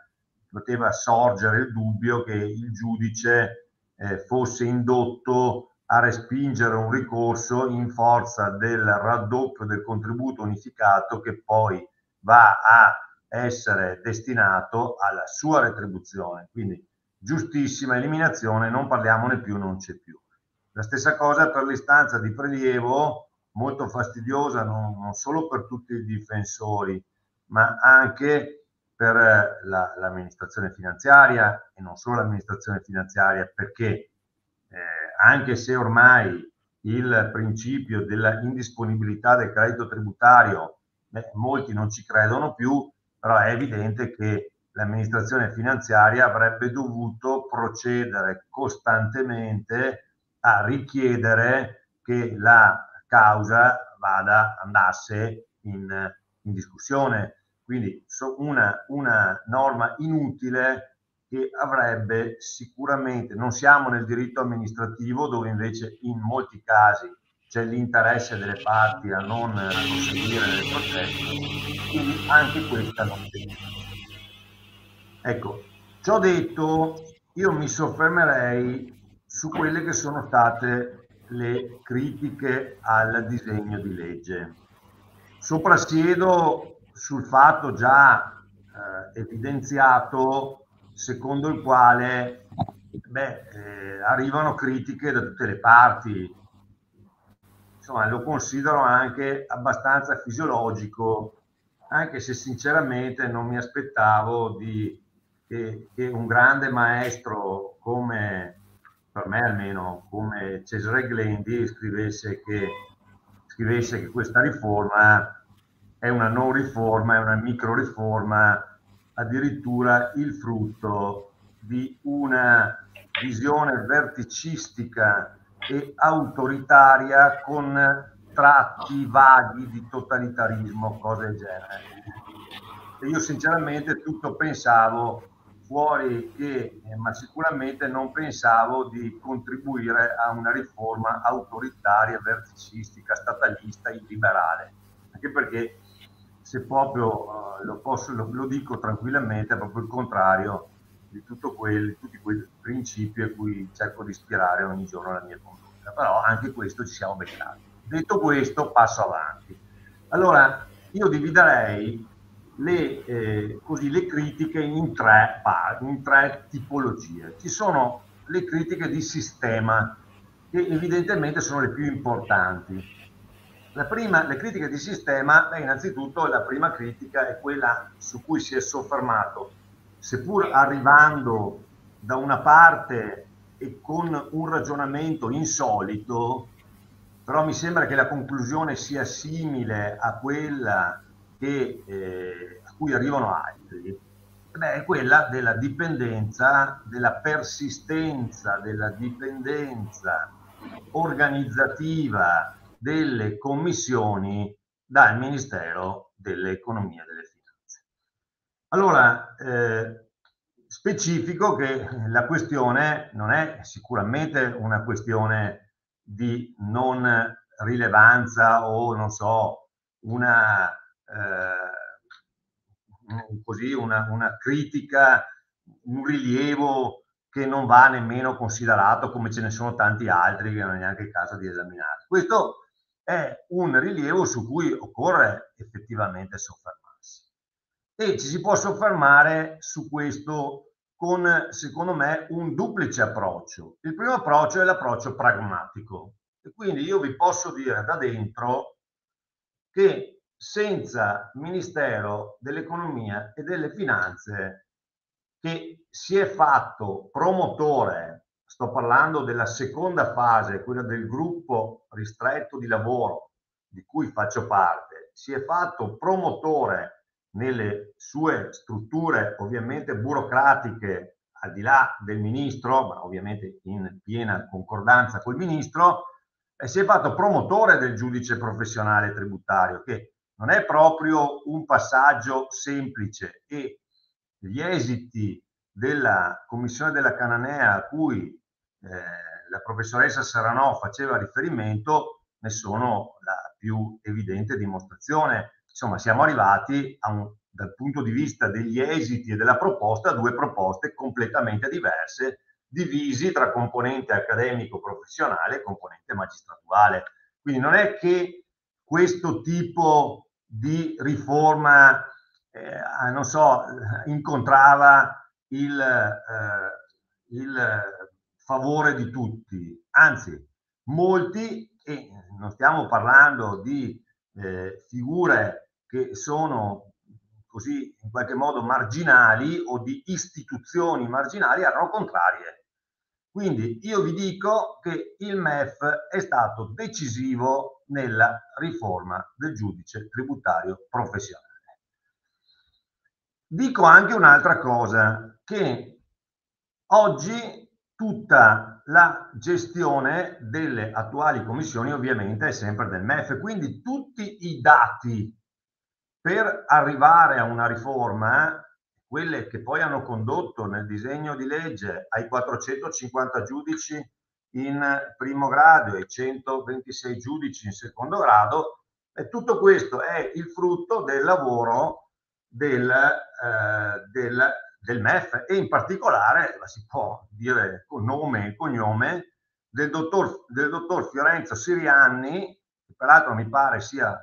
[SPEAKER 5] sorgere il dubbio che il giudice fosse indotto a respingere un ricorso in forza del raddoppio del contributo unificato che poi va a essere destinato alla sua retribuzione. Quindi giustissima eliminazione, non parliamone più, non c'è più. La stessa cosa per l'istanza di prelievo, molto fastidiosa non solo per tutti i difensori, ma anche per l'amministrazione finanziaria, e non solo l'amministrazione finanziaria, perché anche se ormai il principio della indisponibilità del credito tributario, molti non ci credono più, però è evidente che l'amministrazione finanziaria avrebbe dovuto procedere costantemente a richiedere che la causa andasse in discussione. Quindi una norma inutile che avrebbe sicuramente, non siamo nel diritto amministrativo dove invece in molti casi c'è l'interesse delle parti a non proseguire nel processo, quindi anche questa non c'è. Ecco, ciò detto, io mi soffermerei su quelle che sono state le critiche al disegno di legge. Soprassiedo sul fatto già evidenziato, secondo il quale arrivano critiche da tutte le parti. Insomma, lo considero anche abbastanza fisiologico, anche se sinceramente non mi aspettavo che un grande maestro come, per me almeno, come Cesare Glendi scrivesse che questa riforma è una non riforma, è una micro riforma, addirittura il frutto di una visione verticistica e autoritaria con tratti vaghi di totalitarismo, cose del genere. E io sinceramente tutto pensavo fuori che, ma sicuramente non pensavo di contribuire a una riforma autoritaria, verticistica, statalista, illiberale, anche perché se proprio lo dico tranquillamente, è proprio il contrario di tutti quei principi a cui cerco di ispirare ogni giorno la mia condotta. Però anche questo ci siamo beccati. Detto questo, passo avanti. Allora, io dividerei le critiche in tre tipologie. Ci sono le critiche di sistema, che evidentemente sono le più importanti. Le critiche di sistema, innanzitutto la prima critica è quella su cui si è soffermato, seppur arrivando da una parte e con un ragionamento insolito, però mi sembra che la conclusione sia simile a quella a cui arrivano altri, è quella della dipendenza, della persistenza della dipendenza organizzativa delle commissioni dal Ministero dell'Economia e delle Finanze. Allora, specifico che la questione non è sicuramente una questione di non rilevanza o non so, una critica, un rilievo che non va nemmeno considerato, come ce ne sono tanti altri che non è neanche il caso di esaminare. Questo è un rilievo su cui occorre effettivamente soffermarsi. E ci si può soffermare su questo con, secondo me, un duplice approccio. Il primo approccio è l'approccio pragmatico. E quindi io vi posso dire da dentro che senza Ministero dell'Economia e delle Finanze che si è fatto promotore, sto parlando della seconda fase, quella del gruppo ristretto di lavoro di cui faccio parte, si è fatto promotore nelle sue strutture ovviamente burocratiche al di là del ministro, ma ovviamente in piena concordanza col ministro, e si è fatto promotore del giudice professionale tributario, che non è proprio un passaggio semplice, e gli esiti della commissione della Cananea a cui la professoressa Serranò faceva riferimento ne sono la più evidente dimostrazione. Insomma, siamo arrivati dal punto di vista degli esiti e della proposta a due proposte completamente diverse, divisi tra componente accademico professionale e componente magistratuale. Quindi non è che questo tipo di riforma non so, incontrava il favore di tutti, anzi molti, e non stiamo parlando di figure che sono così in qualche modo marginali o di istituzioni marginali, erano contrarie. Quindi io vi dico che il MEF è stato decisivo nella riforma del giudice tributario professionale. Dico anche un'altra cosa, che oggi tutta la gestione delle attuali commissioni ovviamente è sempre del MEF, quindi tutti i dati per arrivare a una riforma, quelle che poi hanno condotto nel disegno di legge ai 450 giudici in primo grado e ai 126 giudici in secondo grado, e tutto questo è il frutto del lavoro del MEF, e in particolare, la si può dire con nome e cognome, del dottor Fiorenzo Sirianni, che peraltro mi pare sia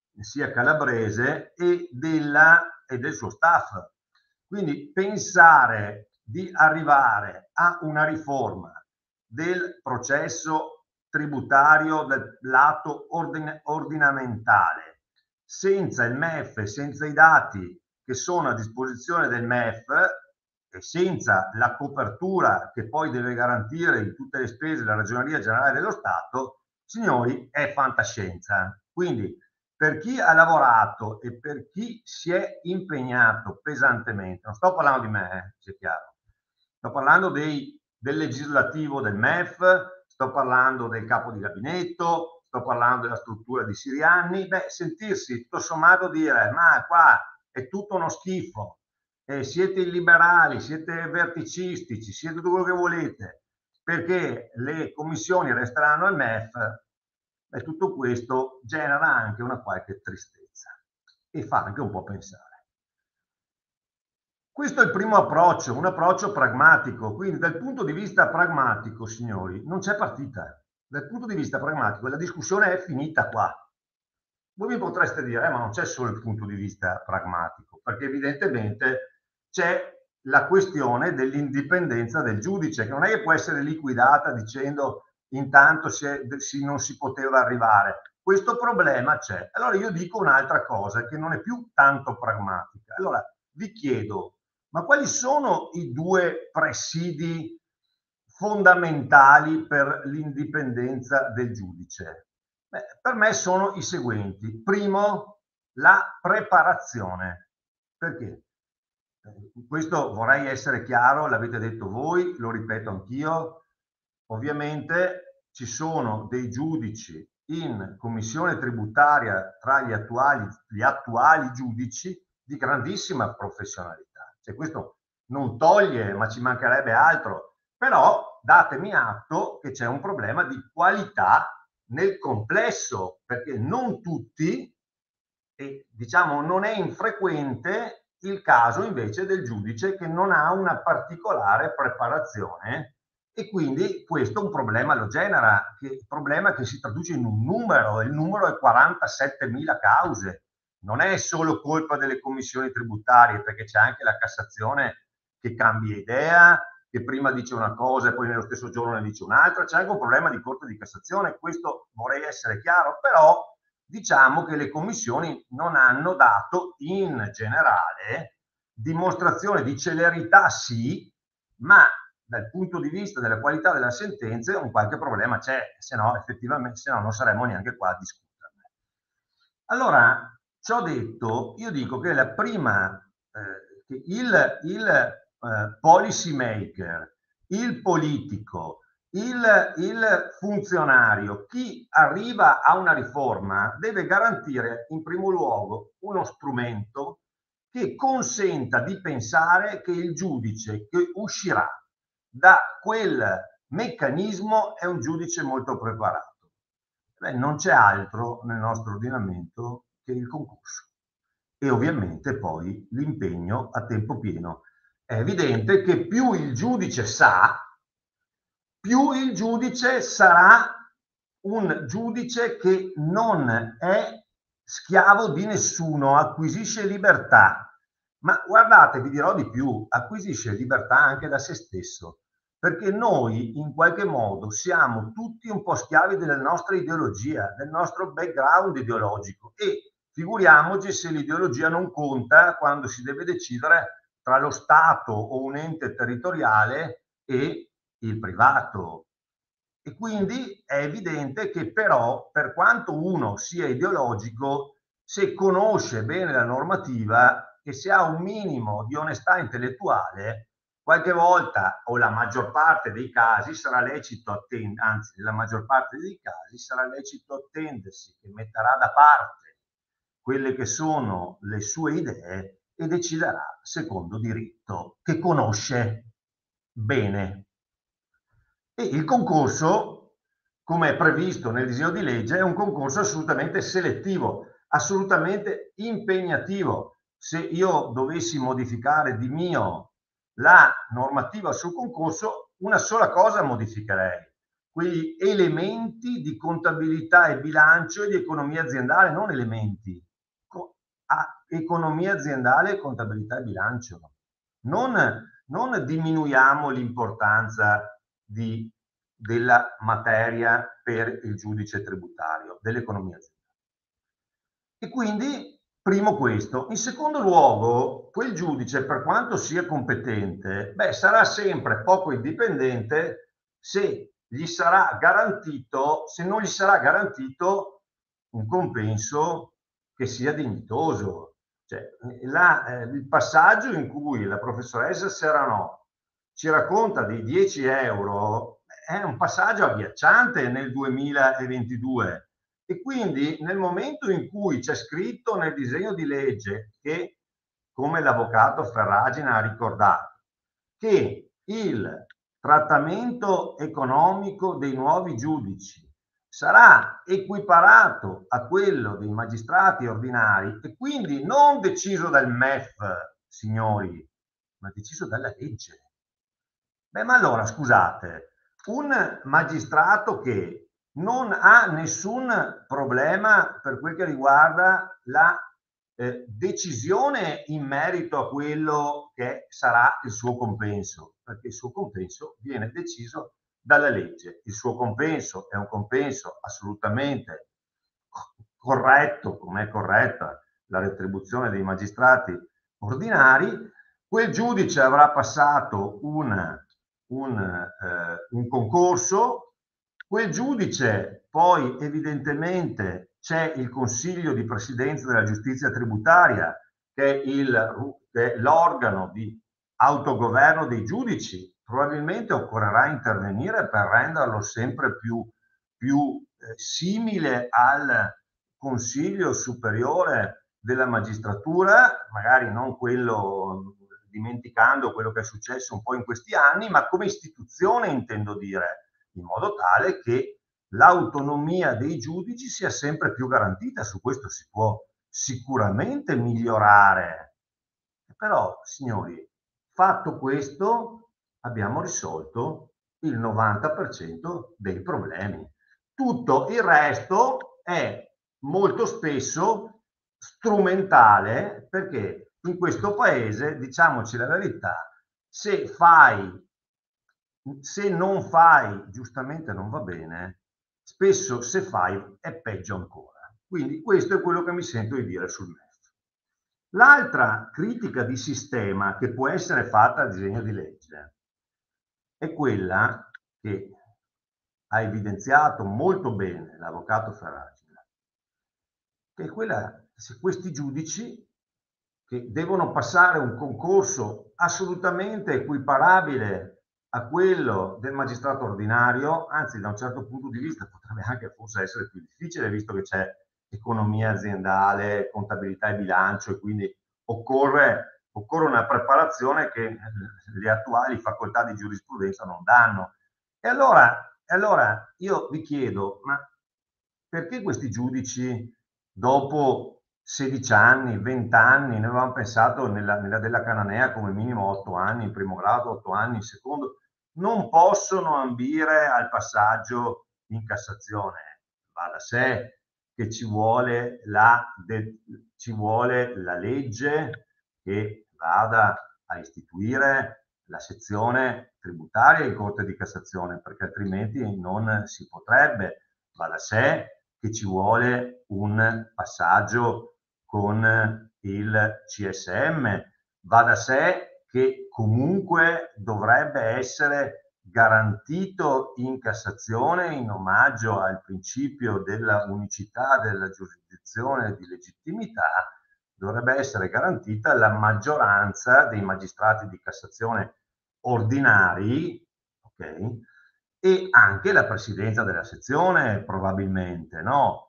[SPEAKER 5] calabrese, e del suo staff. Quindi pensare di arrivare a una riforma del processo tributario del lato ordinamentale senza il MEF, senza i dati che sono a disposizione del MEF e senza la copertura che poi deve garantire di tutte le spese la Ragioneria Generale dello Stato, signori, è fantascienza. Quindi per chi ha lavorato e per chi si è impegnato pesantemente, non sto parlando di me, sia chiaro, sto parlando del legislativo del MEF, sto parlando del capo di gabinetto, sto parlando della struttura di Sirianni, sentirsi tutto sommato dire ma qua è tutto uno schifo, siete illiberali, siete verticistici, siete tutto quello che volete, perché le commissioni resteranno al MEF, e tutto questo genera anche una qualche tristezza e fa anche un po' pensare. Questo è il primo approccio, un approccio pragmatico. Quindi dal punto di vista pragmatico, signori, non c'è partita. Dal punto di vista pragmatico la discussione è finita qua. Voi mi potreste dire, ma non c'è solo il punto di vista pragmatico, perché evidentemente c'è la questione dell'indipendenza del giudice, che non è che può essere liquidata dicendo intanto non si poteva arrivare. Questo problema c'è. Allora io dico un'altra cosa che non è più tanto pragmatica. Allora vi chiedo, ma quali sono i due presidi fondamentali per l'indipendenza del giudice? Per me sono i seguenti. Primo, la preparazione. Perché? Questo vorrei essere chiaro, l'avete detto voi, lo ripeto anch'io. Ovviamente ci sono dei giudici in commissione tributaria tra gli attuali giudici di grandissima professionalità. Cioè, questo non toglie, ma ci mancherebbe altro, però datemi atto che c'è un problema di qualità nel complesso, perché non tutti, e diciamo non è infrequente il caso invece del giudice che non ha una particolare preparazione, e quindi questo un problema lo genera, problema che si traduce in un numero, il numero è 47.000 cause. Non è solo colpa delle commissioni tributarie, perché c'è anche la Cassazione che cambia idea, che prima dice una cosa e poi nello stesso giorno ne dice un'altra, c'è anche un problema di Corte di Cassazione, questo vorrei essere chiaro, però diciamo che le commissioni non hanno dato in generale dimostrazione di celerità, sì, ma dal punto di vista della qualità della sentenza un qualche problema c'è, se no effettivamente non saremmo neanche qua a discuterne. Allora, ciò detto, io dico che la prima, che il policy maker, il politico, il funzionario, chi arriva a una riforma deve garantire in primo luogo uno strumento che consenta di pensare che il giudice che uscirà da quel meccanismo è un giudice molto preparato. Beh, non c'è altro nel nostro ordinamento che il concorso e ovviamente poi l'impegno a tempo pieno. È evidente che più il giudice sa, più il giudice sarà un giudice che non è schiavo di nessuno, acquisisce libertà. Ma guardate, vi dirò di più, acquisisce libertà anche da se stesso, perché noi in qualche modo siamo tutti un po' schiavi della nostra ideologia, del nostro background ideologico, e figuriamoci se l'ideologia non conta quando si deve decidere tra lo Stato o un ente territoriale e il privato. E quindi è evidente che però, per quanto uno sia ideologico, se conosce bene la normativa e se ha un minimo di onestà intellettuale, qualche volta o la maggior parte dei casi sarà lecito anzi nella maggior parte dei casi sarà lecito attendersi che metterà da parte quelle che sono le sue idee e deciderà secondo diritto che conosce bene. E il concorso, come è previsto nel disegno di legge, è un concorso assolutamente selettivo, assolutamente impegnativo. Se io dovessi modificare di mio la normativa sul concorso, una sola cosa modificherei: quegli elementi di contabilità e bilancio e di economia aziendale, non elementi, economia aziendale e contabilità e bilancio. Non diminuiamo l'importanza della materia per il giudice tributario, dell'economia aziendale. E quindi, primo questo. In secondo luogo, quel giudice, per quanto sia competente, sarà sempre poco indipendente se non gli sarà garantito un compenso che sia dignitoso. Cioè, il passaggio in cui la professoressa Serranò ci racconta di 10 euro è un passaggio agghiacciante nel 2022, e quindi nel momento in cui c'è scritto nel disegno di legge che, come l'avvocato Ferragina ha ricordato, che il trattamento economico dei nuovi giudici sarà equiparato a quello dei magistrati ordinari e quindi non deciso dal MEF, signori, ma deciso dalla legge. Ma allora, scusate, un magistrato che non ha nessun problema per quel che riguarda la decisione in merito a quello che sarà il suo compenso, perché il suo compenso viene deciso dalla legge. Il suo compenso è un compenso assolutamente corretto, come è corretta la retribuzione dei magistrati ordinari. Quel giudice avrà passato un concorso, quel giudice poi evidentemente c'è il Consiglio di Presidenza della Giustizia Tributaria, che è l'organo di autogoverno dei giudici. Probabilmente occorrerà intervenire per renderlo sempre più simile al Consiglio Superiore della Magistratura, magari non quello, dimenticando quello che è successo un po' in questi anni, ma come istituzione intendo dire, in modo tale che l'autonomia dei giudici sia sempre più garantita. Su questo si può sicuramente migliorare. Però, signori, fatto questo, abbiamo risolto il 90% dei problemi. Tutto il resto è molto spesso strumentale, perché in questo paese, diciamoci la verità, se non fai, giustamente non va bene, spesso se fai è peggio ancora. Quindi questo è quello che mi sento di dire sul MEF. L'altra critica di sistema che può essere fatta al disegno di legge è quella che ha evidenziato molto bene l'avvocato Ferragina, che è quella se questi giudici che devono passare un concorso assolutamente equiparabile a quello del magistrato ordinario, anzi da un certo punto di vista potrebbe anche forse essere più difficile, visto che c'è economia aziendale, contabilità e bilancio, e quindi occorre una preparazione che le attuali facoltà di giurisprudenza non danno. E allora io vi chiedo, ma perché questi giudici dopo 16 anni, 20 anni, noi avevamo pensato nella della Cananea come minimo 8 anni in primo grado, 8 anni in secondo, non possono ambire al passaggio in Cassazione? Va da sé che ci vuole la legge che vada a istituire la sezione tributaria in Corte di Cassazione, perché altrimenti non si potrebbe. Va da sé che ci vuole un passaggio con il CSM, va da sé che comunque dovrebbe essere garantito in Cassazione, in omaggio al principio della unicità della giurisdizione di legittimità, dovrebbe essere garantita la maggioranza dei magistrati di Cassazione ordinari, ok? E anche la presidenza della sezione, probabilmente, no?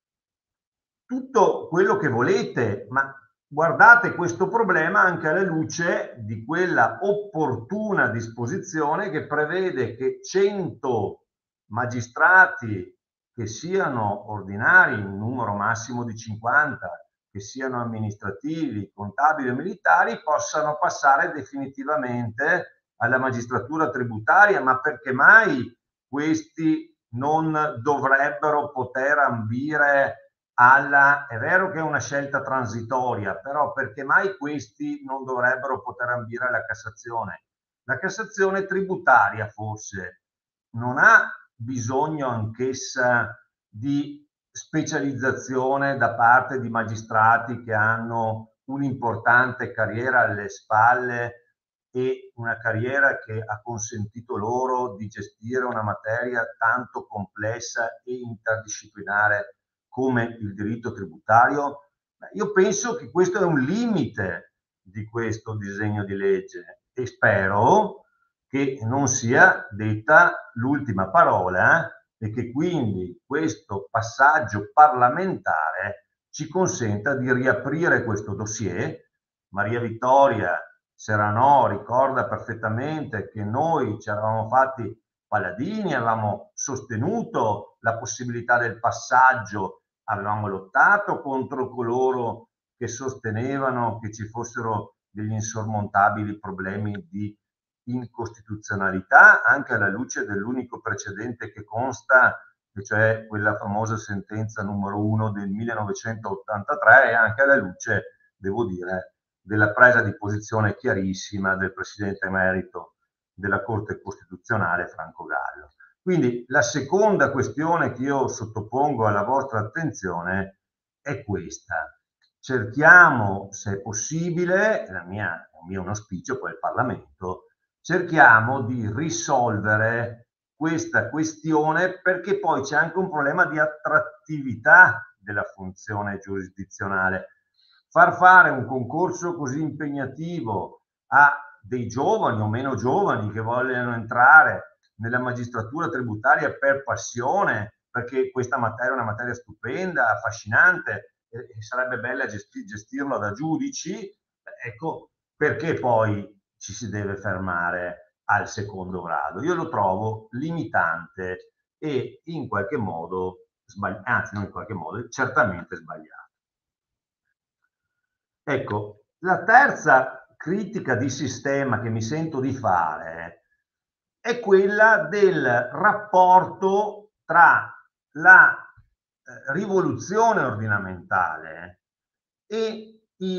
[SPEAKER 5] Tutto quello che volete, ma guardate questo problema anche alla luce di quella opportuna disposizione che prevede che 100 magistrati che siano ordinari, un numero massimo di 50, che siano amministrativi, contabili o militari, possano passare definitivamente alla magistratura tributaria. Ma perché mai questi non dovrebbero poter ambire è vero che è una scelta transitoria, però perché mai questi non dovrebbero poter ambire alla Cassazione? La Cassazione tributaria forse non ha bisogno anch'essa di specializzazione da parte di magistrati che hanno un'importante carriera alle spalle e una carriera che ha consentito loro di gestire una materia tanto complessa e interdisciplinare come il diritto tributario? Io penso che questo è un limite di questo disegno di legge e spero che non sia detta l'ultima parola e che quindi questo passaggio parlamentare ci consenta di riaprire questo dossier. Maria Vittoria Serranò ricorda perfettamente che noi ci eravamo fatti paladini, avevamo sostenuto la possibilità del passaggio, avevamo lottato contro coloro che sostenevano che ci fossero degli insormontabili problemi di incostituzionalità, anche alla luce dell'unico precedente che consta, e cioè quella famosa sentenza numero 1 del 1983, e anche alla luce, devo dire, della presa di posizione chiarissima del presidente emerito della Corte Costituzionale Franco Gallo. Quindi la seconda questione che io sottopongo alla vostra attenzione è questa. Cerchiamo, se è possibile, il mio auspicio poi al Parlamento, cerchiamo di risolvere questa questione, perché poi c'è anche un problema di attrattività della funzione giurisdizionale. Far fare un concorso così impegnativo a dei giovani o meno giovani che vogliono entrare nella magistratura tributaria per passione, perché questa materia è una materia stupenda, affascinante, e sarebbe bella gestirla da giudici, ecco, perché poi ci si deve fermare al secondo grado? Io lo trovo limitante e in qualche modo anzi non in qualche modo, certamente sbagliato. Ecco, la terza critica di sistema che mi sento di fare è quella del rapporto tra la rivoluzione ordinamentale e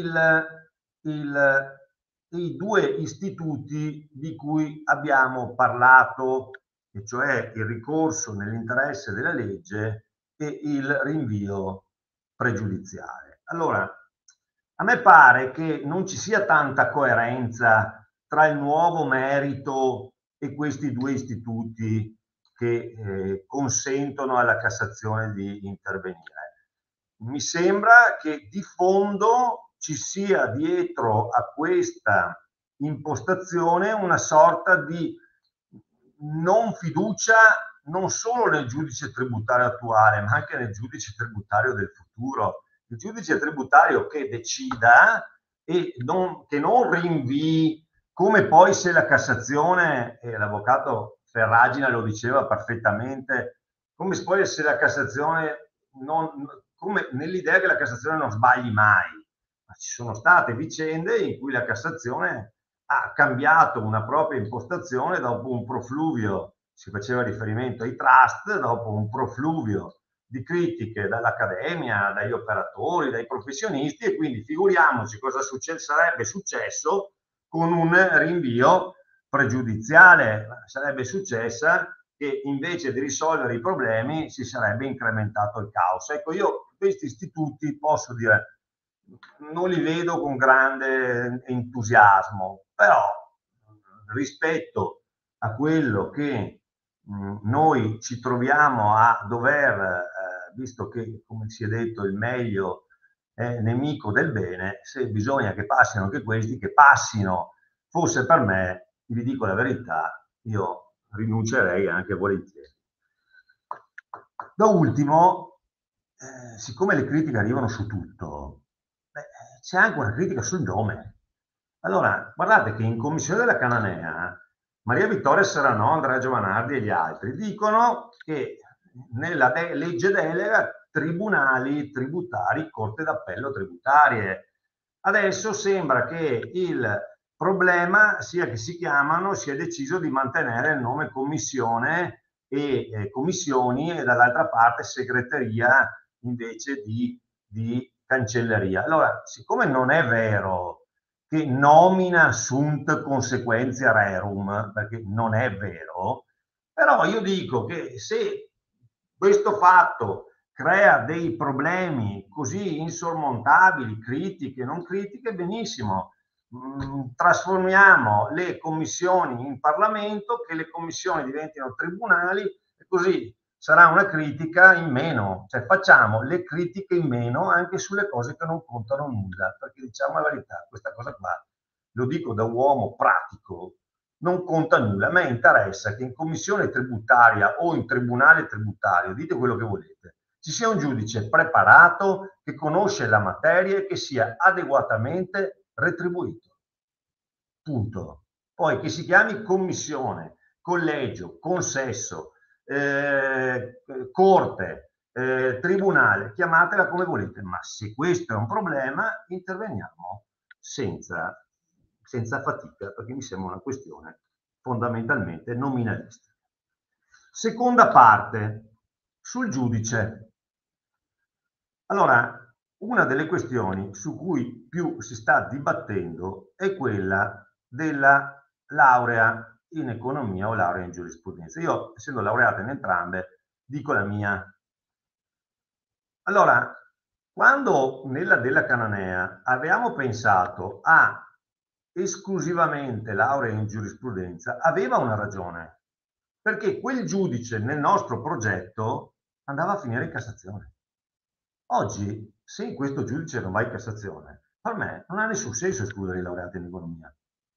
[SPEAKER 5] i due istituti di cui abbiamo parlato, e cioè il ricorso nell'interesse della legge e il rinvio pregiudiziale. Allora, a me pare che non ci sia tanta coerenza tra il nuovo merito e questi due istituti che consentono alla Cassazione di intervenire. Mi sembra che di fondo ci sia dietro a questa impostazione una sorta di non fiducia non solo nel giudice tributario attuale, ma anche nel giudice tributario del futuro. Il giudice tributario che decida e che non rinvii, come poi se la Cassazione, e l'avvocato Ferragina lo diceva perfettamente, come poi se la Cassazione come nell'idea che la Cassazione non sbagli mai. Ma ci sono state vicende in cui la Cassazione ha cambiato una propria impostazione dopo un profluvio, si faceva riferimento ai trust, dopo un profluvio di critiche dall'accademia, dagli operatori, dai professionisti, e quindi figuriamoci cosa sarebbe successo con un rinvio pregiudiziale. Sarebbe successa che invece di risolvere i problemi si sarebbe incrementato il caos. Ecco, io questi istituti posso dire non li vedo con grande entusiasmo, però rispetto a quello che noi ci troviamo a dover, visto che, come si è detto, il meglio è nemico del bene, se bisogna che passino anche questi, che passino. Fosse per me, vi dico la verità, io rinuncerei anche volentieri. Da ultimo, siccome le critiche arrivano su tutto, c'è anche una critica sul nome. Allora, guardate che in commissione della Cananea, Maria Vittoria Serranò, Andrea Giovanardi e gli altri dicono che nella legge delega tribunali tributari, corte d'appello tributarie. Adesso sembra che il problema sia che si è deciso di mantenere il nome commissione e commissioni e dall'altra parte segreteria invece di cancelleria. Allora, siccome non è vero che nomina sunt consequentia rerum, perché non è vero, però io dico che se questo fatto crea dei problemi così insormontabili, critiche, non critiche, benissimo, trasformiamo le commissioni in Parlamento, che le commissioni diventino tribunali e così sarà una critica in meno, cioè facciamo le critiche in meno anche sulle cose che non contano nulla, perché diciamo la verità, questa cosa qua, lo dico da uomo pratico, non conta nulla. A me interessa che in commissione tributaria o in tribunale tributario, dite quello che volete, ci sia un giudice preparato, che conosce la materia e che sia adeguatamente retribuito. Punto. Poi che si chiami commissione, collegio, consesso, corte, tribunale, chiamatela come volete, ma se questo è un problema interveniamo senza fatica, perché mi sembra una questione fondamentalmente nominalistica. Seconda parte, sul giudice. Allora, una delle questioni su cui più si sta dibattendo è quella della laurea in economia o laurea in giurisprudenza. Io, essendo laureato in entrambe, dico la mia. Allora, quando nella della Cananea avevamo pensato a esclusivamente laurea in giurisprudenza, aveva una ragione, perché quel giudice nel nostro progetto andava a finire in Cassazione. Oggi, se questo giudice non va in Cassazione, per me non ha nessun senso escludere i laureati in economia.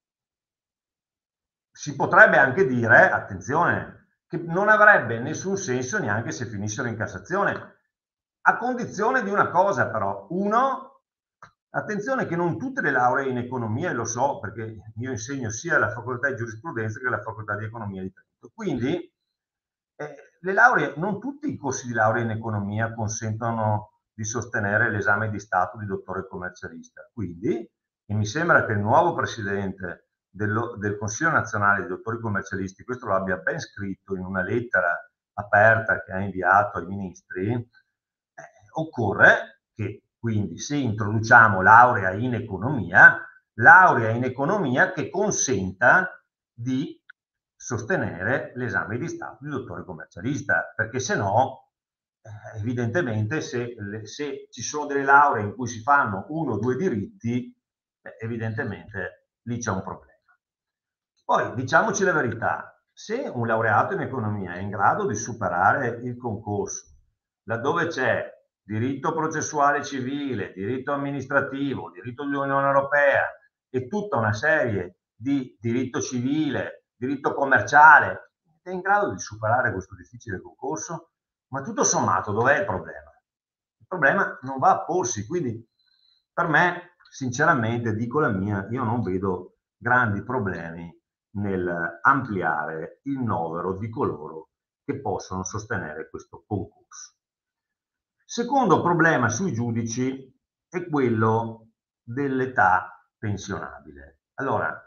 [SPEAKER 5] Si potrebbe anche dire, attenzione, che non avrebbe nessun senso neanche se finissero in Cassazione, a condizione di una cosa però. Uno, attenzione che non tutte le lauree in economia, e lo so perché io insegno sia alla facoltà di giurisprudenza che alla facoltà di economia di Trento, quindi le lauree, non tutti i corsi di laurea in economia consentono di sostenere l'esame di stato di dottore commercialista. Quindi, e mi sembra che il nuovo presidente del Consiglio nazionale dei dottori commercialisti questo lo abbia ben scritto in una lettera aperta che ha inviato ai ministri, occorre che quindi se introduciamo laurea in economia che consenta di sostenere l'esame di stato di dottore commercialista, perché se no evidentemente se ci sono delle lauree in cui si fanno 1 o 2 diritti, evidentemente lì c'è un problema. Poi diciamoci la verità, se un laureato in economia è in grado di superare il concorso, laddove c'è diritto processuale civile, diritto amministrativo, diritto dell'Unione Europea e tutta una serie di diritto civile, diritto commerciale, è in grado di superare questo difficile concorso? Ma tutto sommato dov'è il problema? Il problema non va a porsi, quindi per me, sinceramente, dico la mia, io non vedo grandi problemi nel ampliare il novero di coloro che possono sostenere questo concorso. Secondo problema sui giudici è quello dell'età pensionabile. Allora,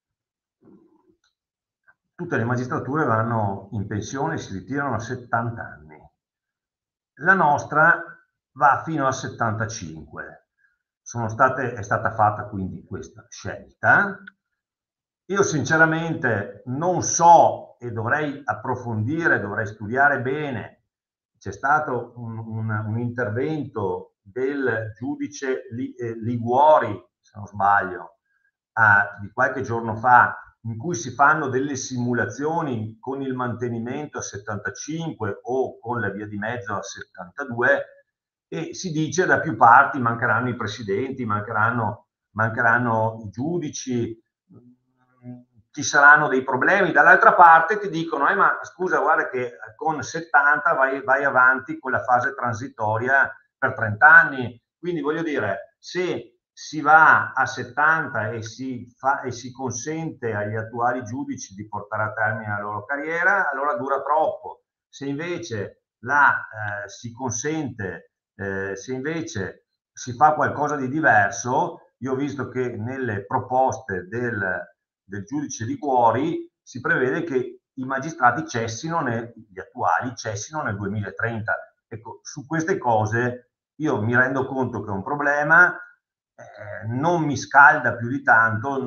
[SPEAKER 5] tutte le magistrature vanno in pensione e si ritirano a 70 anni. La nostra va fino a 75. È stata fatta quindi questa scelta. Io sinceramente non so e dovrei approfondire, dovrei studiare bene. C'è stato un intervento del giudice Liguori, se non sbaglio, di qualche giorno fa, in cui si fanno delle simulazioni con il mantenimento a 75 o con la via di mezzo a 72 e si dice da più parti mancheranno i presidenti, mancheranno i giudici, ci saranno dei problemi. Dall'altra parte ti dicono ma scusa, guarda che con 70 vai avanti con la fase transitoria per 30 anni, quindi voglio dire, se si va a 70 e si consente agli attuali giudici di portare a termine la loro carriera, allora dura troppo. Se invece si consente, se invece si fa qualcosa di diverso, io ho visto che nelle proposte del giudice Liguori si prevede che i magistrati gli attuali cessino nel 2030. Ecco, su queste cose io mi rendo conto che è un problema, non mi scalda più di tanto,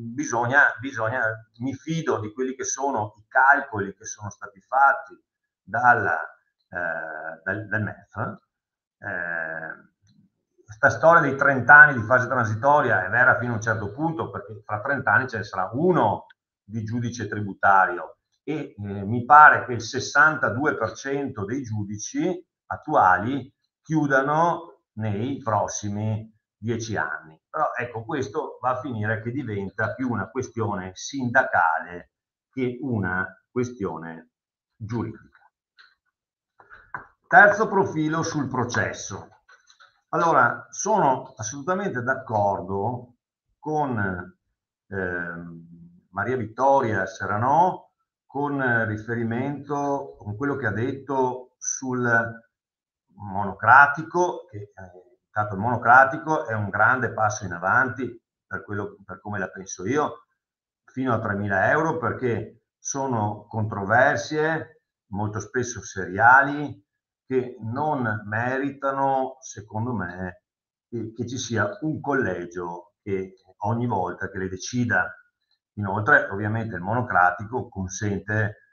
[SPEAKER 5] mi fido di quelli che sono i calcoli che sono stati fatti dal MEF. Questa storia dei 30 anni di fase transitoria è vera fino a un certo punto, perché fra 30 anni ce ne sarà uno di giudice tributario e mi pare che il 62% dei giudici attuali chiudano nei prossimi 10 anni. Però ecco, questo va a finire che diventa più una questione sindacale che una questione giuridica. Terzo profilo sul processo. Allora, sono assolutamente d'accordo con Maria Vittoria Serranò con riferimento con quello che ha detto sul monocratico, che tanto il monocratico è un grande passo in avanti per come la penso io, fino a 3.000 euro, perché sono controversie molto spesso seriali che non meritano, secondo me, che ci sia un collegio che ogni volta che le decida. Inoltre, ovviamente, il monocratico consente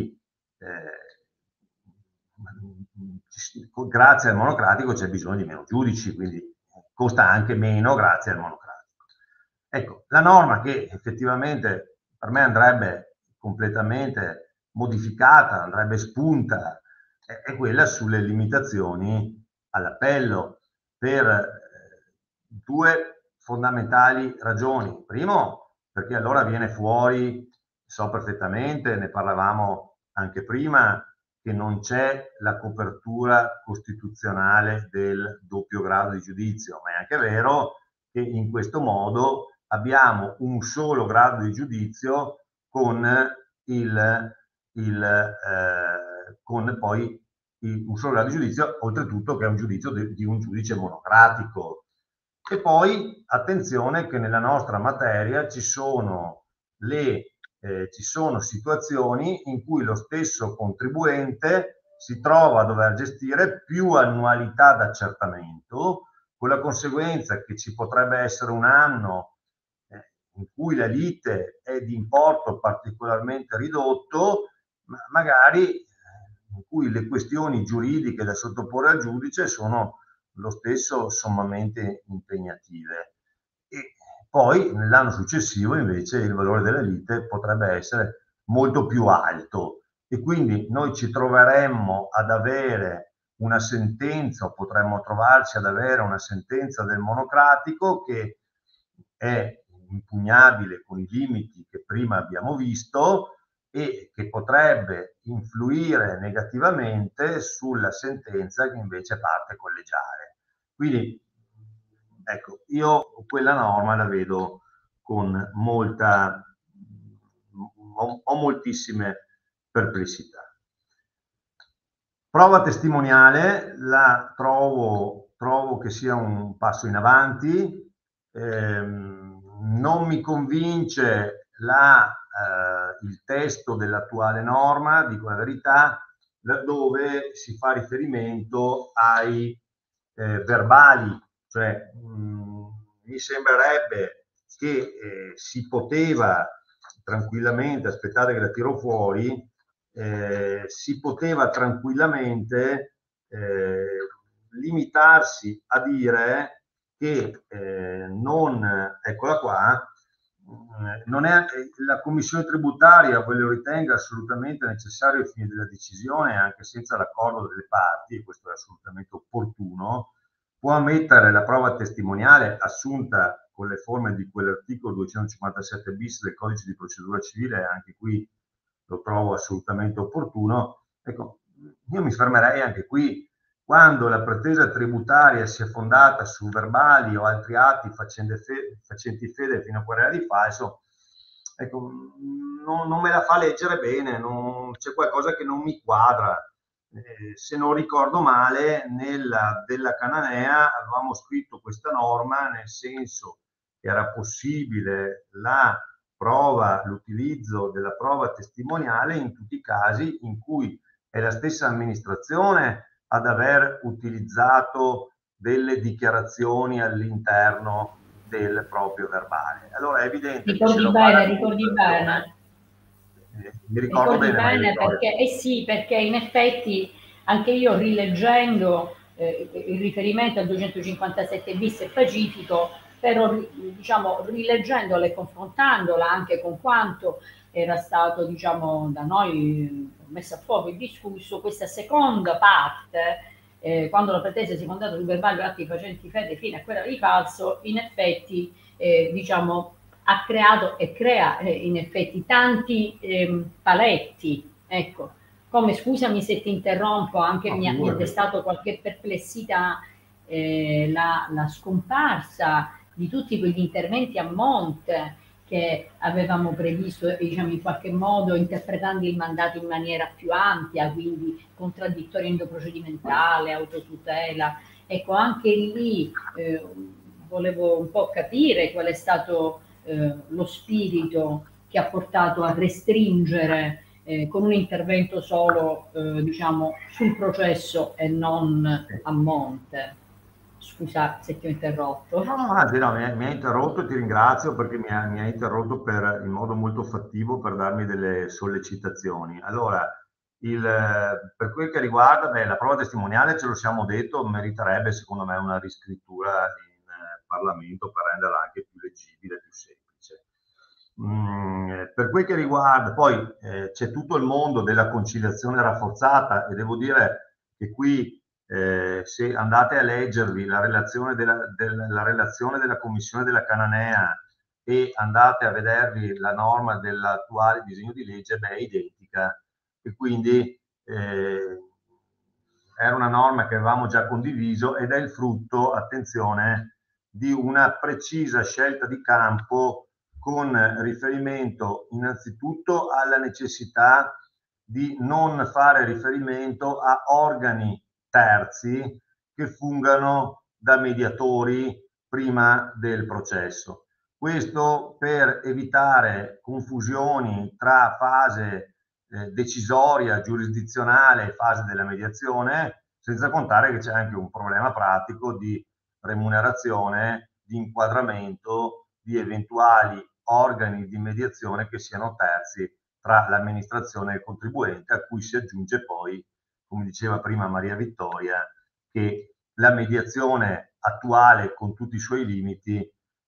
[SPEAKER 5] grazie al monocratico c'è bisogno di meno giudici, quindi costa anche meno grazie al monocratico. Ecco, la norma che effettivamente per me andrebbe completamente modificata, andrebbe spunta, è quella sulle limitazioni all'appello per due fondamentali ragioni. Primo, perché allora viene fuori, so perfettamente, ne parlavamo anche prima, che non c'è la copertura costituzionale del doppio grado di giudizio, ma è anche vero che in questo modo abbiamo un solo grado di giudizio con poi un solo grado di giudizio, oltretutto che è un giudizio di un giudice monocratico. E poi attenzione che nella nostra materia ci sono situazioni in cui lo stesso contribuente si trova a dover gestire più annualità d'accertamento, con la conseguenza che ci potrebbe essere un anno in cui la lite è di importo particolarmente ridotto, ma magari cui le questioni giuridiche da sottoporre al giudice sono lo stesso sommamente impegnative. E poi nell'anno successivo invece il valore della lite potrebbe essere molto più alto e quindi noi ci troveremmo ad avere una sentenza, o potremmo trovarci ad avere una sentenza del monocratico che è impugnabile con i limiti che prima abbiamo visto e che potrebbe influire negativamente sulla sentenza che invece parte collegiale. Quindi, ecco, io quella norma la vedo con molta, ho moltissime perplessità. Prova testimoniale la trovo che sia un passo in avanti. Non mi convince il testo dell'attuale norma, dico la verità, laddove si fa riferimento ai verbali, cioè mi sembrerebbe che si poteva tranquillamente, aspettate che la tiro fuori, si poteva tranquillamente limitarsi a dire che eccola qua, non è la commissione tributaria, lo ritenga assolutamente necessario ai fini della decisione, anche senza l'accordo delle parti, e questo è assolutamente opportuno, può ammettere la prova testimoniale assunta con le forme di quell'articolo 257 bis del codice di procedura civile, anche qui lo trovo assolutamente opportuno. Ecco, io mi fermerei anche qui. Quando la pretesa tributaria sia fondata su verbali o altri atti facenti fede fino a querela di falso, ecco, non me la fa leggere bene, c'è qualcosa che non mi quadra. Se non ricordo male, nella della Cananea avevamo scritto questa norma nel senso che era possibile l'utilizzo della prova testimoniale in tutti i casi in cui è la stessa amministrazione ad aver utilizzato delle dichiarazioni all'interno del proprio verbale. Allora è evidente che se lo
[SPEAKER 2] ricordi bene.
[SPEAKER 5] Mi ricordo bene
[SPEAKER 2] perché, sì, perché in effetti anche io rileggendo il riferimento al 257 bis è pacifico, però diciamo rileggendola e confrontandola anche con quanto era stato diciamo da noi messo a fuoco e discusso, questa seconda parte, quando la pretesa si è fondata sul verbale atti facenti fede fino a quella di falso, in effetti diciamo ha creato e crea in effetti tanti paletti, ecco, come scusami se ti interrompo, anche mi ha destato qualche perplessità la scomparsa di tutti quegli interventi a monte che avevamo previsto, diciamo in qualche modo interpretando il mandato in maniera più ampia, quindi contraddittorio endoprocedimentale, autotutela. Ecco, anche lì volevo un po' capire qual è stato lo spirito che ha portato a restringere con un intervento solo diciamo sul processo e non a monte. Scusa se ti ho interrotto.
[SPEAKER 5] No, anzi no, mi ha interrotto e ti ringrazio perché mi ha interrotto in modo molto fattivo per darmi delle sollecitazioni. Allora, per quel che riguarda la prova testimoniale, ce lo siamo detto, meriterebbe secondo me una riscrittura in Parlamento per renderla anche più leggibile, più semplice. Per quel che riguarda, poi c'è tutto il mondo della conciliazione rafforzata e devo dire che qui se andate a leggervi la relazione della Commissione della Cananea e andate a vedervi la norma dell'attuale disegno di legge, è identica. E quindi era una norma che avevamo già condiviso ed è il frutto, attenzione, di una precisa scelta di campo con riferimento innanzitutto alla necessità di non fare riferimento a organi terzi che fungano da mediatori prima del processo. Questo per evitare confusioni tra fase decisoria, giurisdizionale e fase della mediazione, senza contare che c'è anche un problema pratico di remunerazione, di inquadramento di eventuali organi di mediazione che siano terzi tra l'amministrazione e il contribuente, a cui si aggiunge poi come diceva prima Maria Vittoria, che la mediazione attuale, con tutti i suoi limiti,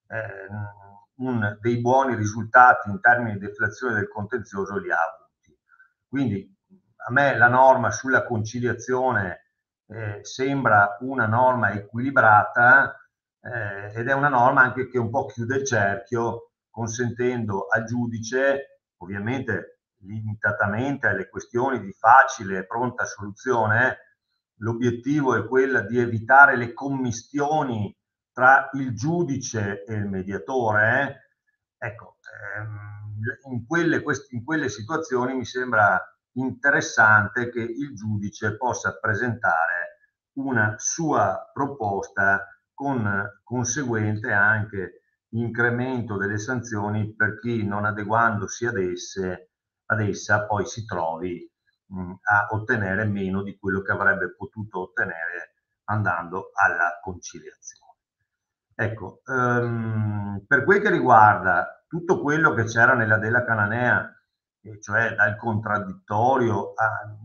[SPEAKER 5] dei buoni risultati in termini di deflazione del contenzioso li ha avuti. Quindi a me la norma sulla conciliazione sembra una norma equilibrata, ed è una norma anche che un po' chiude il cerchio, consentendo al giudice, ovviamente limitatamente alle questioni di facile e pronta soluzione, l'obiettivo è quello di evitare le commistioni tra il giudice e il mediatore. Ecco, in quelle situazioni mi sembra interessante che il giudice possa presentare una sua proposta con conseguente anche incremento delle sanzioni per chi, non adeguandosi ad essa poi si trovi a ottenere meno di quello che avrebbe potuto ottenere andando alla conciliazione. Ecco, per quel che riguarda tutto quello che c'era nella Della Cananea, cioè dal contraddittorio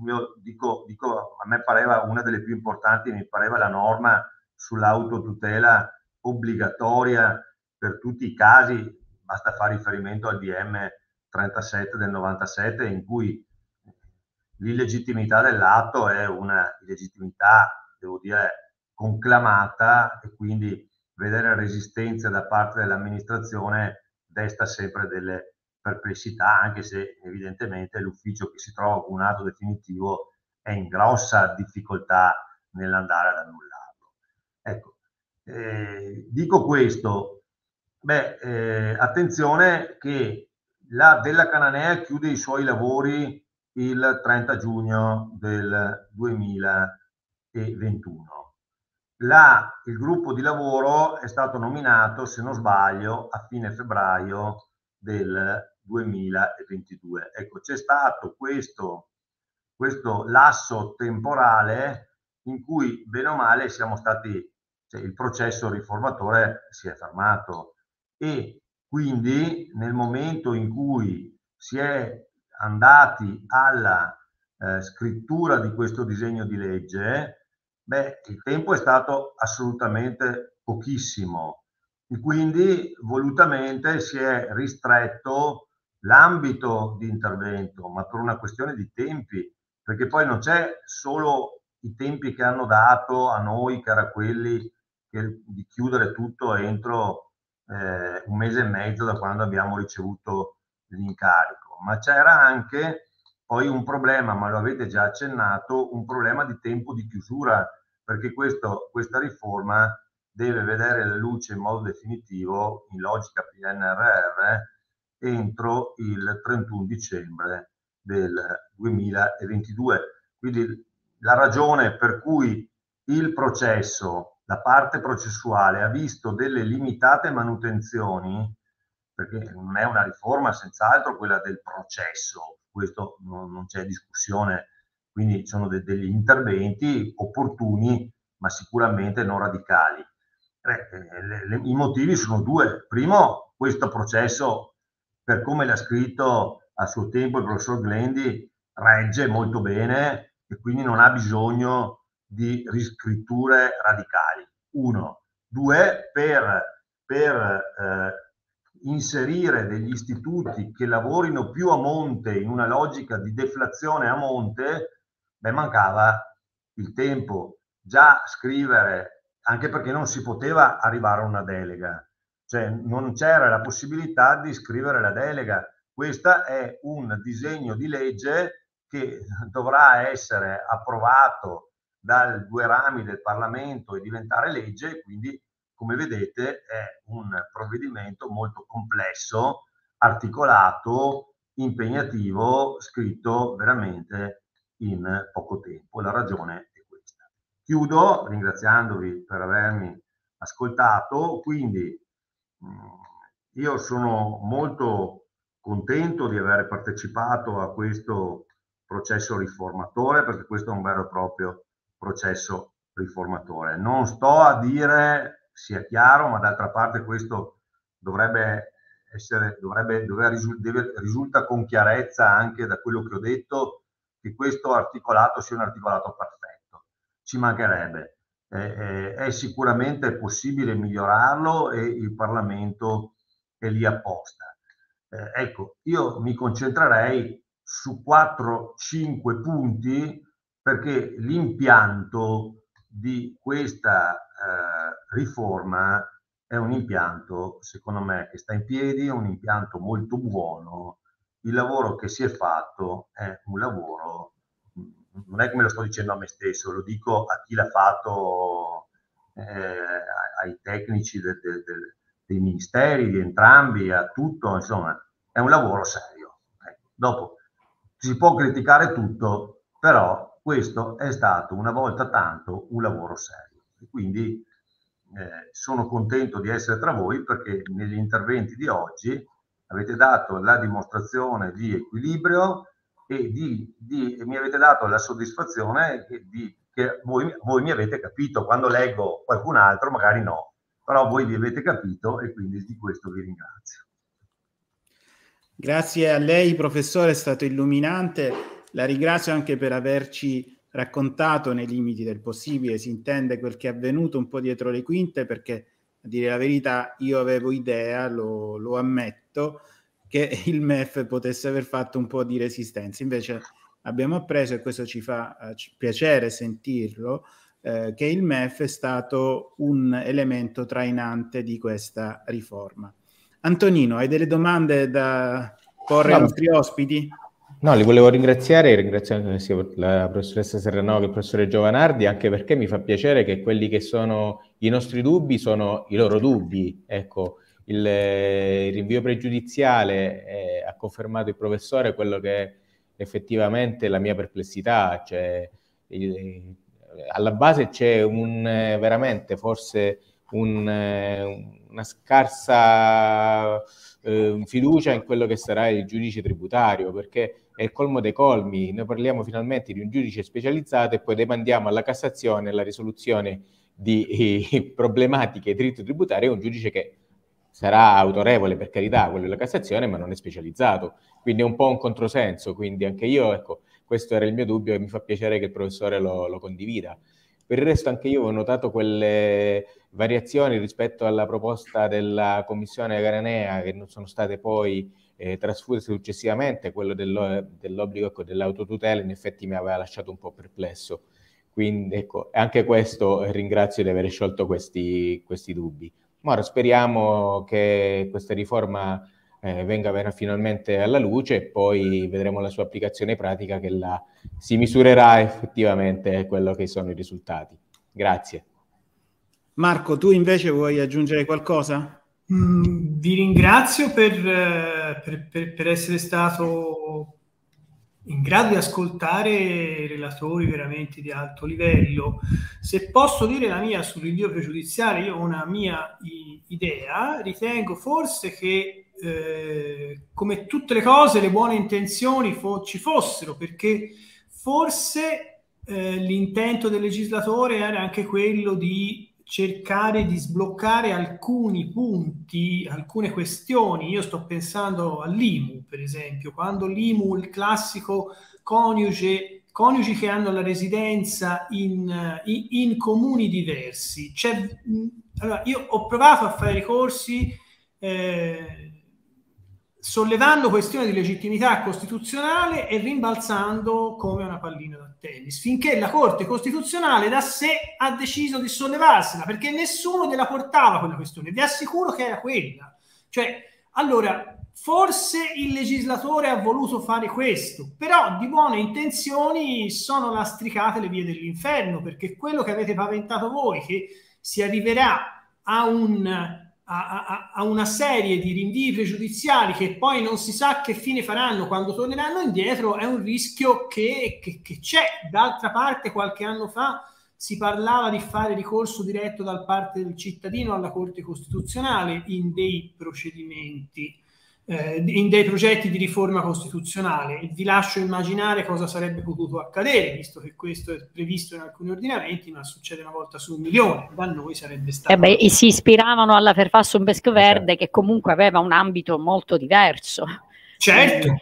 [SPEAKER 5] a me pareva una delle più importanti, mi pareva la norma sull'autotutela obbligatoria per tutti i casi, basta fare riferimento al DM 37 del 97, in cui l'illegittimità dell'atto è una illegittimità, devo dire, conclamata, e quindi vedere resistenze da parte dell'amministrazione desta sempre delle perplessità, anche se evidentemente l'ufficio che si trova con un atto definitivo è in grossa difficoltà nell'andare ad annullarlo. Ecco, dico questo, attenzione che la Della Cananea chiude i suoi lavori il 30 giugno del 2021. Il gruppo di lavoro è stato nominato, se non sbaglio, a fine febbraio del 2022. Ecco, c'è stato questo lasso temporale in cui, bene o male, siamo stati, cioè, il processo riformatore si è fermato, e quindi nel momento in cui si è andati alla scrittura di questo disegno di legge, il tempo è stato assolutamente pochissimo, e quindi volutamente si è ristretto l'ambito di intervento, ma per una questione di tempi, perché poi non c'è solo i tempi che hanno dato a noi, che era quelli di chiudere tutto entro un mese e mezzo da quando abbiamo ricevuto l'incarico, ma c'era anche poi un problema, ma lo avete già accennato, un problema di tempo di chiusura, perché questa riforma deve vedere la luce in modo definitivo, in logica PNRR, entro il 31 dicembre del 2022. Quindi la ragione per cui il processo, la parte processuale, ha visto delle limitate manutenzioni, perché non è una riforma senz'altro quella del processo, questo non c'è discussione, quindi sono degli interventi opportuni, ma sicuramente non radicali. I motivi sono due. Primo, questo processo, per come l'ha scritto a suo tempo il professor Glendi, regge molto bene e quindi non ha bisogno di riscritture radicali. Uno. Due, per inserire degli istituti che lavorino più a monte, in una logica di deflazione a monte, mancava il tempo. Già scrivere, anche perché non si poteva arrivare a una delega, cioè non c'era la possibilità di scrivere la delega. Questo è un disegno di legge che dovrà essere approvato dai due rami del Parlamento e diventare legge, quindi come vedete è un provvedimento molto complesso, articolato, impegnativo, scritto veramente in poco tempo. La ragione è questa. Chiudo ringraziandovi per avermi ascoltato, quindi io sono molto contento di aver partecipato a questo processo riformatore, perché questo è un vero e proprio processo riformatore. Non sto a dire, sia chiaro, ma d'altra parte questo risulta con chiarezza anche da quello che ho detto, che questo articolato sia un articolato perfetto, ci mancherebbe. È sicuramente possibile migliorarlo e il Parlamento è lì apposta. Ecco, io mi concentrerei su 4-5 punti, perché l'impianto di questa riforma è un impianto, secondo me, che sta in piedi, è un impianto molto buono. Il lavoro che si è fatto è un lavoro, non è che me lo sto dicendo a me stesso, lo dico a chi l'ha fatto, ai tecnici dei ministeri, di entrambi, a tutto, insomma, è un lavoro serio. Dopo si può criticare tutto, però questo è stato una volta tanto un lavoro serio. E quindi sono contento di essere tra voi, perché negli interventi di oggi avete dato la dimostrazione di equilibrio e mi avete dato la soddisfazione che voi mi avete capito. Quando leggo qualcun altro magari no, però voi vi avete capito, e quindi di questo vi ringrazio.
[SPEAKER 1] Grazie a lei, professore, è stato illuminante. La ringrazio anche per averci raccontato, nei limiti del possibile, si intende, quel che è avvenuto un po' dietro le quinte, perché, a dire la verità, io avevo idea, lo ammetto, che il MEF potesse aver fatto un po' di resistenza. Invece abbiamo appreso, e questo ci fa piacere sentirlo, che il MEF è stato un elemento trainante di questa riforma. Antonino, hai delle domande da porre ai nostri ospiti?
[SPEAKER 3] No, li volevo ringraziare sia la professoressa Serranò che il professore Giovanardi, anche perché mi fa piacere che quelli che sono i nostri dubbi sono i loro dubbi. Ecco, il rinvio pregiudiziale ha confermato il professore quello che è effettivamente la mia perplessità, cioè alla base c'è veramente forse una scarsa fiducia in quello che sarà il giudice tributario, perché è il colmo dei colmi. Noi parliamo finalmente di un giudice specializzato e poi demandiamo alla Cassazione la risoluzione di problematiche di diritto tributario. È un giudice che sarà autorevole, per carità, quello della Cassazione, ma non è specializzato, quindi è un po' un controsenso. Quindi anche io, ecco, questo era il mio dubbio, e mi fa piacere che il professore lo condivida. Per il resto anche io ho notato quelle variazioni rispetto alla proposta della Commissione Cananea, che non sono state poi trasfuse successivamente. Quello dell'obbligo, ecco, dell'autotutela in effetti mi aveva lasciato un po' perplesso. Quindi ecco, anche questo ringrazio di aver sciolto questi dubbi. Ma ora speriamo che questa riforma venga finalmente alla luce, e poi vedremo la sua applicazione pratica, che si misurerà effettivamente quello che sono i risultati. Grazie.
[SPEAKER 1] Marco, tu invece vuoi aggiungere qualcosa?
[SPEAKER 4] Vi ringrazio per essere stato in grado di ascoltare relatori veramente di alto livello. Se posso dire la mia sul rinvio pregiudiziale, io ho una mia idea. Ritengo forse che come tutte le cose le buone intenzioni ci fossero, perché forse l'intento del legislatore era anche quello di cercare di sbloccare alcuni punti, alcune questioni. Io sto pensando all'IMU, per esempio, quando l'IMU, il classico coniugi che hanno la residenza in comuni diversi. Allora, io ho provato a fare ricorsi sollevando questioni di legittimità costituzionale e rimbalzando come una pallina da tennis, finché la Corte Costituzionale da sé ha deciso di sollevarsela, perché nessuno gliela portava quella questione. Vi assicuro che era quella. Cioè, allora, forse il legislatore ha voluto fare questo, però di buone intenzioni sono lastricate le vie dell'inferno, perché quello che avete paventato voi, che si arriverà a una serie di rinvii pregiudiziali che poi non si sa che fine faranno quando torneranno indietro, è un rischio che c'è. D'altra parte, qualche anno fa si parlava di fare ricorso diretto da parte del cittadino alla Corte Costituzionale in dei procedimenti, in dei progetti di riforma costituzionale, e vi lascio immaginare cosa sarebbe potuto accadere, visto che questo è previsto in alcuni ordinamenti, ma succede una volta su 1 milione. Da noi sarebbe stato...
[SPEAKER 2] e si ispiravano alla Verfassung Beschwerde, che comunque aveva un ambito molto diverso.
[SPEAKER 4] Certo,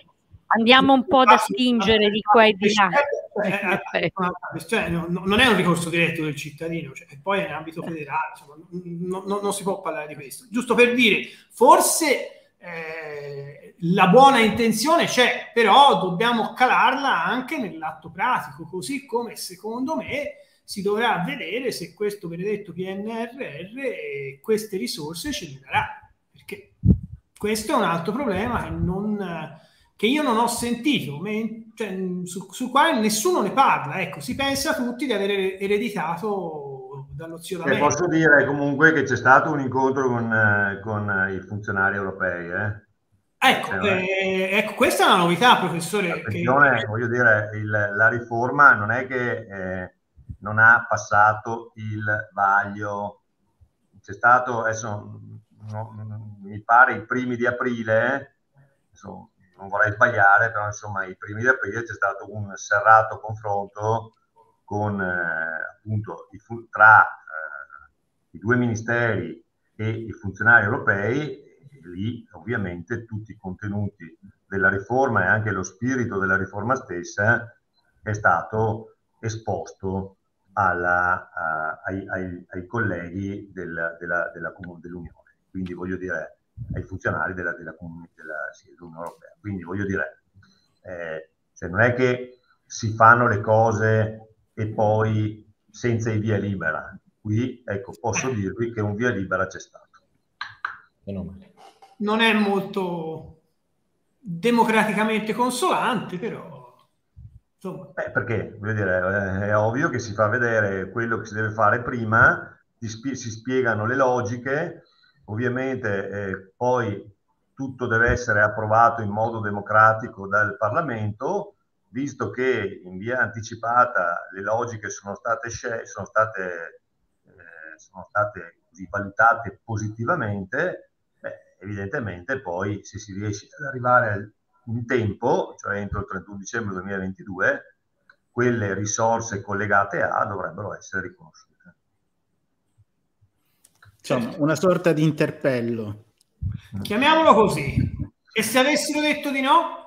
[SPEAKER 2] Andiamo un po' da spingere di qua e di là.
[SPEAKER 4] Cioè, non è un ricorso diretto del cittadino, cioè, poi è in ambito federale, insomma, non si può parlare di questo. Giusto per dire, forse la buona intenzione c'è, però dobbiamo calarla anche nell'atto pratico, così come secondo me si dovrà vedere se questo benedetto PNRR queste risorse ce le darà, perché questo è un altro problema che io non ho sentito, cioè, sul quale nessuno ne parla. Ecco, si pensa tutti di aver ereditato dallo zio D'America.
[SPEAKER 5] Posso dire comunque che c'è stato un incontro con i funzionari europei.
[SPEAKER 4] Ecco, questa è una novità, professore.
[SPEAKER 5] Attenzione, voglio dire, la riforma non è che non ha passato il vaglio. C'è stato, adesso mi pare i primi di aprile, adesso, non vorrei sbagliare, però insomma i primi di aprile c'è stato un serrato confronto con appunto tra i due ministeri e i funzionari europei, e lì ovviamente tutti i contenuti della riforma e anche lo spirito della riforma stessa è stato esposto ai colleghi dell'Unione, quindi voglio dire ai funzionari dell'Unione Europea. Quindi voglio dire, cioè non è che si fanno le cose e poi senza il via libera. Qui, ecco, posso dirvi che un via libera c'è stato.
[SPEAKER 4] Non è molto democraticamente consolante, però insomma.
[SPEAKER 5] Perché, voglio dire, è ovvio che si fa vedere quello che si deve fare prima, si spiegano le logiche, ovviamente poi tutto deve essere approvato in modo democratico dal Parlamento, visto che in via anticipata le logiche sono state così valutate positivamente, evidentemente poi se si riesce ad arrivare in tempo, cioè entro il 31 dicembre 2022, quelle risorse collegate dovrebbero essere riconosciute.
[SPEAKER 1] Insomma, una sorta di interpello.
[SPEAKER 4] Chiamiamolo così. E se avessero detto di no?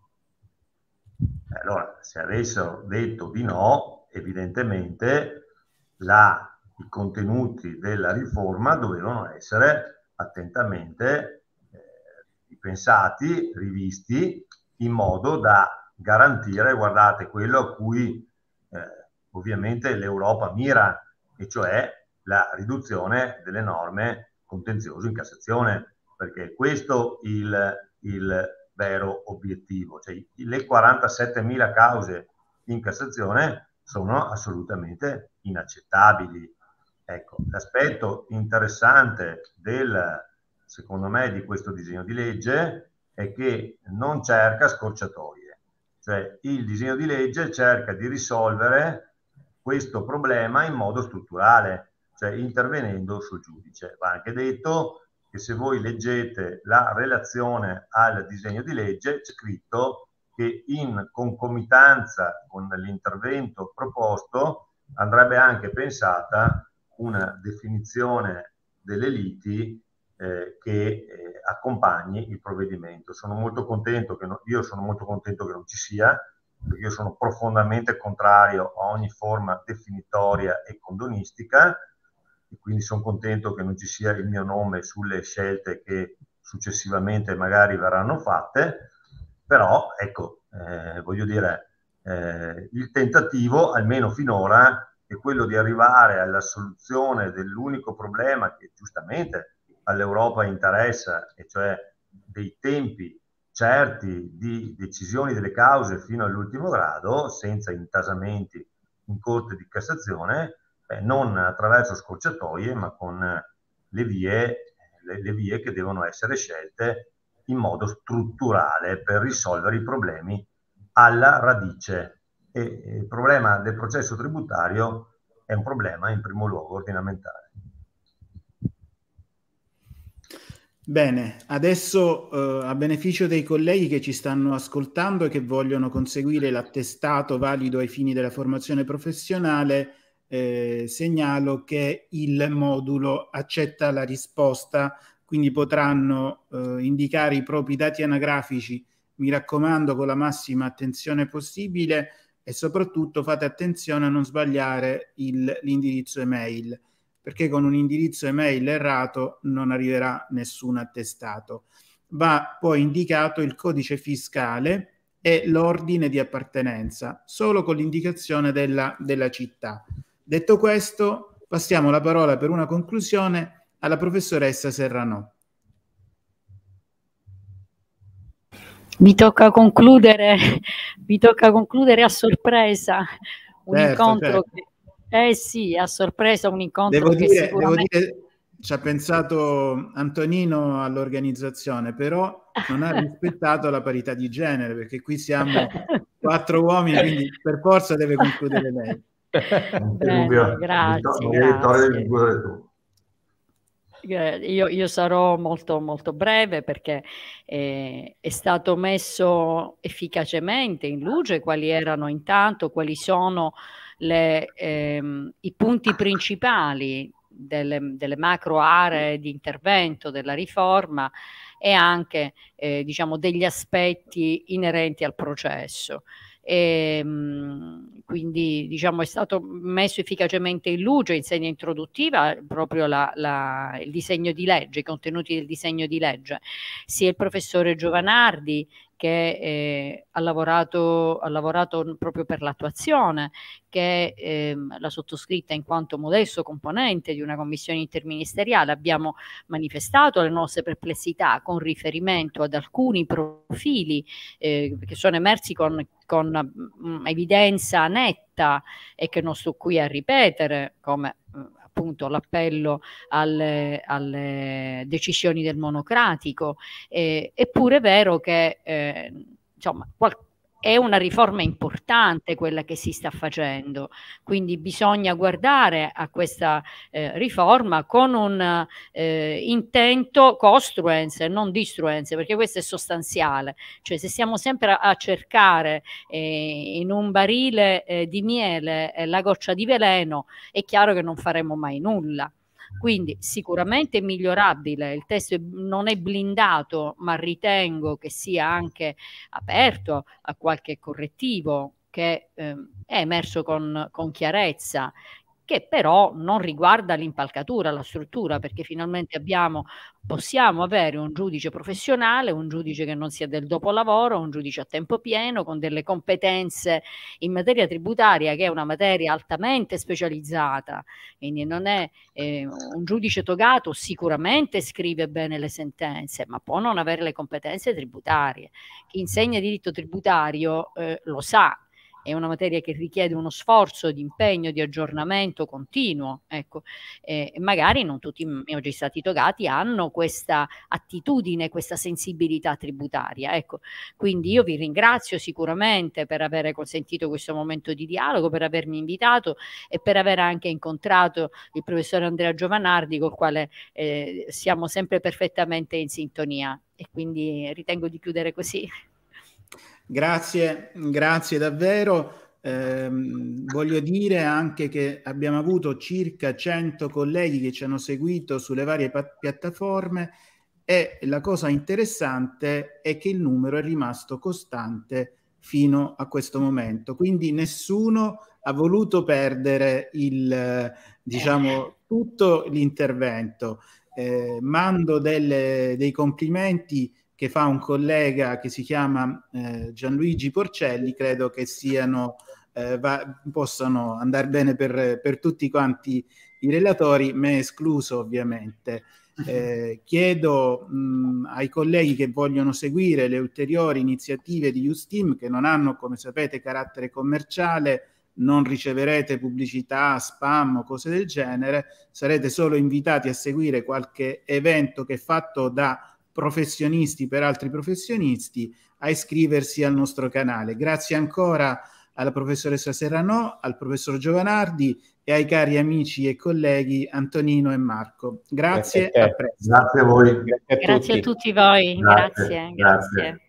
[SPEAKER 5] Allora, se avessero detto di no, evidentemente i contenuti della riforma dovevano essere attentamente ripensati, rivisti, in modo da garantire, guardate, quello a cui ovviamente l'Europa mira, e cioè la riduzione delle norme contenziose in Cassazione, perché questo è il vero obiettivo. Cioè, le 47.000 cause in Cassazione sono assolutamente inaccettabili. Ecco, l'aspetto interessante secondo me di questo disegno di legge è che non cerca scorciatoie, cioè il disegno di legge cerca di risolvere questo problema in modo strutturale, cioè intervenendo sul giudice. Va anche detto che se voi leggete la relazione al disegno di legge c'è scritto che in concomitanza con l'intervento proposto andrebbe anche pensata una definizione delle liti che accompagni il provvedimento. Sono molto contento che non ci sia, perché io sono profondamente contrario a ogni forma definitoria e condonistica, e quindi sono contento che non ci sia il mio nome sulle scelte che successivamente magari verranno fatte, però ecco, voglio dire, il tentativo, almeno finora, è quello di arrivare alla soluzione dell'unico problema che giustamente all'Europa interessa, e cioè dei tempi certi di decisioni delle cause fino all'ultimo grado, senza intasamenti in Corte di Cassazione, non attraverso scorciatoie, ma con le vie che devono essere scelte in modo strutturale per risolvere i problemi alla radice. E il problema del processo tributario è un problema in primo luogo ordinamentale.
[SPEAKER 1] Bene, adesso a beneficio dei colleghi che ci stanno ascoltando e che vogliono conseguire l'attestato valido ai fini della formazione professionale, segnalo che il modulo accetta la risposta, quindi potranno indicare i propri dati anagrafici mi raccomando, con la massima attenzione possibile, e soprattutto fate attenzione a non sbagliare l'indirizzo email, perché con un indirizzo email errato non arriverà nessun attestato. Va poi indicato il codice fiscale e l'ordine di appartenenza, solo con l'indicazione della città. Detto questo, passiamo la parola per una conclusione alla professoressa Serranò.
[SPEAKER 2] Mi tocca concludere a sorpresa un incontro che, sì, a sorpresa un incontro che sicuramente...
[SPEAKER 1] Devo dire, ci ha pensato Antonino all'organizzazione, però non ha rispettato la parità di genere, perché qui siamo 4 uomini, quindi per forza deve concludere lei.
[SPEAKER 2] Bene, grazie. Io sarò molto molto breve, perché è stato messo efficacemente in luce quali sono i punti principali delle macro aree di intervento della riforma, e anche diciamo degli aspetti inerenti al processo. Quindi diciamo è stato messo efficacemente in luce in sede introduttiva proprio il disegno di legge, i contenuti del disegno di legge. Sia il professore Giovanardi, che ha lavorato proprio per l'attuazione, che la sottoscritta in quanto modesto componente di una commissione interministeriale abbiamo manifestato le nostre perplessità con riferimento ad alcuni profili che sono emersi con evidenza netta e che non sto qui a ripetere, come appunto l'appello alle decisioni del monocratico. Eppure è vero che insomma è una riforma importante quella che si sta facendo, quindi bisogna guardare a questa riforma con un intento costruens e non distruens, perché questo è sostanziale. Cioè, se stiamo sempre a cercare in un barile di miele la goccia di veleno, è chiaro che non faremo mai nulla. Quindi sicuramente è migliorabile, il testo non è blindato, ma ritengo che sia anche aperto a qualche correttivo che è emerso con chiarezza, che però non riguarda l'impalcatura, la struttura, perché finalmente possiamo avere un giudice professionale, un giudice che non sia del dopolavoro, un giudice a tempo pieno, con delle competenze in materia tributaria, che è una materia altamente specializzata, quindi non è un giudice togato, sicuramente scrive bene le sentenze, ma può non avere le competenze tributarie. Chi insegna diritto tributario lo sa. È una materia che richiede uno sforzo di impegno, di aggiornamento continuo, ecco. Magari non tutti i magistrati togati hanno questa attitudine, questa sensibilità tributaria, ecco. Quindi io vi ringrazio sicuramente per aver consentito questo momento di dialogo, per avermi invitato e per aver anche incontrato il professore Andrea Giovanardi, col quale siamo sempre perfettamente in sintonia, e quindi ritengo di chiudere così.
[SPEAKER 1] Grazie davvero. Voglio dire anche che abbiamo avuto circa 100 colleghi che ci hanno seguito sulle varie piattaforme, e la cosa interessante è che il numero è rimasto costante fino a questo momento, quindi nessuno ha voluto perdere tutto l'intervento. Mando dei complimenti che fa un collega che si chiama Gianluigi Porcelli, credo che possano andare bene per tutti quanti i relatori, me escluso ovviamente. Chiedo ai colleghi che vogliono seguire le ulteriori iniziative di Iusteam, che non hanno, come sapete, carattere commerciale, non riceverete pubblicità, spam o cose del genere, sarete solo invitati a seguire qualche evento che è fatto da professionisti per altri professionisti, a iscriversi al nostro canale. Grazie ancora alla professoressa Serranò, al professor Giovanardi e ai cari amici e colleghi Antonino e Marco. Grazie, a presto.
[SPEAKER 5] Grazie a voi.
[SPEAKER 2] Grazie a tutti voi. Grazie.